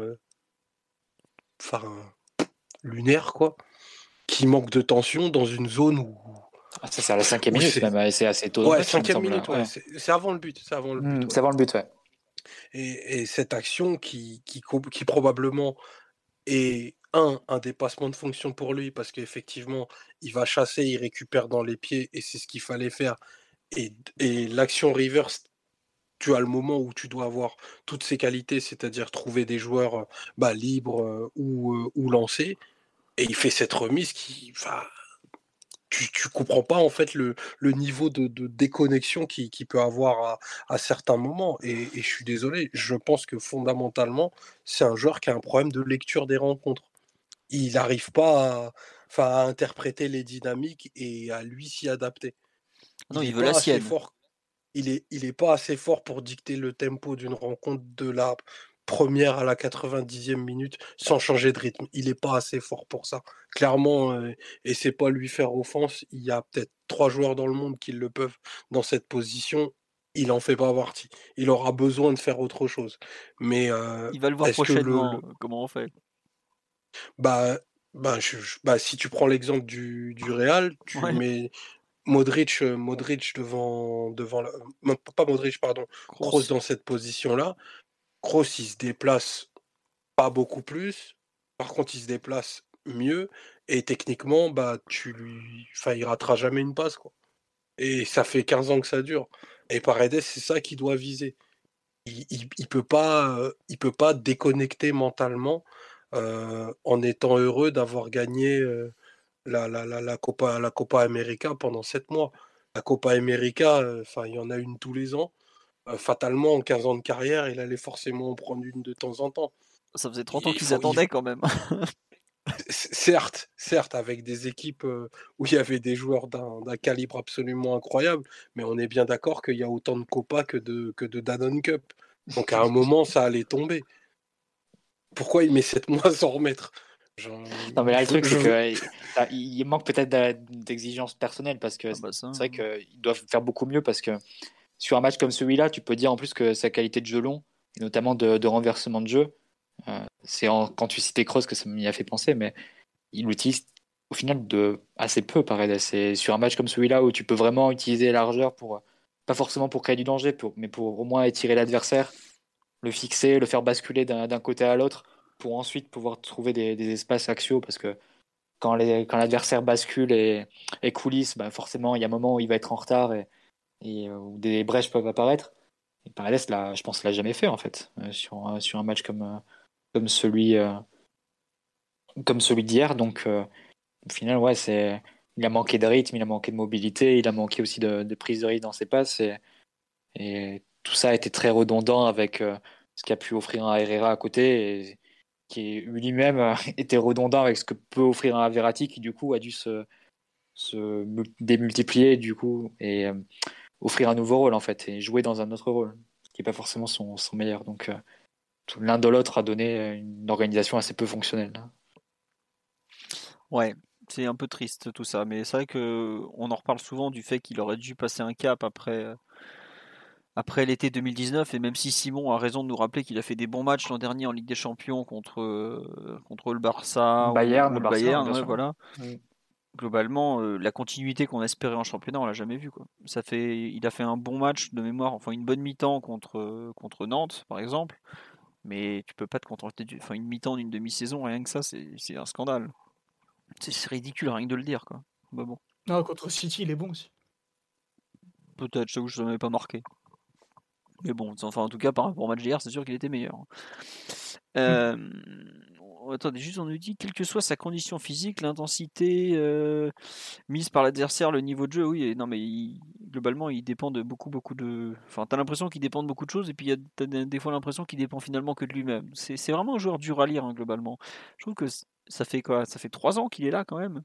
lunaire, quoi, qui manque de tension dans une zone où. Ça, c'est à la 5e minute, même, et c'est assez tôt. Ouais, 5e minute, ouais. C'est avant le but. C'est avant le but. C'est avant le but, ouais. Et cette action qui probablement est un dépassement de fonction pour lui, parce qu'effectivement, il va chasser, il récupère dans les pieds, et c'est ce qu'il fallait faire. Et l'action reverse, tu as le moment où tu dois avoir toutes ces qualités, c'est-à-dire trouver des joueurs libres ou lancés, et il fait cette remise qui, enfin, tu comprends pas en fait le niveau de déconnexion qu'il peut avoir à certains moments. Et je suis désolé, je pense que fondamentalement, c'est un joueur qui a un problème de lecture des rencontres. Il n'arrive pas à interpréter les dynamiques et à lui s'y adapter. Non, Il il est veut la pas assez sienne. fort. Il est pas assez fort pour dicter le tempo d'une rencontre de la première à la 90e minute sans changer de rythme. Il est pas assez fort pour ça. Clairement, et c'est pas lui faire offense. Il y a peut-être 3 joueurs dans le monde qui le peuvent dans cette position. Il en fait pas partie. Il aura besoin de faire autre chose. Mais Il va le voir est-ce que prochainement. Comment on fait? bah, si tu prends l'exemple du Real, tu Ouais, mets Modric non, pas Modric, pardon, Kroos Kroos. dans cette position-là. Kroos, il se déplace pas beaucoup plus. Par contre, il se déplace mieux. Et techniquement, il ratera jamais une passe, quoi. Et ça fait 15 ans que ça dure. Et Paredes, c'est ça qu'il doit viser. Il peut pas déconnecter mentalement en étant heureux d'avoir gagné la Copa América pendant 7 mois. La Copa América, il y en a une tous les ans. Fatalement, en 15 ans de carrière, il allait forcément en prendre une de temps en temps. Ça faisait 30 ans Il qu'ils faut, attendaient quand même. certes, avec des équipes où il y avait des joueurs d'un calibre absolument incroyable, mais on est bien d'accord qu'il y a autant de Copa que de Danone Cup. Donc à un moment, ça allait tomber. Pourquoi il met 7 mois sans remettre? Non, mais là, le truc, Je c'est veux- qu'il manque peut-être d'exigences personnelles parce que Ah bah ça. c'est vrai qu'ils doivent faire beaucoup mieux parce que sur un match comme celui-là, tu peux dire en plus que sa qualité de jeu long, et notamment de renversement de jeu, quand tu citais Kroos que ça m'y a fait penser, mais il l'utilise au final de assez peu, Paredes. C'est sur un match comme celui-là où tu peux vraiment utiliser la largeur pas forcément pour créer du danger, mais pour au moins étirer l'adversaire, le fixer, le faire basculer d'un côté à l'autre, pour ensuite pouvoir trouver des espaces axiaux, parce que quand l'adversaire bascule et coulisse, bah forcément, il y a un moment où il va être en retard où des brèches peuvent apparaître. Et Paredes, là, je pense qu'il l'a jamais fait, en fait, sur un match comme celui, comme celui d'hier. Donc, au final, ouais, il a manqué de rythme, il a manqué de mobilité, il a manqué aussi de prise de risque dans ses passes. Et tout ça a été très redondant avec ce qu'a pu offrir un Herrera à côté, et qui lui-même était redondant avec ce que peut offrir un Verratti, qui du coup a dû se démultiplier du coup et offrir un nouveau rôle en fait, et jouer dans un autre rôle, qui n'est pas forcément son meilleur. Donc l'un de l'autre a donné une organisation assez peu fonctionnelle. Ouais, c'est un peu triste tout ça, mais c'est vrai que on en reparle souvent du fait qu'il aurait dû passer un cap après l'été 2019, et même si Simon a raison de nous rappeler qu'il a fait des bons matchs l'an dernier en Ligue des Champions contre le Barça Bayern, ou le le Barça, Bayern, bien ouais, sûr. voilà. Oui. Globalement, la continuité qu'on espérait en championnat, on l'a jamais vu, quoi. Il a fait un bon match de mémoire, enfin une bonne mi-temps contre Nantes, par exemple, mais tu peux pas te contenter enfin une mi-temps d'une demi-saison, rien que ça, c'est un scandale. C'est ridicule, rien que de le dire, quoi. Bah bon, Non, contre City, il est bon aussi. peut-être, je t'avoue, je ne l'avais pas marqué. Mais bon, enfin en tout cas, par rapport au match d'hier, c'est sûr qu'il était meilleur. Euh, Attendez, juste on nous dit, quelle que soit sa condition physique, l'intensité mise par l'adversaire, le niveau de jeu, oui, non mais globalement il dépend de beaucoup de... Enfin t'as l'impression qu'il dépend de beaucoup de choses, et puis t'as des fois l'impression qu'il dépend finalement que de lui-même. C'est vraiment un joueur dur à lire, hein, globalement. Je trouve que ça fait quoi? Ça fait 3 ans qu'il est là quand même.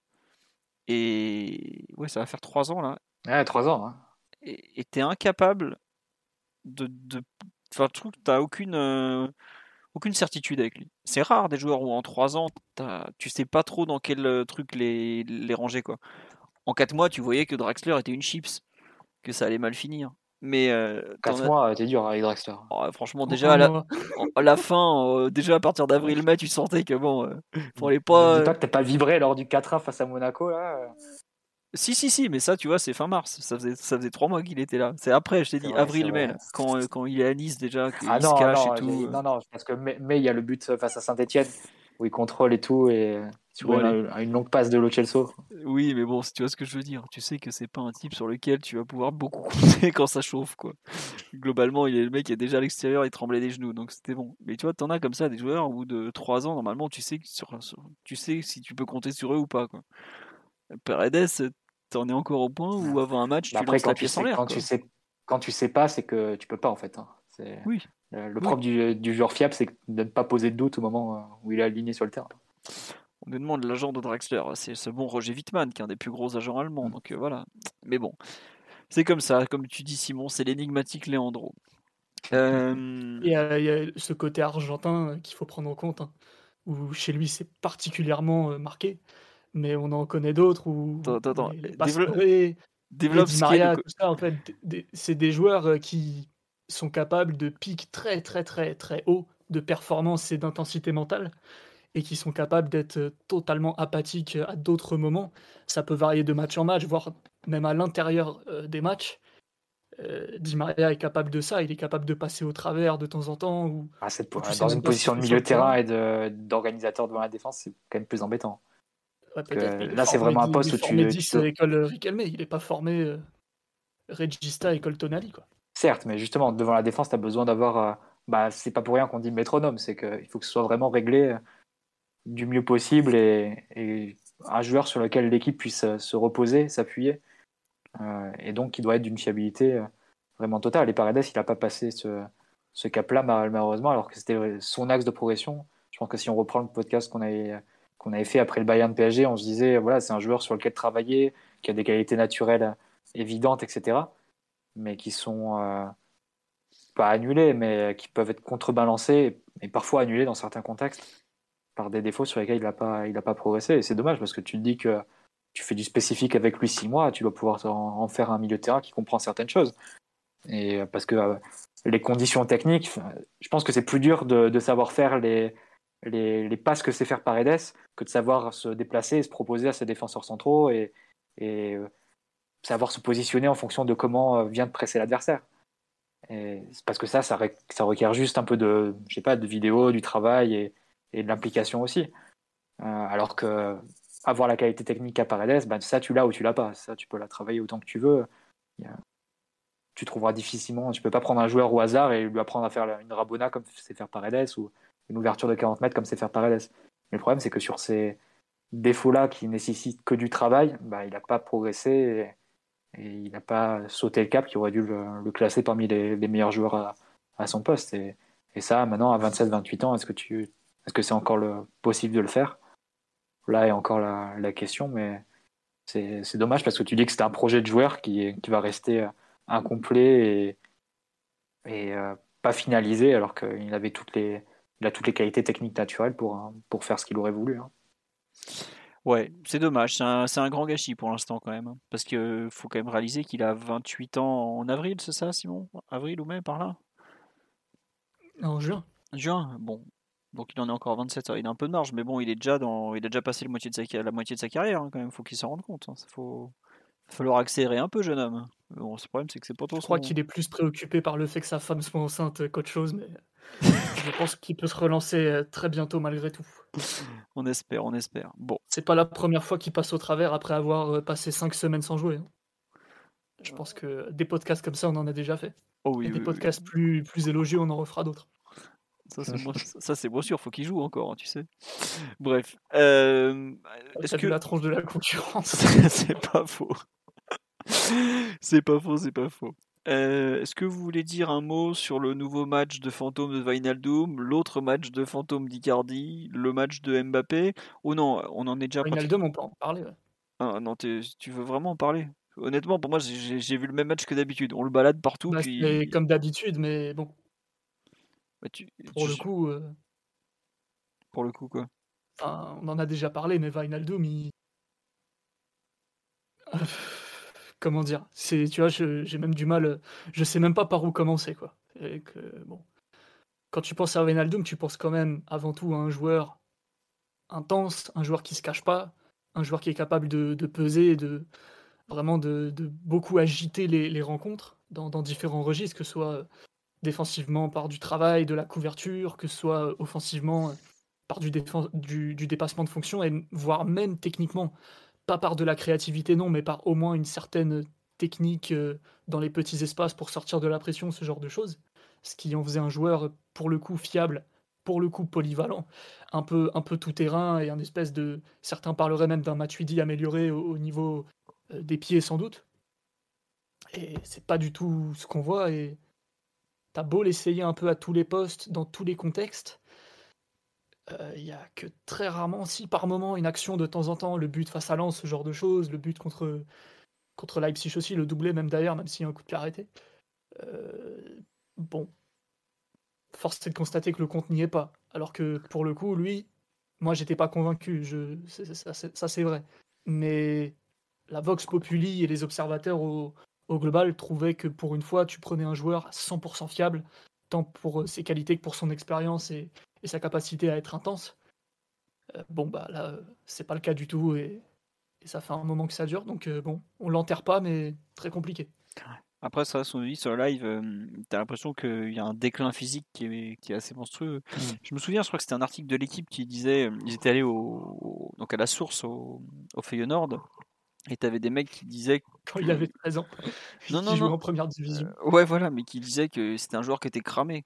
Et ouais, ça va faire 3 ans là. Ouais, 3 ans. Hein. Et t'es incapable Enfin, je trouve que t'as aucune certitude avec lui. C'est rare des joueurs où en 3 ans, tu sais pas trop dans quel truc les ranger, quoi. En 4 mois, tu voyais que Draxler était une chips, que ça allait mal finir. Mais 4 mois, t'es dur avec Draxler. oh, franchement, En déjà un mois. à la fin, déjà à partir d'avril-mai, tu sentais que bon, fallait Me dis pas. pas que t'as pas vibré lors du 4-1 face à Monaco, là. Si, mais ça, tu vois, c'est fin mars. Ça faisait 3 mois qu'il était là. C'est après, je t'ai C'est dit vrai, c'est avril-mai, vrai. là, quand il est à Nice déjà, Ah qu'il se non, cache et non, tout. non, non, parce que mais il y a le but face à Saint-Etienne. où il contrôle et tout, et sur Bon, allez. une longue passe de Lo Celso. Oui, mais bon, si tu vois ce que je veux dire, tu sais que c'est pas un type sur lequel tu vas pouvoir beaucoup compter quand ça chauffe, quoi. Globalement, le mec est déjà à l'extérieur, il tremblait des genoux, donc c'était bon. Mais tu vois, t'en as comme ça des joueurs au bout de 3 ans, normalement, tu sais, tu sais si tu peux compter sur eux ou pas, quoi. Paredes, t'en es encore au point où avant un match, Bah tu après, lances la pièce en l'air, quoi. quand tu sais pas, c'est que tu peux pas en fait, hein. Oui, Le oui. propre du joueur fiable, c'est de ne pas poser de doute au moment où il est aligné sur le terrain. On me demande l'agent de Draxler, c'est ce bon Roger Wittmann, qui est un des plus gros agents allemands, donc voilà. Mais bon, c'est comme ça, comme tu dis Simon, c'est l'énigmatique Leandro. Il y a ce côté argentin qu'il faut prendre en compte, hein, où chez lui c'est particulièrement marqué, mais on en connaît d'autres où Attends, les Pastore, les développe Di ce qui est le... Maria, tout ça, en fait, c'est des joueurs qui sont capables de pics très très très très hauts de performance et d'intensité mentale, et qui sont capables d'être totalement apathiques à d'autres moments. Ça peut varier de match en match, voire même à l'intérieur des matchs. Di Maria est capable de ça, il est capable de passer au travers de temps en temps, ou tu sais Dans même une pas ce qu'il position de fait sur milieu le de terrain terrain. et d'organisateur devant la défense, c'est quand même plus embêtant. Ouais, Parce peut-être, mais que là, c'est vraiment un il est poste où formé tu 10 peux. école Riquelme, il est pas formé Regista, école Tonali, quoi. Certes, mais justement, devant la défense, tu as besoin d'avoir. C'est pas pour rien qu'on dit métronome, c'est qu'il faut que ce soit vraiment réglé du mieux possible et un joueur sur lequel l'équipe puisse se reposer, s'appuyer. Et donc, il doit être d'une fiabilité vraiment totale. Et Paredes, il n'a pas passé ce cap-là, malheureusement, alors que c'était son axe de progression. Je pense que si on reprend le podcast qu'on avait fait après le Bayern PSG, on se disait, voilà, c'est un joueur sur lequel travailler, qui a des qualités naturelles évidentes, etc., mais qui sont pas annulées, mais qui peuvent être contrebalancées et parfois annulées dans certains contextes par des défauts sur lesquels il a pas progressé. Et c'est dommage parce que tu te dis que tu fais du spécifique avec lui 6 mois, tu dois pouvoir en faire un milieu de terrain qui comprend certaines choses. Et parce que les conditions techniques, je pense que c'est plus dur de savoir faire les passes que sait faire Paredes que de savoir se déplacer et se proposer à ses défenseurs centraux et savoir se positionner en fonction de comment vient de presser l'adversaire. Et c'est parce que ça requiert juste un peu de, je sais pas, de vidéo, du travail et de l'implication aussi. Alors que avoir la qualité technique à Paredes, ben ça tu l'as ou tu l'as pas. Ça tu peux la travailler autant que tu veux. Tu trouveras difficilement, tu peux pas prendre un joueur au hasard et lui apprendre à faire une rabona comme sait faire Paredes ou une ouverture de 40 mètres comme sait faire Paredes. Mais le problème c'est que sur ces défauts-là qui nécessitent que du travail, ben, il n'a pas progressé et il n'a pas sauté le cap qui aurait dû le classer parmi les meilleurs joueurs à son poste. Et ça, maintenant, à 27-28 ans, est-ce que c'est encore possible de le faire? Là est encore la question, mais c'est dommage parce que tu dis que c'était un projet de joueur qui va rester incomplet et pas finalisé alors qu'il avait il a toutes les qualités techniques naturelles pour faire ce qu'il aurait voulu. Hein. Ouais, c'est dommage, c'est un grand gâchis pour l'instant quand même, hein. Parce que faut quand même réaliser qu'il a 28 ans en avril, c'est ça Simon? Avril ou mai, par là? En juin. Juin, bon. Donc il en est encore à 27, il a un peu de marge, mais bon, il a déjà passé la moitié de sa carrière, hein, quand même, faut qu'il s'en rende compte, hein. Va falloir accélérer un peu, jeune homme. Mais bon, le problème, c'est que c'est pas trop Je crois son... qu'il est plus préoccupé par le fait que sa femme soit enceinte qu'autre chose, mais je pense qu'il peut se relancer très bientôt malgré tout. On espère, on espère. Bon, C'est pas la première fois qu'il passe au travers après avoir passé 5 semaines sans jouer, hein. Je pense que des podcasts comme ça, on en a déjà fait. oh Et oui, des oui, oui. podcasts plus élogieux, on en refera d'autres. Ça, c'est moins sûr, faut qu'il joue encore, hein, tu sais. Bref, est-ce T'as vu que... la tronche de la concurrence? C'est pas faux. C'est pas faux, c'est pas faux. Est-ce que vous voulez dire un mot sur le nouveau match de fantôme de Wijnaldum, l'autre match de fantôme d'Icardi, le match de Mbappé? Oh non, on en est déjà pratiquement... Wijnaldum, on peut en parler, ouais. Ah, non, tu veux vraiment en parler? Honnêtement, pour moi, j'ai vu le même match que d'habitude. On le balade partout, Bah, c'est puis... comme d'habitude, mais bon, Bah, pour le coup, pour le coup, quoi. on en a déjà parlé, mais Wijnaldum, comment dire? Tu vois, j'ai même du mal, je sais même pas par où commencer, quoi. Et que, bon, quand tu penses à Wijnaldum, tu penses quand même avant tout à un joueur intense, un joueur qui se cache pas, un joueur qui est capable de peser, vraiment de beaucoup agiter les rencontres dans différents registres, que ce soit défensivement par du travail, de la couverture, que ce soit offensivement par du dépassement de fonction, et voire même techniquement, pas par de la créativité non, mais par au moins une certaine technique dans les petits espaces pour sortir de la pression, ce genre de choses. Ce qui en faisait un joueur pour le coup fiable, pour le coup polyvalent, un peu tout terrain et un espèce de... Certains parleraient même d'un Matuidi amélioré au niveau des pieds sans doute. Et c'est pas du tout ce qu'on voit, et t'as beau l'essayer un peu à tous les postes, dans tous les contextes, il y a que très rarement, si par moment, une action de temps en temps, le but face à Lens, ce genre de choses, le but contre Leipzig aussi, le doublé même d'ailleurs, même s'il y a un coup de pied arrêté. Bon, force est de constater que le compte n'y est pas. Alors que pour le coup, lui, moi j'étais pas convaincu, ça c'est vrai. Mais la Vox Populi et les observateurs au global trouvaient que pour une fois, tu prenais un joueur à 100% fiable, tant pour ses qualités que pour son expérience et sa capacité à être intense. Bon, bah là, c'est pas le cas du tout, et ça fait un moment que ça dure, donc bon, on l'enterre pas, mais très compliqué. Après, ça, son dit sur le live, t'as l'impression qu'il y a un déclin physique qui est assez monstrueux. Je me souviens, je crois que c'était un article de l'équipe qui disait, ils étaient allés donc à la source au Feyenoord, et t'avais des mecs qui disaient Quand il avait 13 ans, non, qui non, jouait non, en première division. ouais, voilà, mais qui disaient que c'était un joueur qui était cramé.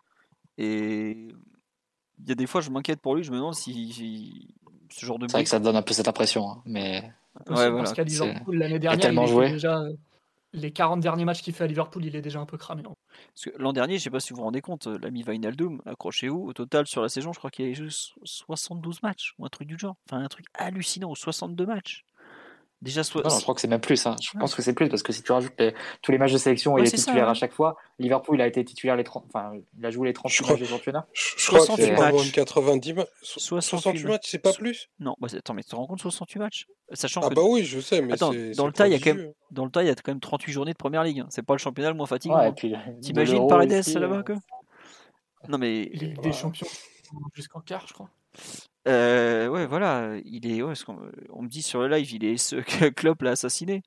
Et il y a des fois, je m'inquiète pour lui, je me demande si ce genre de C'est vrai brique. que ça donne un peu cette impression, hein, mais Ouais, voilà. Parce qu'à Liverpool, l'année il a dernière, il tellement était joué. déjà... les 40 derniers matchs qu'il fait à Liverpool, il est déjà un peu cramé. Parce que l'an dernier, je sais pas si vous vous rendez compte, l'ami Wijnaldum, accrochez-vous, au total sur la saison, je crois qu'il y a juste 72 matchs, ou un truc du genre. Enfin, un truc hallucinant, 62 matchs. Déjà, Non, je crois que c'est même plus. Hein. Je Ouais. pense que c'est plus parce que si tu rajoutes tous les matchs de sélection, Ouais, il est c'est ça, titulaire à ouais. chaque fois. Liverpool, il a été titulaire il a joué les 38 matchs de championnat. Je crois que 68 c'est pas loin de matchs. 90 matchs. 68 68 matchs, c'est pas plus? Non, bah, attends, mais tu te rends compte, 68 matchs? Sachant Ah que. bah oui, je sais, mais Attends, c'est prodigieux. dans le tas, il y a quand même 38 journées de première ligue, hein. C'est pas le championnat le moins fatigant, Ouais, et hein. puis de T'imagines l'Euro Paredes aussi. là-bas, quoi? Non, mais. Ligue des Voilà. Champions jusqu'en quart, je crois. Ouais, voilà, il est. Ouais, on me dit sur le live, il est ce que Klopp l'a assassiné.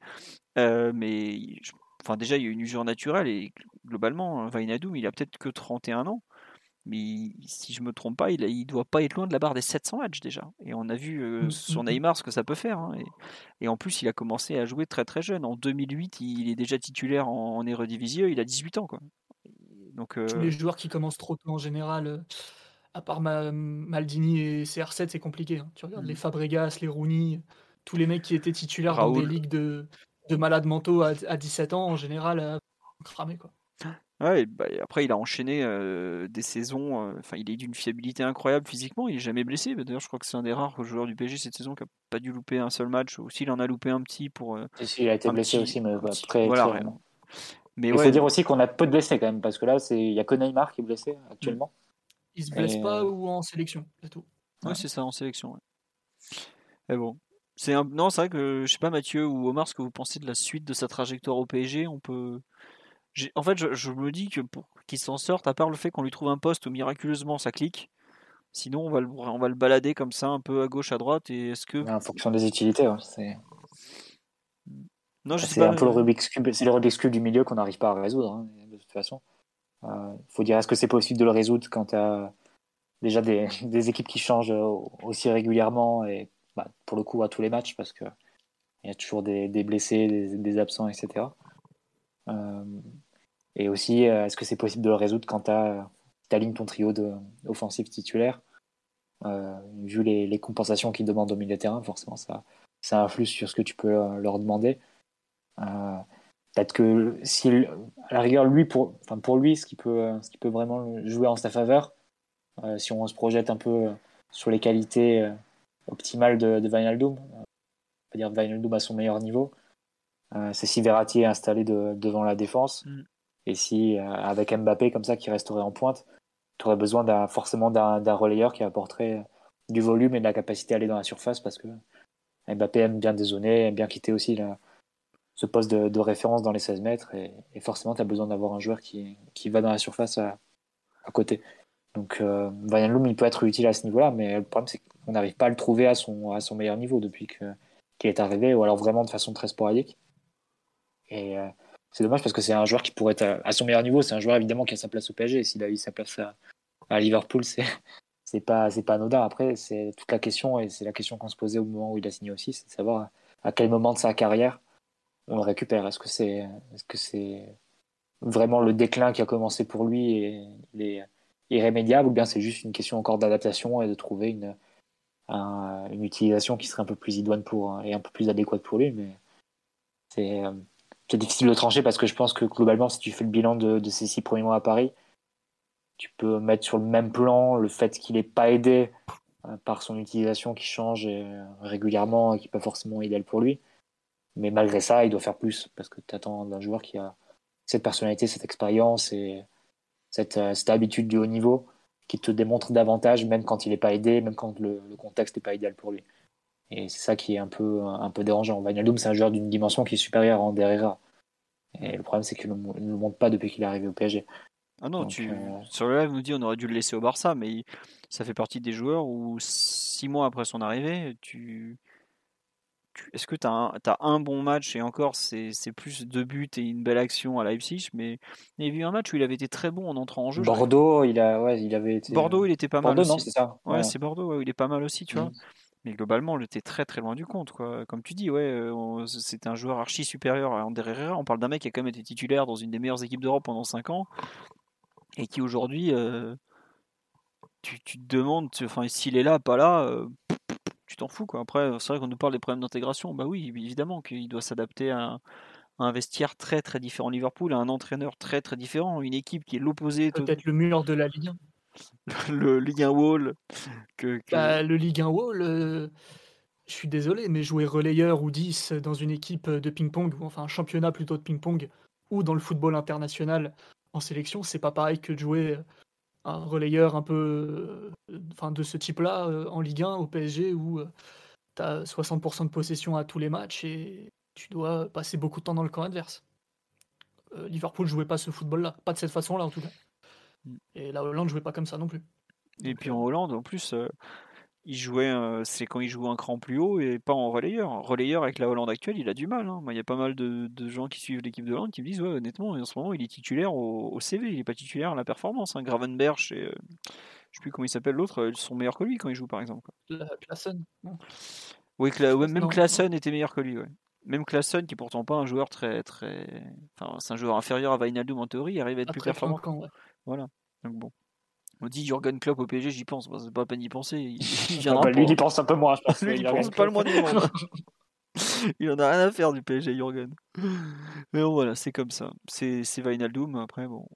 Mais enfin, déjà, il y a une usure naturelle, et globalement, Wijnaldum, il a peut-être que 31 ans. Mais si je me trompe pas, il doit pas être loin de la barre des 700 matchs déjà. Et on a vu sur Neymar ce que ça peut faire, hein. Et en plus, il a commencé à jouer très très jeune. En 2008, il est déjà titulaire en Eredivisie, il a 18 ans, quoi. Donc, Tous les joueurs qui commencent trop tôt en général, à part Maldini et CR7, c'est compliqué, hein. Tu regardes les Fabregas, les Rooney, tous les mecs qui étaient titulaires dans des Raoul. ligues de malades mentaux à 17 ans, en général, cramés, quoi. Ouais, et bah, et après, il a enchaîné des saisons. Enfin, il est d'une fiabilité incroyable physiquement. Il est jamais blessé. D'ailleurs, je crois que c'est un des rares joueurs du PSG cette saison qui a pas dû louper un seul match. Ou s'il en a loupé un petit pour. Et si, il a été blessé aussi, mais très, Voilà, très rien. rarement. Mais Il ouais, faut dire aussi qu'on a peu de blessés quand même, parce que là, il y a que Neymar qui est blessé actuellement. Il se blesse pas ou en sélection, c'est tout. ouais, c'est ça, en sélection. Ouais. Mais bon. Non, c'est vrai que je sais pas, Mathieu ou Omar, ce que vous pensez de la suite de sa trajectoire au PSG. En fait, je me dis que pour qu'il s'en sorte, à part le fait qu'on lui trouve un poste où miraculeusement ça clique, sinon on va le balader comme ça un peu à gauche, à droite. Et est-ce que. En fonction des utilités, ouais, Non, je sais c'est pas. un peu le Rubik's Cube, c'est le Rubik's Cube du milieu qu'on n'arrive pas à résoudre, hein, de toute façon. Faut dire, est-ce que c'est possible de le résoudre quand tu as déjà des équipes qui changent aussi régulièrement et pour le coup à tous les matchs, parce que il y a toujours des blessés, des absents, etc. Et aussi, est-ce que c'est possible de le résoudre quand tu alignes ton trio offensif titulaire, vu les compensations qu'ils demandent au milieu de terrain, forcément ça influe sur ce que tu peux leur demander. Peut-être que si, à la rigueur, pour lui, ce qui peut vraiment jouer en sa faveur, si on se projette un peu sur les qualités optimales de Wijnaldum, on peut dire Wijnaldum à son meilleur niveau, c'est si Verratti est installé devant la défense, et si avec Mbappé comme ça qui resterait en pointe, tu aurais besoin forcément d'un relayeur qui apporterait du volume et de la capacité à aller dans la surface, parce que Mbappé aime bien dézoner, aime bien quitter aussi ce poste de référence dans les 16 mètres, et forcément tu as besoin d'avoir un joueur qui va dans la surface à côté. Donc Wijnaldum, il peut être utile à ce niveau-là, mais le problème c'est qu'on n'arrive pas à le trouver à son meilleur niveau depuis qu'il est arrivé, ou alors vraiment de façon très sporadique. Et c'est dommage parce que c'est un joueur qui pourrait être à son meilleur niveau. C'est un joueur évidemment qui a sa place au PSG, et s'il a eu sa place à Liverpool, c'est c'est pas anodin. Après, c'est toute la question, et c'est la question qu'on se posait au moment où il a signé aussi, c'est de savoir à quel moment de sa carrière on le récupère. Est-ce que c'est vraiment le déclin qui a commencé pour lui et il est irrémédiable, ou bien c'est juste une question encore d'adaptation et de trouver une utilisation qui serait un peu plus idoine et un peu plus adéquate pour lui. Mais c'est difficile de trancher, parce que je pense que globalement, si tu fais le bilan de ses 6 premiers mois à Paris, tu peux mettre sur le même plan le fait qu'il n'est pas aidé par son utilisation qui change régulièrement et qui n'est pas forcément idéal pour lui. Mais malgré ça, il doit faire plus, parce que tu attends d'un joueur qui a cette personnalité, cette expérience et cette habitude du haut niveau, qui te démontre davantage, même quand il n'est pas aidé, même quand le contexte n'est pas idéal pour lui. Et c'est ça qui est un peu dérangeant. Wijnaldum, c'est un joueur d'une dimension qui est supérieure à Ander Herrera. Et le problème, c'est qu'il ne le montre pas depuis qu'il est arrivé au PSG. Ah non, Donc, sur le live, nous dit on aurait dû le laisser au Barça, mais ça fait partie des joueurs où 6 mois après son arrivée, est-ce que tu as un bon match, et encore c'est plus 2 buts et une belle action à Leipzig, mais il y a eu un match où il avait été très bon en entrant en jeu. Bordeaux, il avait été. Bordeaux, il était pas mal Bordeaux, non, aussi. c'est ça. Ouais, c'est Bordeaux, ouais, il est pas mal aussi, tu vois. Mhm. Mais globalement, il était très très loin du compte, quoi. Comme tu dis, ouais, c'était un joueur archi supérieur à Ander Herrera. On parle d'un mec qui a quand même été titulaire dans une des meilleures équipes d'Europe pendant 5 ans, et qui aujourd'hui, tu te demandes, enfin, s'il est là, pas là, tu t'en fous, quoi. Après, c'est vrai qu'on nous parle des problèmes d'intégration. Bah oui, évidemment qu'il doit s'adapter à un vestiaire très très différent Liverpool, à un entraîneur très très différent, une équipe qui est l'opposé Peut-être le mur de la Ligue 1. le Ligue 1 Wall Le Ligue 1 Wall, je suis désolé, mais jouer relayeur ou 10 dans une équipe de ping-pong, ou enfin un championnat plutôt de ping-pong, ou dans le football international en sélection, c'est pas pareil que de jouer un relayeur un peu de ce type-là en Ligue 1 au PSG, où tu as 60% de possession à tous les matchs et tu dois passer beaucoup de temps dans le camp adverse. Liverpool jouait pas ce football-là, pas de cette façon-là en tout cas. Et la Hollande jouait pas comme ça non plus. Et Donc, puis en Hollande, en plus, il jouait, c'est quand il joue un cran plus haut et pas en relayeur. Relayeur avec la Hollande actuelle, il a du mal, hein. Moi, il y a pas mal de gens qui suivent l'équipe de Hollande qui me disent, ouais, honnêtement, en ce moment, il est titulaire au CV, il est pas titulaire à la performance, hein. Gravenberch et je sais plus comment il s'appelle l'autre, ils sont meilleurs que lui quand il joue, par exemple, quoi. Klaassen, non. Oui, même Non. Klaassen était meilleur que lui, ouais. Même Klaassen, qui est pourtant pas un joueur très, très... Enfin, c'est un joueur inférieur à Wijnaldum en théorie, il arrive à être Pas plus très performant. clinquant, ouais. Voilà. Donc bon. On dit Jürgen Klopp au PSG, j'y pense. Bah, c'est pas à peine d'y penser. Il Ah viendra bah, lui, pas. il y pense un peu moins, je pense. Lui, il y Jürgen pense pas le Klopp. moins du monde. Il en a rien à faire du PSG, Jürgen. Mais bon, voilà, c'est comme ça. C'est Wijnaldum. Après, bon.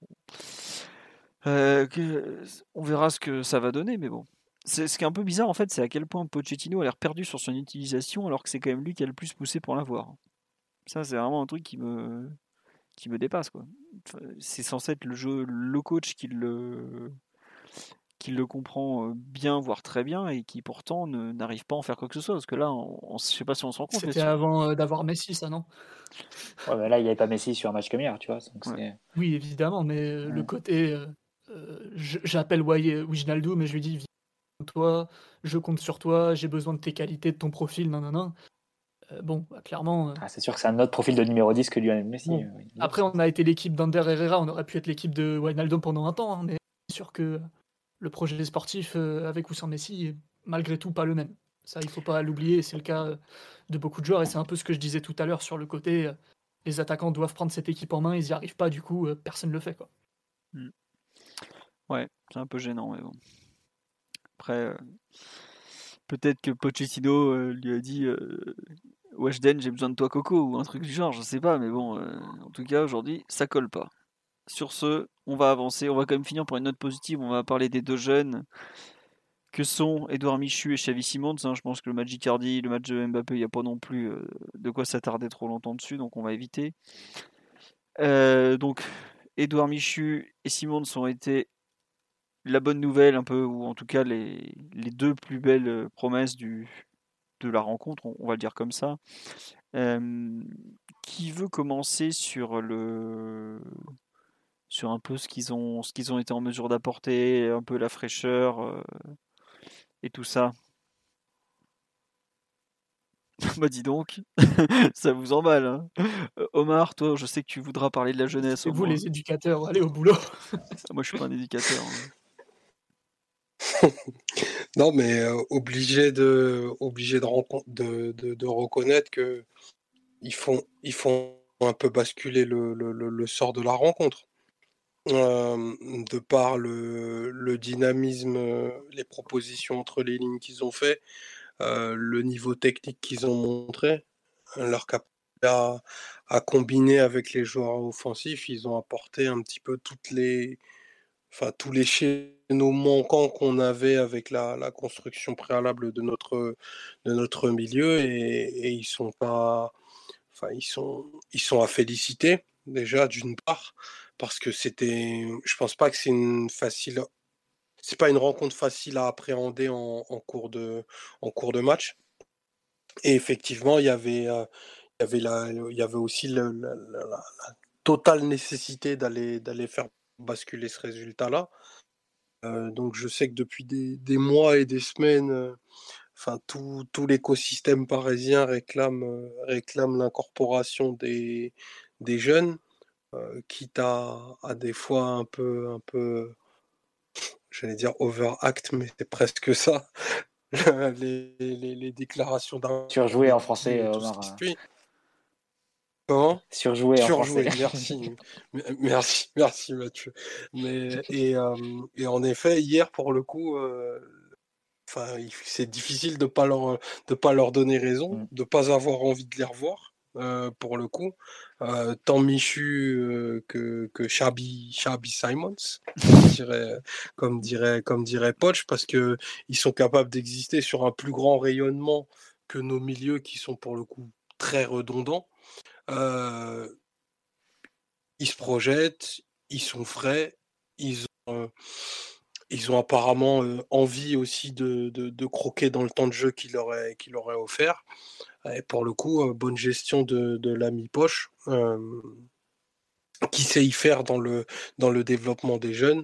On verra ce que ça va donner, mais bon. Ce qui est un peu bizarre, en fait, c'est à quel point Pochettino a l'air perdu sur son utilisation, alors que c'est quand même lui qui a le plus poussé pour l'avoir. Ça, c'est vraiment un truc qui me dépasse, quoi. Enfin, c'est censé être le coach qui le comprend bien, voire très bien, et qui pourtant n'arrive pas à en faire quoi que ce soit. Parce que là, je sais pas si on se rend compte. C'était avant d'avoir Messi, ça, non? Ouais, bah là, il n'y avait pas Messi sur un match comme hier, tu vois. Donc Ouais. Oui, évidemment, mais le côté j'appelle Wijnaldum, mais je lui dis viens toi, je compte sur toi, j'ai besoin de tes qualités, de ton profil, non. Bon, bah, clairement. c'est sûr que c'est un autre profil de numéro 10 que Lionel Messi. Bon. Après, on a été l'équipe d'Ander Herrera, on aurait pu être l'équipe de Wijnaldum pendant un temps, hein, mais c'est sûr que le projet sportif avec ou sans Messi est malgré tout pas le même. Ça, il faut pas l'oublier, c'est le cas de beaucoup de joueurs, et c'est un peu ce que je disais tout à l'heure sur le côté les attaquants doivent prendre cette équipe en main, ils n'y arrivent pas, du coup, personne ne le fait, quoi. Ouais, c'est un peu gênant, mais bon. Après, peut-être que Pochettino lui a dit Weshden, j'ai besoin de toi, Coco, ou un truc du genre, je sais pas, mais bon, en tout cas, aujourd'hui, ça colle pas. Sur ce, on va avancer, on va quand même finir par une note positive, on va parler des deux jeunes que sont Edouard Michu et Xavi Simons. Hein. Je pense que le match d'Icardi, le match de Mbappé, il n'y a pas non plus de quoi s'attarder trop longtemps dessus, donc on va éviter. Donc, Edouard Michu et Simons ont été la bonne nouvelle, un peu, ou en tout cas les deux plus belles promesses de la rencontre, on va le dire comme ça. Qui veut commencer sur un peu ce qu'ils ont été en mesure d'apporter, un peu la fraîcheur et tout ça? Bah dis donc, ça vous emballe, hein. Omar, toi, je sais que tu voudras parler de la jeunesse. C'est vous les éducateurs, allez au boulot. Moi, je suis pas un éducateur, hein. Non, mais obligé de reconnaître que ils font un peu basculer le sort de la rencontre. De par le dynamisme, les propositions entre les lignes qu'ils ont fait, le niveau technique qu'ils ont montré, leur capacité à combiner avec les joueurs offensifs, ils ont apporté un petit peu tous les chaînons manquants qu'on avait avec la construction préalable de notre milieu et ils sont pas, enfin ils sont à féliciter déjà d'une part parce que je pense pas que c'est pas une rencontre facile à appréhender en cours de match. Et effectivement, il y avait aussi la totale nécessité d'aller faire basculer ce résultat-là. Donc je sais que depuis des mois et des semaines, enfin tout l'écosystème parisien réclame l'incorporation des jeunes, quitte à des fois j'allais dire overact, mais c'est presque ça, les déclarations Surjoué en d'investi français, et tout ce qui Omar. suit. Comment? Surjoué en français. Surjoué, merci. Merci Mathieu. Et en effet, hier, pour le coup, c'est difficile de pas leur donner raison, de pas avoir envie de les revoir, pour le coup. Tant Michu que Xabi Simons, comme dirait Poch, parce que ils sont capables d'exister sur un plus grand rayonnement que nos milieux qui sont pour le coup très redondants. Euh, Ils se projettent, ils sont frais, ils ils ont apparemment envie aussi de croquer dans le temps de jeu qu'il leur est offert. Et pour le coup, bonne gestion de l'ami Poche, qui sait y faire dans le développement des jeunes,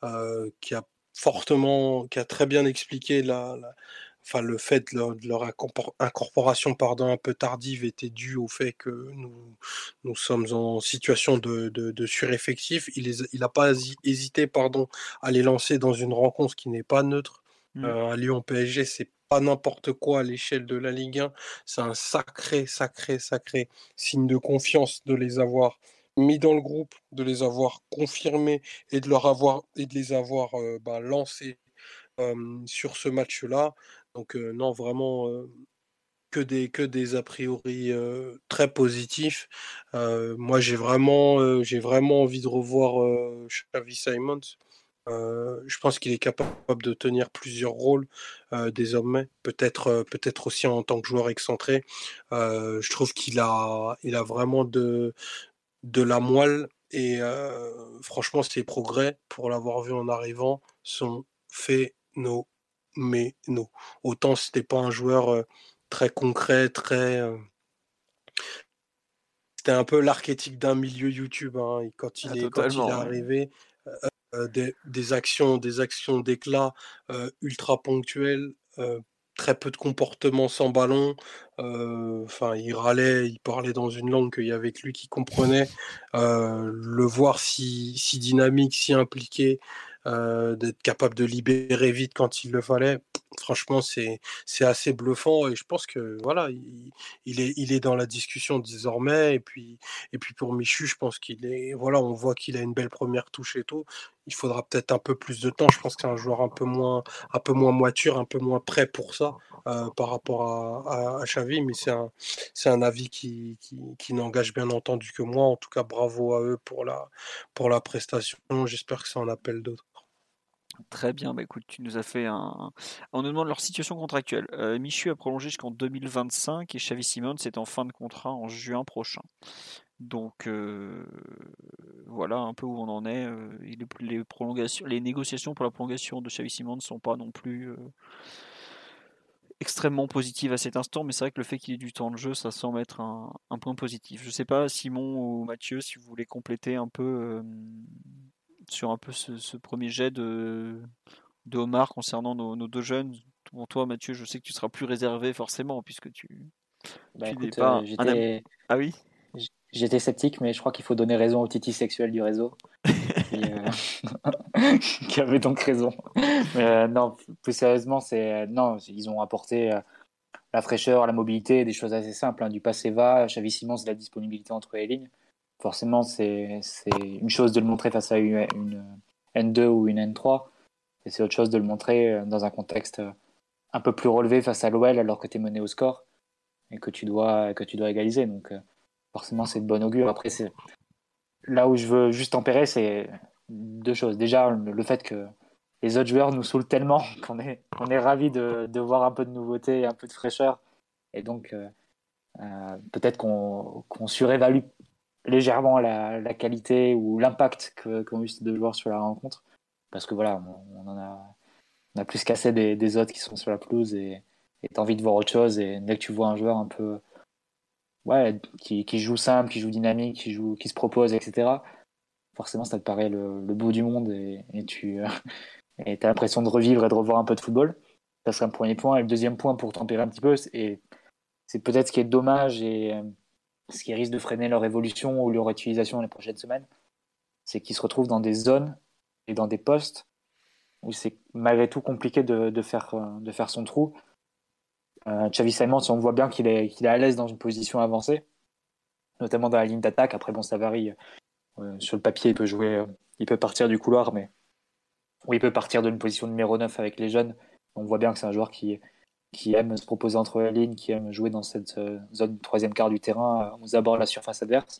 qui a très bien expliqué enfin, le fait de leur incorporation pardon, un peu tardive était dû au fait que nous sommes en situation de sureffectif. Il n'a pas hésité pardon, à les lancer dans une rencontre qui n'est pas neutre. À Lyon PSG, c'est pas n'importe quoi à l'échelle de la Ligue 1. C'est un sacré signe de confiance de les avoir mis dans le groupe, de les avoir confirmés et de les avoir lancés sur ce match-là. Donc non, vraiment que des a priori très positifs. Moi, j'ai vraiment envie de revoir Xavi Simons. Je pense qu'il est capable de tenir plusieurs rôles désormais, peut-être aussi en tant que joueur excentré. Je trouve il a vraiment de la moelle et franchement, ses progrès, pour l'avoir vu en arrivant, sont phénoménaux. Autant c'était pas un joueur très concret, c'était un peu l'archétype d'un milieu YouTube, hein. Quand il est Totalement, ouais. arrivé, des actions d'éclat ultra ponctuelles, très peu de comportements sans ballon. Enfin, il râlait, il parlait dans une langue qu'il y avait que lui qui comprenait. Le voir si dynamique, si impliqué, d'être capable de libérer vite quand il le fallait. Franchement, c'est assez bluffant et je pense que voilà, il est dans la discussion désormais. Et puis pour Michu, je pense voilà, on voit qu'il a une belle première touche et tout. Il faudra peut-être un peu plus de temps. Je pense que c'est un joueur un peu moins mature, un peu moins prêt pour ça par rapport à Xavi, mais c'est un avis qui n'engage bien entendu que moi. En tout cas, bravo à eux pour la prestation. J'espère que ça en appelle d'autres. Très bien, bah écoute, tu nous as fait un. On nous demande leur situation contractuelle. Michu a prolongé jusqu'en 2025 et Xavi Simons est en fin de contrat en juin prochain. Donc voilà un peu où on en est. Les négociations pour la prolongation de Xavi Simons ne sont pas non plus extrêmement positives à cet instant, mais c'est vrai que le fait qu'il ait du temps de jeu, ça semble être un point positif. Je ne sais pas, Simon ou Mathieu, si vous voulez compléter un peu sur un peu ce premier jet de Omar concernant nos deux jeunes. Pour toi, Mathieu, je sais que tu seras plus réservé forcément, puisque tu n'es Écoute, pas un ami. Ah oui. j'étais sceptique, mais je crois qu'il faut donner raison au titi sexuel du réseau. qui avait donc raison. Non, plus sérieusement, non, ils ont apporté la fraîcheur, la mobilité, des choses assez simples, hein, du passe et va, Xavi Simons, la disponibilité entre les lignes. Forcément, c'est une chose de le montrer face à une N2 ou une N3, et c'est autre chose de le montrer dans un contexte un peu plus relevé face à l'OL alors que tu es mené au score et que tu dois égaliser. Donc forcément, c'est de bon augure. Après, c'est là où je veux juste tempérer, c'est deux choses. Déjà, le fait que les autres joueurs nous saoulent tellement qu'on est ravis de voir un peu de nouveauté, un peu de fraîcheur. Et donc, peut-être qu'on surévalue légèrement la qualité ou l'impact qu'ont eu ces deux joueurs sur la rencontre. Parce que voilà, on a plus qu'assez des autres qui sont sur la pelouse et t'as envie de voir autre chose. Et dès que tu vois un joueur un peu qui joue simple, qui joue dynamique, qui se propose, etc., forcément, ça te paraît le bout du monde et tu as l'impression de revivre et de revoir un peu de football. Ça serait un premier point. Et le deuxième point, pour tempérer un petit peu, c'est peut-être ce qui est dommage et ce qui risque de freiner leur évolution ou leur utilisation les prochaines semaines, c'est qu'ils se retrouvent dans des zones et dans des postes où c'est malgré tout compliqué de faire son trou. Xavi Simons, on voit bien qu'il est à l'aise dans une position avancée, notamment dans la ligne d'attaque. Après, bon, ça varie. Sur le papier, il peut jouer, il peut partir du couloir, mais il peut partir d'une position numéro 9 avec les jeunes. On voit bien que c'est un joueur qui aime se proposer entre les lignes, qui aime jouer dans cette zone troisième quart du terrain, aux abords de la surface adverse.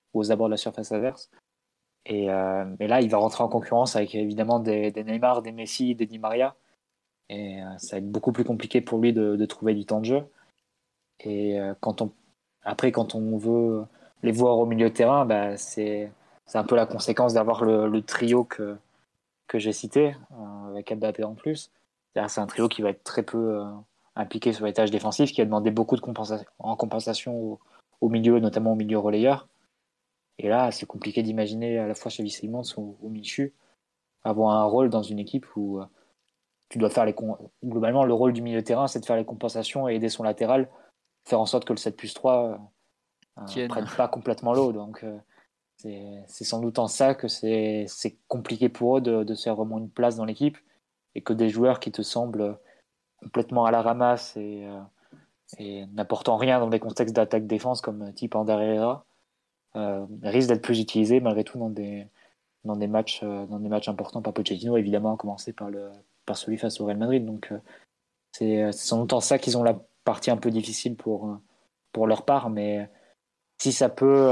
Et là, il va rentrer en concurrence avec évidemment des Neymar, des Messi, des Di Maria. Et ça va être beaucoup plus compliqué pour lui de trouver du temps de jeu. Et quand on veut les voir au milieu de terrain, bah, c'est un peu la conséquence d'avoir le trio que j'ai cité, avec Mbappé en plus. C'est un trio qui va être très peu impliqué sur les tâches défensives, qui a demandé beaucoup de compensation au milieu, notamment au milieu relayeur. Et là, c'est compliqué d'imaginer à la fois Xavi Simons ou Michu avoir un rôle dans une équipe où tu dois faire globalement, le rôle du milieu de terrain, c'est de faire les compensations et aider son latéral, faire en sorte que le 7+3 prenne pas complètement l'eau. Donc, c'est sans doute en ça que c'est compliqué pour eux de se faire vraiment une place dans l'équipe et que des joueurs qui te semblent complètement à la ramasse et n'apportant rien dans des contextes d'attaque-défense comme type Ander Herrera risquent d'être plus utilisés malgré tout dans des matchs importants par Pochettino, évidemment à commencer par celui face au Real Madrid. Donc c'est sans doute en ça qu'ils ont la partie un peu difficile pour leur part, mais si ça peut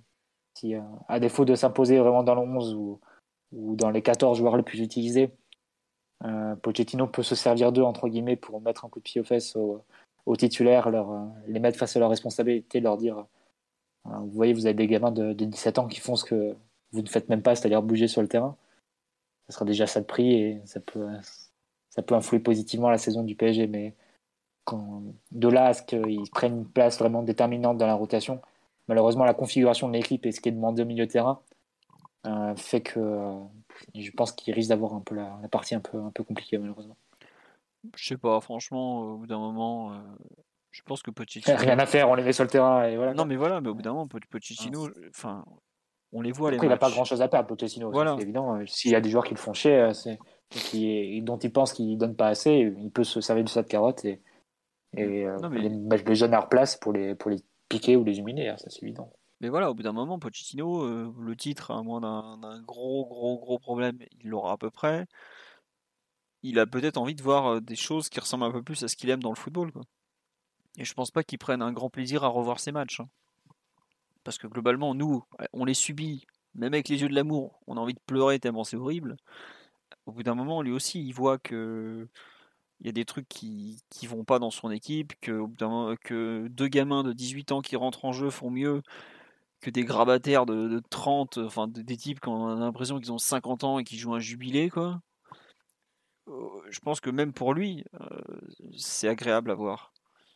à défaut de s'imposer vraiment dans le 11 ou dans les 14 joueurs les plus utilisés, Pochettino peut se servir d'eux entre guillemets pour mettre un coup de pied aux fesses aux titulaires, les mettre face à leurs responsabilités, leur dire vous voyez, vous avez des gamins de 17 ans qui font ce que vous ne faites même pas, c'est-à-dire bouger sur le terrain. Ça sera déjà ça de prix et ça peut influer positivement la saison du PSG, mais de là à ce qu'ils prennent une place vraiment déterminante dans la rotation, malheureusement la configuration de l'équipe et ce qui est demandé au milieu de terrain fait que je pense qu'il risque d'avoir un peu la partie un peu compliquée malheureusement. Je sais pas, franchement, au bout d'un moment, je pense que Pochettino... Rien à faire, on les met sur le terrain et voilà. Non mais voilà, mais au bout d'un moment, Pochettino, enfin, on les voit les matchs. Il n'a pas grand-chose à perdre, Pochettino, voilà. C'est évident. S'il y a des joueurs qui le font chier, dont il pense qu'ils ne donnent pas assez, il peut se servir de ça de carotte et mettre les jeunes à leur place pour les piquer ou les humilier, hein, ça c'est évident. Mais voilà, au bout d'un moment, Pochettino, le titre, à moins d'un gros problème, il l'aura à peu près. Il a peut-être envie de voir des choses qui ressemblent un peu plus à ce qu'il aime dans le football, quoi. Et je pense pas qu'il prenne un grand plaisir à revoir ses matchs. Hein. Parce que globalement, nous, on les subit, même avec les yeux de l'amour, on a envie de pleurer tellement c'est horrible. Au bout d'un moment, lui aussi, il voit que il y a des trucs qui vont pas dans son équipe, que deux gamins de 18 ans qui rentrent en jeu font mieux que des grabataires de 30, enfin des types qui ont l'impression qu'ils ont 50 ans et qui jouent un jubilé, quoi. Je pense que même pour lui, c'est agréable à voir.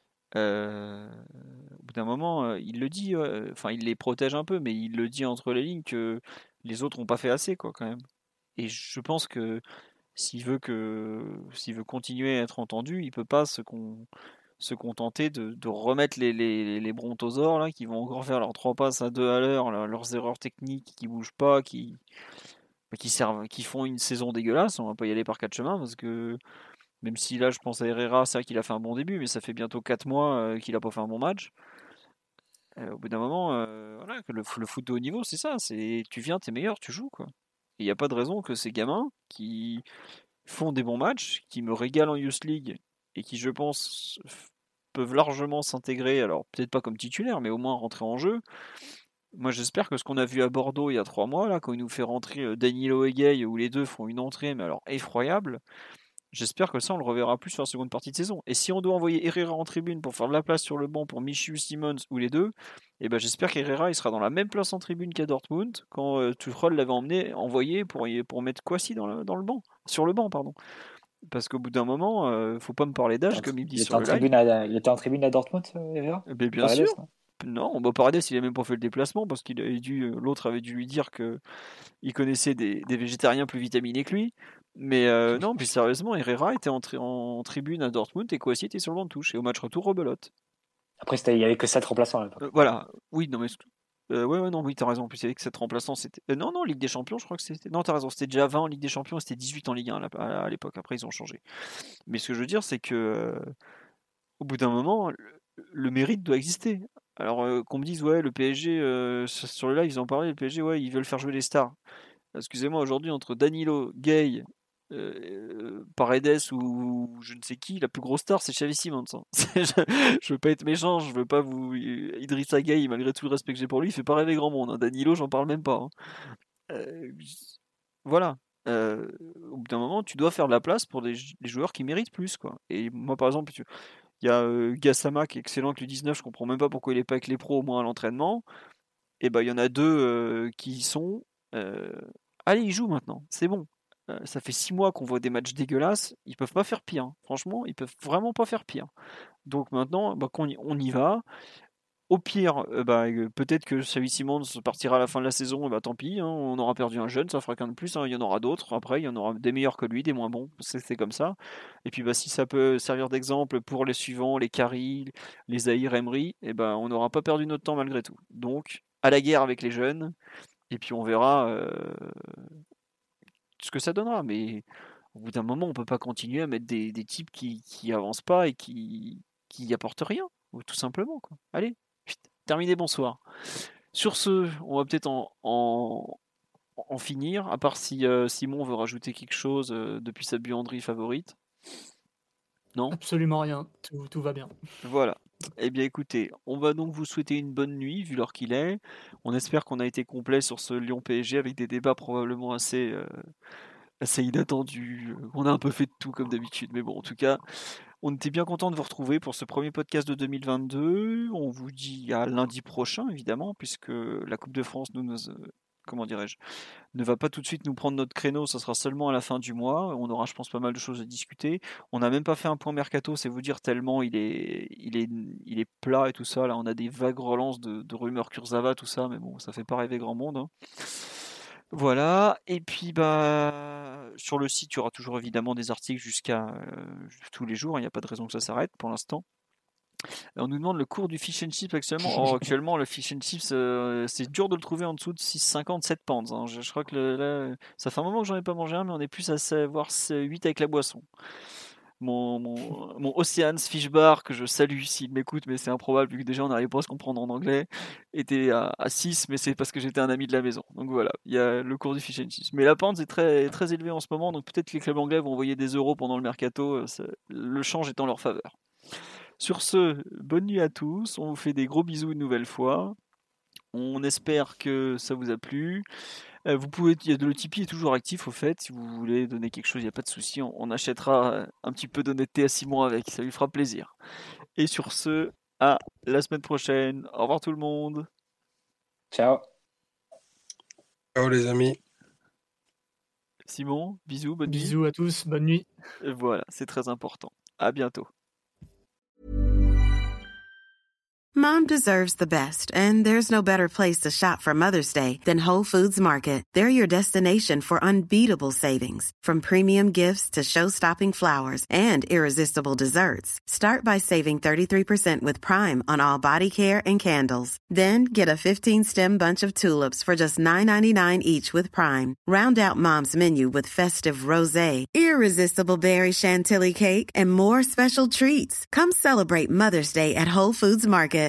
Au bout d'un moment, il le dit, enfin il les protège un peu, mais il le dit entre les lignes que les autres n'ont pas fait assez, quoi, quand même. Et je pense que s'il veut continuer à être entendu, il peut pas se contenter de remettre les brontosaures là, qui vont encore faire leurs 3 passes à 2 à l'heure, leurs erreurs techniques qui bougent pas, qui font une saison dégueulasse. On va pas y aller par quatre chemins parce que même si là je pense à Herrera, c'est vrai qu'il a fait un bon début, mais ça fait bientôt 4 mois qu'il a pas fait un bon match. Au bout d'un moment, voilà, que le foot de haut niveau, c'est ça. C'est tu viens, t'es meilleur, tu joues quoi. Il n'y a pas de raison que ces gamins qui font des bons matchs, qui me régalent en Youth League et qui, je pense, peuvent largement s'intégrer, alors peut-être pas comme titulaire, mais au moins rentrer en jeu. Moi, j'espère que ce qu'on a vu à Bordeaux il y a 3 mois, là, quand il nous fait rentrer Danilo et Gay, où les deux font une entrée, mais alors effroyable, j'espère que ça, on le reverra plus sur la seconde partie de saison. Et si on doit envoyer Herrera en tribune pour faire de la place sur le banc pour Michu, Simmons ou les deux, eh ben, j'espère qu'Herrera il sera dans la même place en tribune qu'à Dortmund quand Tuchel l'avait envoyé pour mettre Kouassi dans le banc, sur le banc, pardon. Parce qu'au bout d'un moment, faut pas me parler d'âge comme il me dit sur le live. Il était en tribune à Dortmund, Herrera? Mais bien Paredes, sûr. non Non, Paredes, il a même pas fait le déplacement parce qu'il avait l'autre avait dû lui dire que il connaissait des végétariens plus vitaminés que lui. Mais non, puis sérieusement, Herrera était en tribune à Dortmund et Kouassi était sur le banc de touche. Et au match retour, rebelote. Après, il y avait que 7 remplaçants à l'époque. Voilà. Oui, non, mais. Ouais, non, oui, t'as raison. En plus, avec cette remplaçant, c'était. Non, Ligue des Champions, je crois que c'était. Non, t'as raison, c'était déjà 20 en Ligue des Champions et c'était 18 en Ligue 1 à l'époque. Après, ils ont changé. Mais ce que je veux dire, c'est que au bout d'un moment, le mérite doit exister. Alors qu'on me dise, ouais, le PSG, sur le live, ils en parlaient, le PSG, ouais, ils veulent faire jouer les stars. Excusez-moi, aujourd'hui, entre Danilo, Gay, Paredes ou je ne sais qui, la plus grosse star, c'est Xavi Simons. Hein. Je veux pas être méchant, je veux pas vous. Idrissa Gueye, malgré tout le respect que j'ai pour lui, il fait pas rêver grand monde. Hein. Danilo, j'en parle même pas. Hein. Euh, voilà. Au bout d'un moment, tu dois faire de la place pour des joueurs qui méritent plus. Quoi. Et moi, par exemple, il y a Gassama qui est excellent avec le 19, je comprends même pas pourquoi il est pas avec les pros au moins à l'entraînement. Et ben il y en a deux qui y sont. Euh, Allez, ils jouent maintenant, c'est bon. Ça fait 6 mois qu'on voit des matchs dégueulasses, ils peuvent pas faire pire. Hein. Franchement, ils peuvent vraiment pas faire pire. Donc maintenant, on y va. Au pire, peut-être que Xavi Simons partira à la fin de la saison, tant pis, hein, on aura perdu un jeune, ça fera qu'un de plus, hein, il y en aura d'autres, après il y en aura des meilleurs que lui, des moins bons, c'est comme ça. Et puis si ça peut servir d'exemple pour les suivants, les Kari, les Zahir Emery, on n'aura pas perdu notre temps malgré tout. Donc, à la guerre avec les jeunes, et puis on verra ce que ça donnera. Mais au bout d'un moment, on peut pas continuer à mettre des types qui avancent pas et qui apportent rien, tout simplement. Quoi. Allez, terminé, bonsoir. Sur ce, on va peut-être en finir, à part si Simon veut rajouter quelque chose depuis sa buanderie favorite. Non ? Absolument rien, tout va bien. Voilà. Eh bien écoutez, on va donc vous souhaiter une bonne nuit, vu l'heure qu'il est. On espère qu'on a été complet sur ce Lyon PSG avec des débats probablement assez inattendus. On a un peu fait de tout comme d'habitude, mais bon, en tout cas, on était bien content de vous retrouver pour ce premier podcast de 2022. On vous dit à lundi prochain, évidemment, puisque la Coupe de France comment dirais-je, ne va pas tout de suite nous prendre notre créneau, ça sera seulement à la fin du mois. On aura, je pense, pas mal de choses à discuter. On n'a même pas fait un point mercato, c'est vous dire tellement il est plat et tout ça. Là, on a des vagues relances de rumeurs Kurzawa, tout ça, mais bon, ça fait pas rêver grand monde. Hein. Voilà, et puis sur le site, il y aura toujours évidemment des articles jusqu'à tous les jours, il n'y a pas de raison que ça s'arrête pour l'instant. On nous demande le cours du fish and chips actuellement. Oh, actuellement, le fish and chips, c'est dur de le trouver en dessous de 6,50, 7 pounds. Hein. Je crois que là, ça fait un moment que j'en ai pas mangé un, mais on est plus à savoir 8 avec la boisson. Mon Oceans Fish Bar, que je salue s'il m'écoute, mais c'est improbable, vu que déjà on n'arrive pas à se comprendre en anglais, était à 6, mais c'est parce que j'étais un ami de la maison. Donc voilà, il y a le cours du fish and chips. Mais la pente est très, très élevée en ce moment, donc peut-être que les clubs anglais vont envoyer des euros pendant le mercato, le change est en leur faveur. Sur ce, bonne nuit à tous, on vous fait des gros bisous une nouvelle fois. On espère que ça vous a plu. Le Tipeee est toujours actif au fait, si vous voulez donner quelque chose, il n'y a pas de souci, on achètera un petit peu d'honnêteté à Simon avec, ça lui fera plaisir. Et sur ce, à la semaine prochaine. Au revoir tout le monde. Ciao. Ciao les amis. Simon, bisous, bonne nuit. Bisous à tous, bonne nuit. Voilà, c'est très important. À bientôt. Mom deserves the best, and there's no better place to shop for Mother's Day than Whole Foods Market. They're your destination for unbeatable savings, from premium gifts to show-stopping flowers and irresistible desserts. Start by saving 33% with Prime on all body care and candles. Then get a 15-stem bunch of tulips for just $9.99 each with Prime. Round out Mom's menu with festive rosé, irresistible berry chantilly cake, and more special treats. Come celebrate Mother's Day at Whole Foods Market.